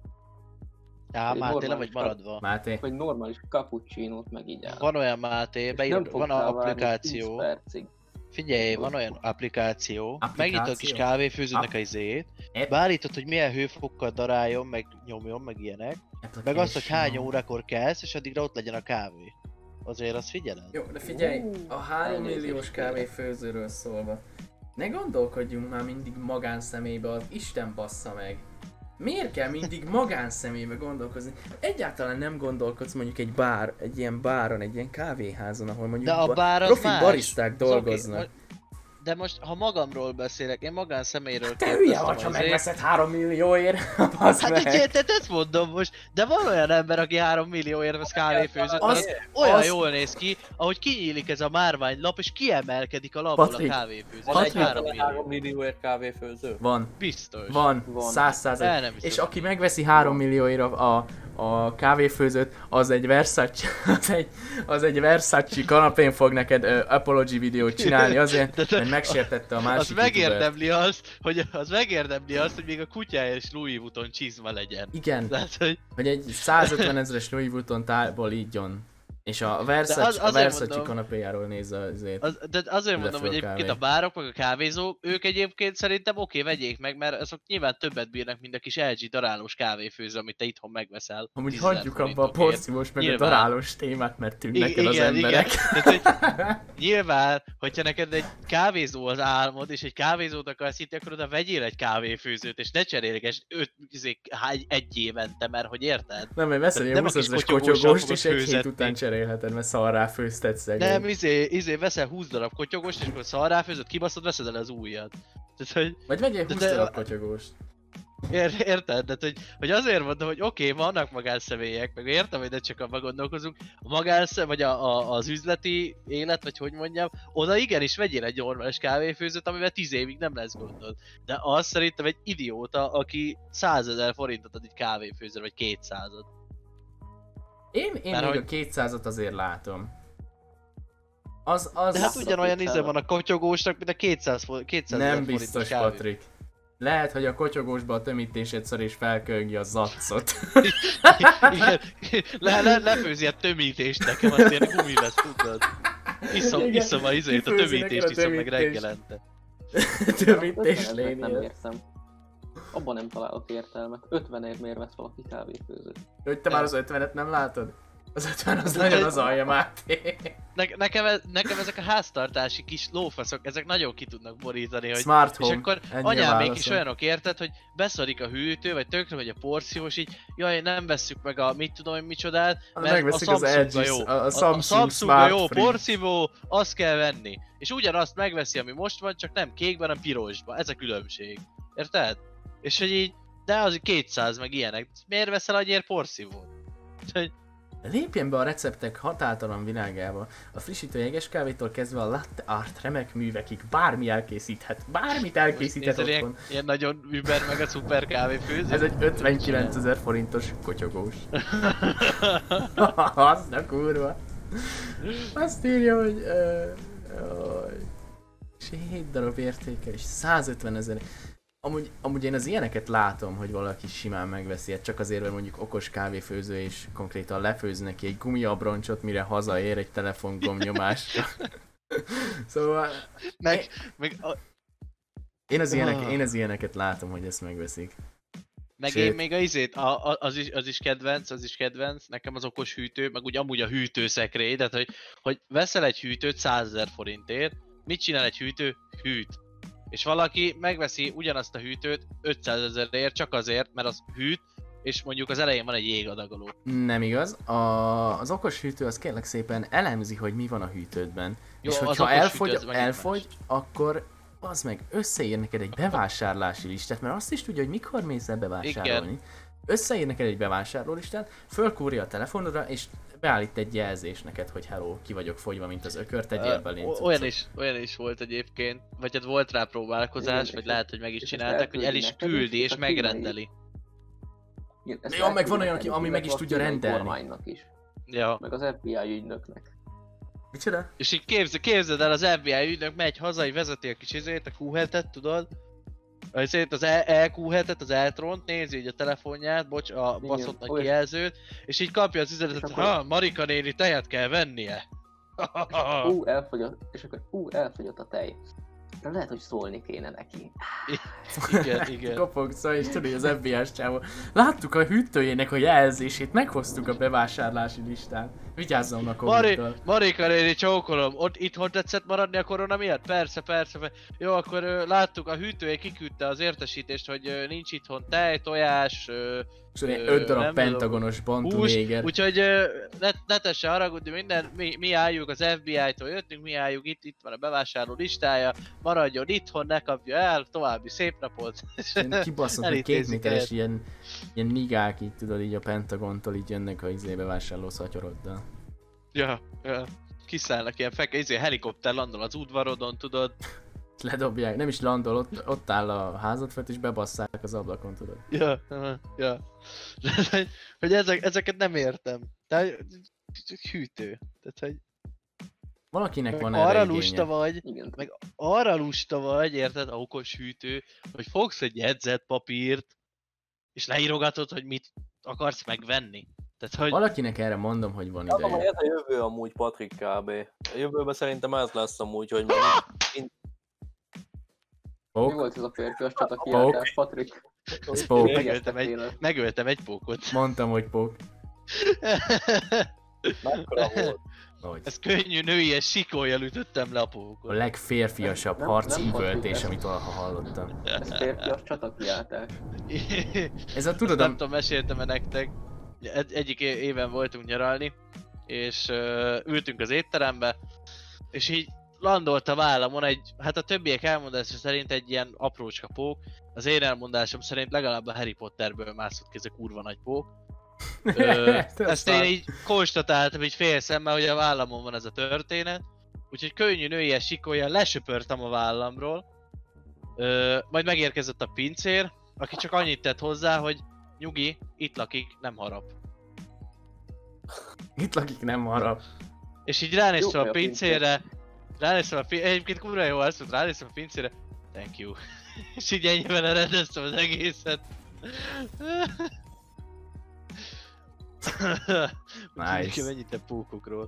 Á, egy Máté, le vagy normális maradva. Máté, Vagy normális cappuccinót meg így áll. Van olyan Máté, És beírod, nem fogsz van a rá várni applikáció. tíz percig. Figyelj, van olyan applikáció, Applikáció? megnyitod a kis kávéfőzőnek App- a izét, App- beállítod, hogy milyen hőfokkal daráljon, meg nyomjon, meg ilyenek, meg azt, hogy hány órakor kelsz, és addigra ott legyen a kávé. Azért azt figyeled? Jó, de figyelj, Ú, a három elnézést milliós kérek. kávéfőzőről szólva. Ne gondolkodjunk már mindig magánszemélybe, az Isten bassza meg. Miért kell mindig magánszemélybe gondolkozni? Egyáltalán nem gondolkodsz mondjuk egy bár, egy ilyen báron, egy ilyen kávéházon, ahol mondjuk De a ba- bár az profi más. baristák Az oké, dolgoznak. mo- De most, ha magamról beszélek, én magánszemélyről Te hülye vagy, ha megveszed három millióért, basz Hát meg. így érted, ezt mondom most, de van olyan ember, aki három millióért vesz kávéfőzőt, Az- az, olyan az- jól néz ki, ahogy kinyílik ez a márványlap, és kiemelkedik a lapból Patrik, a kávéfőző. Van Ez Patrik. egy három egyáltalán három millió. millióért kávéfőző? Van, Biztos. van, Van. száz El százalék. nem hiszem. És aki megveszi három millióért a, a, a kávéfőzőt, az egy Versace, az egy, az egy Versace kanapén fog neked uh, apology videót csinálni azért, De- de- mert megsértette a másik Az youtubert. megérdemli azt, hogy az megérdemli azt, hogy még a kutyája is Louis Vuitton csizma legyen. Igen, Tehát, hogy hogy egy százötven ezeres Louis Vuitton tálból ígyon. És a De Versace, az- a azért Versace mondom- kanapéjáról nézze azért. Az, de azért mondom, hogy Leföl egyébként a kávé. bárok, meg a kávézók, ők egyébként szerintem oké, vegyék meg, mert azok nyilván többet bírnak, mint a kis el gé darálós kávéfőző, amit te itthon megveszel. Amúgy tízezer hagyjuk abba a forintokért. porszívós meg Nyilván. a darálós témát, mert tűnnek Igen, el az igen, emberek. Tehát, hogy nyilván, hogyha neked egy kávézó az álmod, és egy kávézót akarsz itt, akkor oda vegyél egy kávéfőzőt, és ne cserélgesd öt, izé, hány- egy évente, mert hogy érted? Nem, mert veszel Nem egy a kis húsz kotyogóssal kotyogóst, fogod és egy hét főzetni. után cserélheted, mert szarrá főzted szegény. Nem, izé, izé veszel húsz darab kotyogost, és akkor szarráfőzöd, kibaszod, veszed el az újat. Tehát, hogy Vagy vegyél De- húsz de- darab kotyogóst. ér, érted? Tehát, hogy, hogy azért mondom, hogy oké, okay, vannak magánszemélyek, meg értem, hogy ne csak abban gondolkozunk, a magánszem, vagy a, a, az üzleti élet, vagy hogy mondjam, oda igenis vegyél egy normális kávéfőzőt, amivel tíz évig nem lesz gondod. De az szerintem egy idióta, aki százezer forintot ad egy kávéfőzőre, vagy kétszázat. Én, én Mert még hogy- a kétszázat azért látom. Az, az... De hát az a ugyanolyan íze kétszázat. van a kotyogósnak, mint a kétszáz kétszázezer Nem forintos biztos, kávé. Patrik. Lehet, hogy a kotyogósba a tömítésed szar és felkölgi a zacot. Igen, le, le, lefőzi a tömítést nekem, azt ilyen gumi lesz, tudod. Iszom, Igen, iszom a izét, a kifőzi tömítést neked a iszom meg tömítést. reggelente. Tömítés ötvenezret nem léni. értem. Abban nem találok értelmet. ötvenért miért vesz valaki kávéfőzőt? Hogy te már az ötvenet nem látod? Az ötven az nagyon az alja, Máté. Ne, nekem, e- nekem ezek a háztartási kis lófaszok, ezek nagyon ki tudnak borítani, hogy Smart és home. akkor ennyi a anyámék is válaszom. olyanok érted, hogy beszarik a hűtő, vagy tökre vagy a porszívós, így jaj, nem vesszük meg a mit tudom én micsodát, mert a Megveszik az Samsung L G, jó. a, a A, Samsung, a Samsung Smart jó, Fridge. porszívó, azt kell venni. És ugyanazt megveszi, ami most van, csak nem kékben, hanem pirosban. Ez a különbség. Érted? És hogy így, de az kétszáz meg ilyenek. Miért veszel annyiért porszívót? Hogy Lépjen be a receptek határtalan világába. A frissítő jeges kávétól kezdve a latte art remek művekig bármi elkészíthet. Bármit elkészíthet nézd, ilyen, otthon. ilyen nagyon über meg a szuper kávéfőző. Ez egy ötvenkilencezer forintos kotyogós. Azt a kurva. Azt írja, hogy... Uh, uh, és hét darab értéke, és százötven ezer. Amúgy, amúgy én az ilyeneket látom, hogy valaki simán megveszi, hát csak azért, mert mondjuk okos kávéfőző és konkrétan lefőz neki egy gumiabroncsot, mire hazaér egy telefongomnyomásra. Szóval Meg, meg, a, én az, ilyenek, Ah. én az ilyeneket látom, hogy ezt megveszik. meg Sőt. én még a izét, a, a, az, is, az is kedvenc, az is kedvenc, nekem az okos hűtő, meg úgy amúgy a hűtőszekrély, tehát hogy, hogy veszel egy hűtőt százezer forintért, mit csinál egy hűtő? Hűt. És valaki megveszi ugyanazt a hűtőt ötszázezerért csak azért, mert az hűt, és mondjuk az elején van egy jégadagoló. Nem igaz. A, az okos hűtő az kérlek szépen elemzi, hogy mi van a hűtődben. Jó, és az hogyha okos elfogy, hűtő, az megint elfogy akkor az meg összeír neked egy bevásárlási listát, mert azt is tudja, hogy mikor mész el bevásárolni. Igen. Összeír neked egy bevásárlólistát, fölkúrja a telefonodra, és beállít egy jelzés neked, hogy hello, ki vagyok fogyva, mint az ökör, tegyél be Ö, léncuccot. olyan is, olyan is volt egyébként, vagy hát volt rá próbálkozás, Igen, vagy és lehet, hogy meg is és csinálták, hogy el is elküldi neked, küldi és és a kínai- megrendeli. Igen, ezt Ja, meg van olyan, elküldik aki- ami meg is a tudja kínai rendelni. kormánynak is, Ja. meg az ef bé i ügynöknek. Micsoda? És így képzeld, képzeld el, az ef bé i ügynök megy haza, így vezeti a kis izét, a kú hetet, tudod? Azért az E Q hetet, az Eltront, nézi így a telefonját, bocs, a Igen, baszott nagy olyas- kijelzőt, és így kapja az üzenetet, És akkor- ha, Marika néni tejet kell vennie. Ú, elfogyott, és akkor ú, elfogyott a tej. De lehet, hogy szólni kéne neki. Igen, igen. Kopogsz, és tudod, hogy az ef bé i-s csávó. Láttuk a hűtőjének a jelzését, meghoztuk a bevásárlási listán. Vigyázzon a Mari, Covid-tól. Marika néni, csókolom, ott itthon tetszett maradni a korona miatt? Persze, persze, persze. Jó, akkor ö, láttuk, a hűtője kiküldte az értesítést, hogy ö, nincs itthon tej, tojás, ö, És olyan Ö, öt darab nem pentagonos hús, bantunéger. úgyhogy ö, ne, ne tesse haragudni minden, mi, mi álljuk az ef bé i-tól jöttünk, mi álljuk itt, itt van a bevásárló listája, maradjon itthon, ne kapja el, további szép napot. Ilyen kibaszott, hogy két Elintézik méteres el. ilyen, ilyen nigák így tudod, így a Pentagontól így jönnek a izé bevásárló szatyoroddal. Ja, ja. Kiszállnak ilyen feke, izé helikopter landol az udvarodon, tudod. És ledobják, nem is landol, ott, ott áll a házad fett és bebasszák az ablakon, tudod. Ja, ja, ja. De, hogy, hogy ezek, ezeket nem értem. Tehát hűtő. Tehát, hogy Valakinek van arra erre lusta igénye. vagy, Igen. meg arra lusta vagy, érted, a okos hűtő, hogy fogsz egy jegyzetpapírt, és leírogatod, hogy mit akarsz megvenni. Tehát, hogy Valakinek erre mondom, hogy van Tudom, hogy ideje. ez a jövő amúgy, Patrik kb. A jövőben szerintem ez lesz amúgy, hogy meg Mi Pók? volt ez a férfias csata kiáltás, Patrik? Ez pók. megöltem egy, Tényleg. megöltem egy pókot. Mondtam, hogy pók. mekkora volt. Hogy? Ez könnyű női, ez sikóljal ütöttem le a A pókot. legférfiasabb Nem- harci nem Patrik, üvöltés, ez- amit valaha hallottam. Ez férfias csata kiáltás. Ez a Azt tudod, nem am- tudom, meséltem-e nektek. Egy, egyik é- éven voltunk nyaralni, és uh, ültünk az étterembe, és így landolt a vállamon egy, hát a többiek elmondása szerint egy ilyen aprócska pók, az én elmondásom szerint legalább a Harry Potterből mászott ki ez a kurva nagy pók. Ö, ezt én így konstatáltam így fél szemmel, hogy a vállamon van ez a történet. Úgyhogy könnyű nőies sikollyal lesöpörtem a vállamról. Ö, majd megérkezett a pincér, aki csak annyit tett hozzá, hogy nyugi, itt lakik, nem harap. Itt lakik, nem harap. És így ránéztem Jó a fej a pincérre, ránéztem a pincérre, egyébként kurva jó azt mondta, ránéztem a pincérre, thank you. És így ennyivel rendeztem az egészet. Nice. Nekem ennyit a pókokról.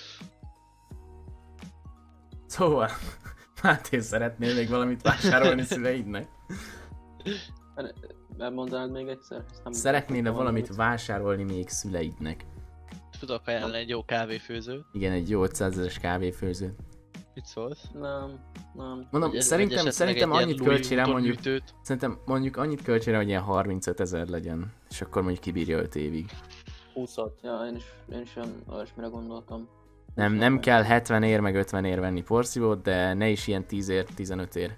Szóval, Máté, szeretnél még valamit vásárolni szüleidnek? Elmondanád még egyszer? Ezt nem Szeretnél-e tudom, valamit amit- vásárolni még szüleidnek? Tudok ajánlani egy jó kávéfőzőt. Igen, egy jó ötszázezeres kávéfőző. Mit szólsz? Nem, nem. Mondom, Vagy ez- szerintem, vagy esetleg szerintem egy ilyen annyit Louis költsére Vuitton mondjuk, hűtőt. szerintem mondjuk annyit költsére, hogy ilyen harmincöt ezer legyen. És akkor mondjuk kibírja öt évig. húszat. Ja, én is, én is olyan olyasmire gondoltam. Nem, nem kell hetven ér meg ötven ér venni porszívót, de ne is ilyen tíz ér, tizenöt ér.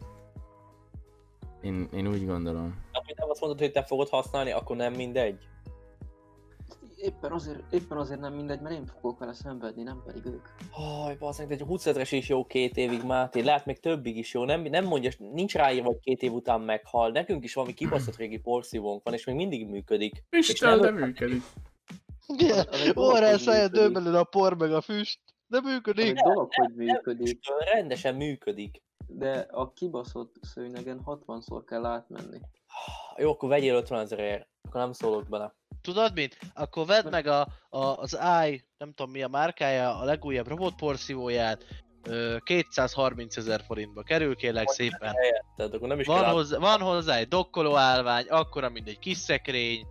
Én, én úgy gondolom. Amit nem azt mondod, hogy te fogod használni, akkor nem mindegy. Éppen azért, éppen azért nem mindegy, mert én fogok vele szenvedni, nem pedig ők. Haj, bazdmeg, egy húsz ezeres is jó két évig, Máté, lehet még többig is jó, nem, nem mondja, nincs ráírva, hogy két év után meghal. Nekünk is valami kibaszott régi porszívónk van, és még mindig működik. Isten, nem- de működik. Igen, Az egy dolog, óra hogy szája működik. dől belőle a por meg a füst. De Az működik. egy dolog, hogy működik, Rendesen működik. de a kibaszott szőnyegen hatvanszor kell átmenni. Jó, akkor vegyél ötven ezerért, akkor nem szólok bele. Tudod mit? Akkor vedd meg a, a, az i, nem tudom mi a márkája, a legújabb robotporszívóját. Ö, kétszázharminc ezer forintba kerül, kérlek szépen. Tehát akkor nem is Van kell át- hozzá, van hozzá egy dokkoló állvány, akkora, mint egy kis szekrény.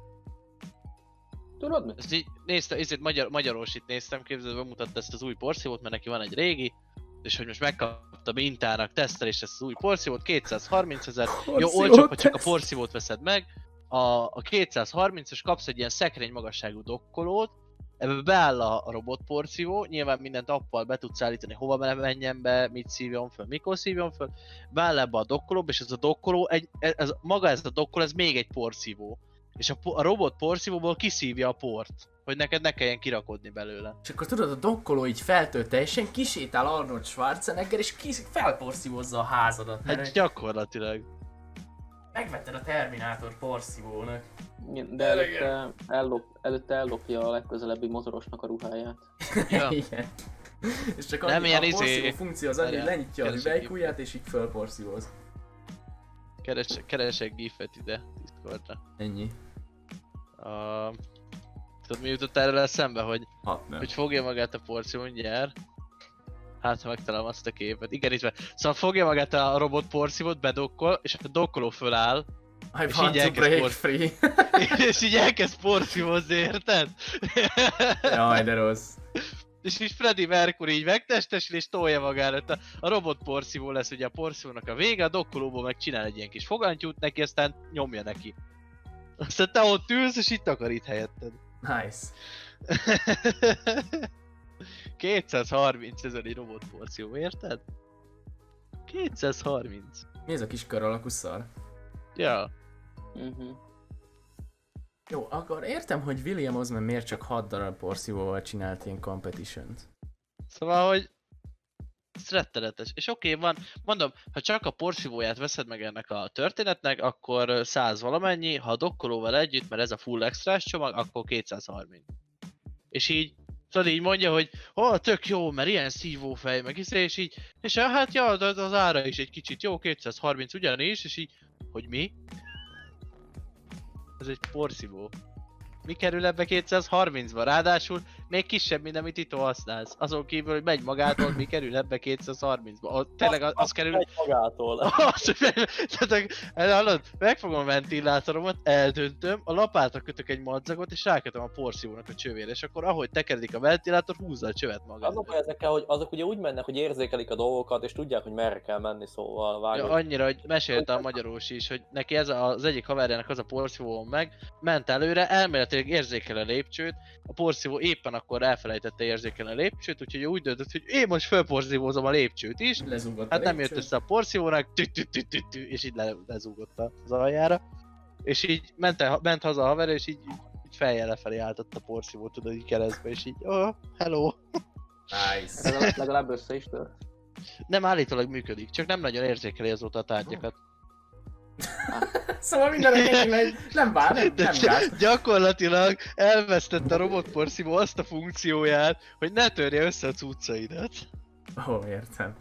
Tudod mit? Ezt így néztem, ezért magyar, magyarosít néztem, képzeld, bemutatta ezt az új porszívót, mert neki van egy régi. És hogy most megkapta mintának tesztelés ezt az új porszívót, kétszázharminc ezer. Jó, olcsóbb, hogy csak a porszívót veszed meg. A, a kétszázharmincas kapsz egy ilyen szekrény magasságú dokkolót, ebbe beáll a, a robot porszívó, nyilván mindent appal be tudsz állítani, hova menjen be, mit szívjon föl, mikor szívjon föl. Beáll ebbe a dokkolóba, és ez a dokkoló, egy, ez, maga ez a dokkoló, ez még egy porszívó. És a, po- a robot porszívóból kiszívja a port, hogy neked ne kelljen kirakodni belőle. És akkor tudod, a dokkoló így feltölt teljesen, kisétál Arnold Schwarzenegger, és kis felporszívozza a házadat. Hát Mert gyakorlatilag. megvetted a Terminátor porszívónak. Igen, de előtte, ellop, előtte ellopja a legközelebbi motorosnak a ruháját. Ja. Igen. És csak Nem annyi, ilyen a izé- porszívó funkció az annyi, hogy Várjál, lenyitja a keresek hüvelykujját, és így fölporszívoz. Keresek, keresek gifet ide, Discordra. Ennyi. Uh, tudod mi jutott erről eszembe, hogy, Hat nem. hogy fogja magát a porszívó, mindjárt. Hát ha megtalálom azt a képet. Igen, itt van. Szóval fogja magát a robot porszívót, bedokkol, és a dokkoló föláll, I és want így to elkezd break por- free. és így elkezd porszívozni, érted? Jaj, de rossz. És így Freddie Mercury így megtestesül és tolja magára. A, a robot porszívó lesz ugye a porszívónak a vége, a dokkolóból meg csinál egy ilyen kis fogantyút neki, aztán nyomja neki. Aztán te ott ülsz és itt takarít helyetted. Nice. kétszázharminc ezer egy robot porszívó, érted? kétszázharminc. Mi ez a kis kör alakú szar? Ja. Uh-huh. Jó, akkor értem, hogy William Osman miért csak hat darab porszívóval csinált ilyen competition-t. Szóval, hogy ez rettenetes. És oké, okay, van, mondom, ha csak a porszívóját veszed meg ennek a történetnek, akkor száz valamennyi, ha a dokkolóval együtt, mert ez a full extrás csomag, akkor kétszázharminc. És így, tudod így mondja, hogy ó, tök jó, mert ilyen szívófej, meg hisz, és így, és hát ja, de az ára is egy kicsit jó, kétszázharminc ugyanis, és így, hogy mi? Ez egy porszívó. Mi kerül ebbe kétszázharmincba? Ráadásul még kisebb, mint amit itt használsz. Azon kívül, hogy megy magától, mi kerül ebbe kétszázharmincba. O, tényleg az, az kerül... Megy magától. Az, tehát, hallod, megfogom a ventilátoromat, eldöntöm, a lapátra kötök egy madzagot, és rákötöm a porszívónak a csövére, és akkor ahogy tekeredik a ventilátor, húzza a csövet magát. Azok, hogy ezekkel, hogy azok ugye úgy mennek, hogy érzékelik a dolgokat, és tudják, hogy merre kell menni, szóval vágod. Ja, annyira, hogy mesélte a magyarós is, hogy neki ez a, az egyik haverjának az a porszívó meg, ment előre, elméletileg érzékel a lépcsőt, a porszívó éppen akkor elfelejtette érzékelni a lépcsőt, úgyhogy ő úgy döntött, hogy én most fölporszívózom a lépcsőt is. Lezúgott Hát a nem lépcső. jött össze a porszívónak, tü -tü -tü -tü -tü, és így le, lezúgott az aljára. És így ment, el, ment haza a haver, és így, így fejjel lefelé álltott a porszívót, tudod, így keresztbe, és így, oh, hello. Nice. Legalább, legalább össze is tört. Nem, állítólag működik, csak nem nagyon érzékeli azóta a tárgyakat. Szóval mindenek ennyi megy. Nem bár, nem, De nem gáz. gyakorlatilag elvesztette a robotporszívó azt a funkcióját, hogy ne törje össze a cuccaidat. Ó, oh, értem.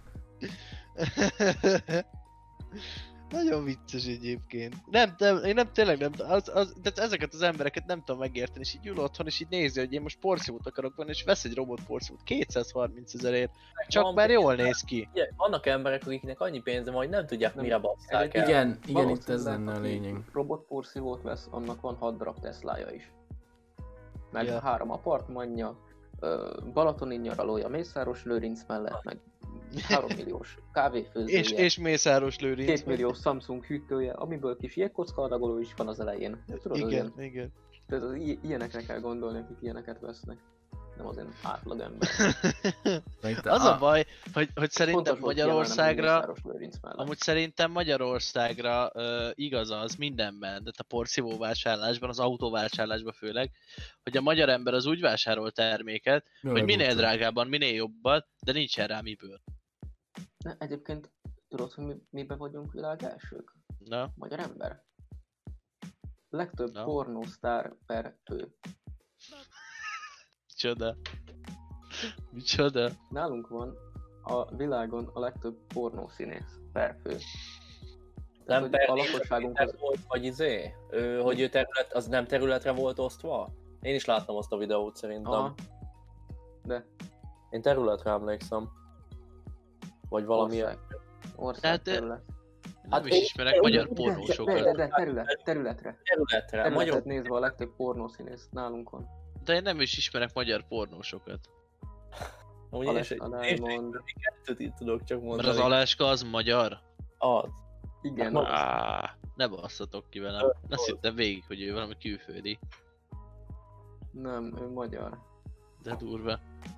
Nagyon vicces egyébként. Nem, nem, én nem tényleg nem, az, az, tehát ezeket az embereket nem tudom megérteni, és így ül otthon, és így nézi, hogy én most porszívót akarok venni, és vesz egy robot porszívót kétszázharminc ezerért. Csak Van, már jól néz ki. ugye, vannak emberek, akiknek annyi pénze van, hogy nem tudják, Nem. mire basszák el. Igen, igen, itt ez Valószínűleg, lenne a aki lényeg. Robotporszívót vesz, annak van hat darab Teslája is. Meg Ja. három apartmanja, ö, balatoni nyaralója Mészáros Lőrinc mellett, meg három milliós kávéfőzője, És, és Mészáros Lőrinc. két milliós Samsung hűtője, amiből kis jégkocka adagoló is van az elején. Tudod, az Igen, ilyen, igen. tehát az i- ilyenekre kell gondolni, akik ilyeneket vesznek. Nem az én átlag ember. Az a baj, hogy, hogy szerintem Fontos volt kiemelnem, hogy Magyarországra, Mészáros Lőrinc mellett. amúgy szerintem Magyarországra uh, igaz az mindenben, de a porszívó vásárlásban, az autóvásárlásban főleg, hogy a magyar ember az úgy vásárol terméket, Jó, hogy minél megmondtam. drágábban, minél jobban, de nincsen rá miből. Ne, egyébként tudod, hogy mi, miben vagyunk világ elsők? Na, Magyar ember. Legtöbb Na. pornósztár per fő. micsoda. Micsoda. Nálunk van a világon a legtöbb pornószínész per fő. Tehát, Nem hogy per a lakosságunk az... volt, vagy izé? Ő, hogy ő terület, az nem területre volt osztva? Én is láttam azt a videót szerintem. Aha. De Én területre emlékszem. Vagy valami ország. Ország Tehát, terület. Nem Hát is én- ismerek én- magyar de- De, de, pornósokat. de terület, területre. területre. Területet Magyar... nézve a legtöbb pornószínész nálunk van. De én nem is ismerek magyar pornósokat. Amúgy én is, Aleska én is Diamond. kettőt itt tudok csak mondani. Mert az Aláska az magyar? Az. Igen, Hát, Á, ne basszatok ki velem. Azt hittem végig, hogy ő valami külföldi. nem, ő magyar. De durva.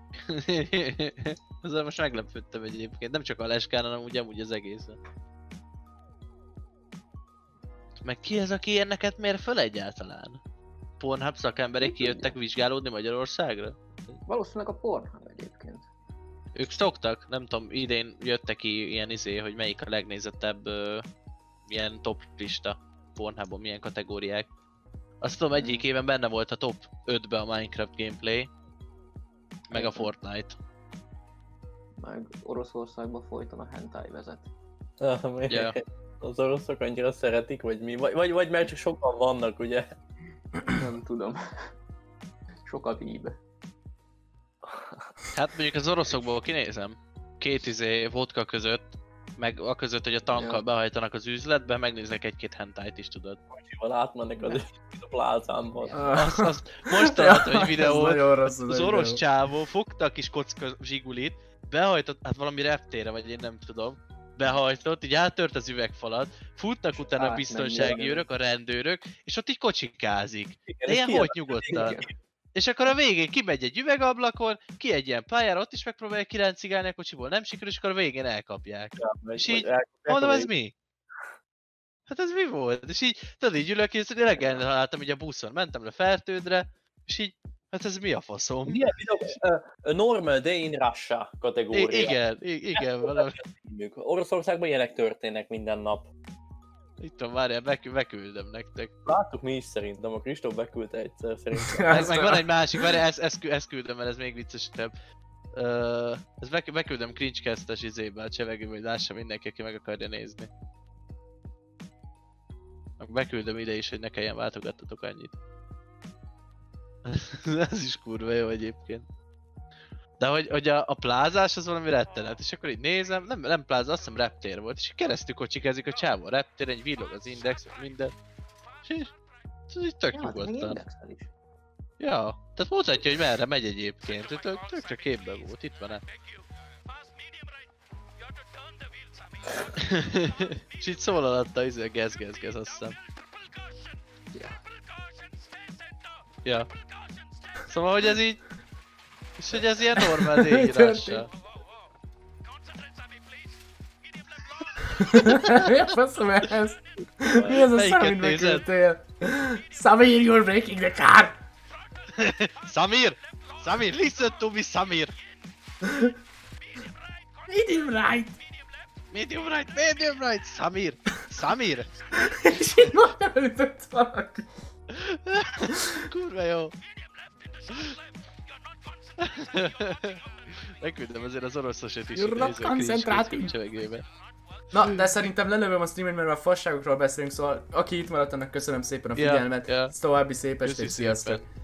Ezzel most meglepődtem egyébként. Nem csak a Leskán, hanem úgy amúgy az egészen. Meg ki ez, aki ilyeneket mér föl egyáltalán? Pornhub szakemberek kijöttek vizsgálódni Magyarországra? Valószínűleg a Pornhub egyébként. Ők szoktak, nem tudom, idén jöttek ki ilyen izé, hogy melyik a legnézettebb ö, ilyen top lista Pornhubon, milyen kategóriák. Azt tudom, egyik éven benne volt a top ötbe a Minecraft gameplay, meg a Igen. Fortnite. Meg Oroszországban folyton a hentai vezet. Ah, Ja. Az oroszok annyira szeretik, vagy mi? Vagy, vagy, vagy mert csak sokan vannak, ugye? Nem tudom. Sok a víb. Hát mondjuk az oroszokból kinézem. Két izé vodka között, meg a között, hogy a tankkal Ja. behajtanak az üzletbe, megnéznek egy-két hentájt is, tudod. Kocsival átmennek az a plázánban. Az, az, most találtam egy videót, Ez nagyon rossz az, az a orosz videó. csávó fogta a kis kocka zsigulit, behajtott, hát valami reptére, vagy én nem tudom, behajtott, így áttört az üvegfalat, futnak utána a átmenni, biztonsági igen. őrök, a rendőrök, és ott így kocsikázik. Igen, De és ilyen ki hogy nyugodtan. Igen. És akkor a végén kimegy egy üvegablakon, ki egy ilyen pályára, ott is megpróbálja kiráncigálni a kocsiból, nem sikerül, és akkor a végén elkapják. És így Mondom, ez mi? Hát ez mi volt? És így, tudod, így ülök, és reggel találtam így a buszon, mentem le Fertődre, és így, hát ez mi a faszom? Milyen videó? Uh, Normal Day in Russia kategória. I- igen, i- igen, valami. Címük. Oroszországban ilyenek történnek minden nap. Itt van, várjál, bekü- beküldöm nektek. Láttuk mi is szerintem, a Kristóf beküldte egyszer szerintem. Meg, Azt meg a- van egy másik, várjál, ezt, ezt, kü- ezt küldöm, mert ez még viccesebb. Uh, ezt bek- beküldöm Cringe-castes izébe, a csevegőbe, hogy lássa mindenki, aki meg akarja nézni. Akkor beküldöm ide is, hogy ne kelljen váltogattatok annyit. Ez is kurva jó egyébként. De hogy, hogy a, a plázás az valami rettenet, és akkor így nézem, nem, nem pláza, azt hiszem reptér volt, és keresztül kocsikezik a csávó, a reptér, egy villog az index, minden. És ez így tök Ja, hát meg nyugodtan. indexel is. Ja, tehát mutatja, hogy merre megy egyébként, tök, tökre képben volt, itt van-e. És így szól alatta izé a gez gez gez, azt hiszem. Ja. Szóval, hogy ez így... És hogy ez ilyen normál D-írással. Mi a faszom ez? Mi ez a Melyiket Samir nézed? megküldtél? Samir, you're breaking the car! Samir! Samir, listen to me, Samir! Medium right! Medium right, medium right, Samir! Samir! És így majdnem ütött valaki. Kurva jó! Megküldöm azért az oroszosat is, You're hogy not nézze a cringe concentrating. csevegébe. Na, de szerintem lelövöm a streamet, mert már fasságokról beszélünk, szóval aki itt maradt, annak köszönöm szépen a figyelmet. Ja, ja. További szép estét, Köszi sziasztok! szépen.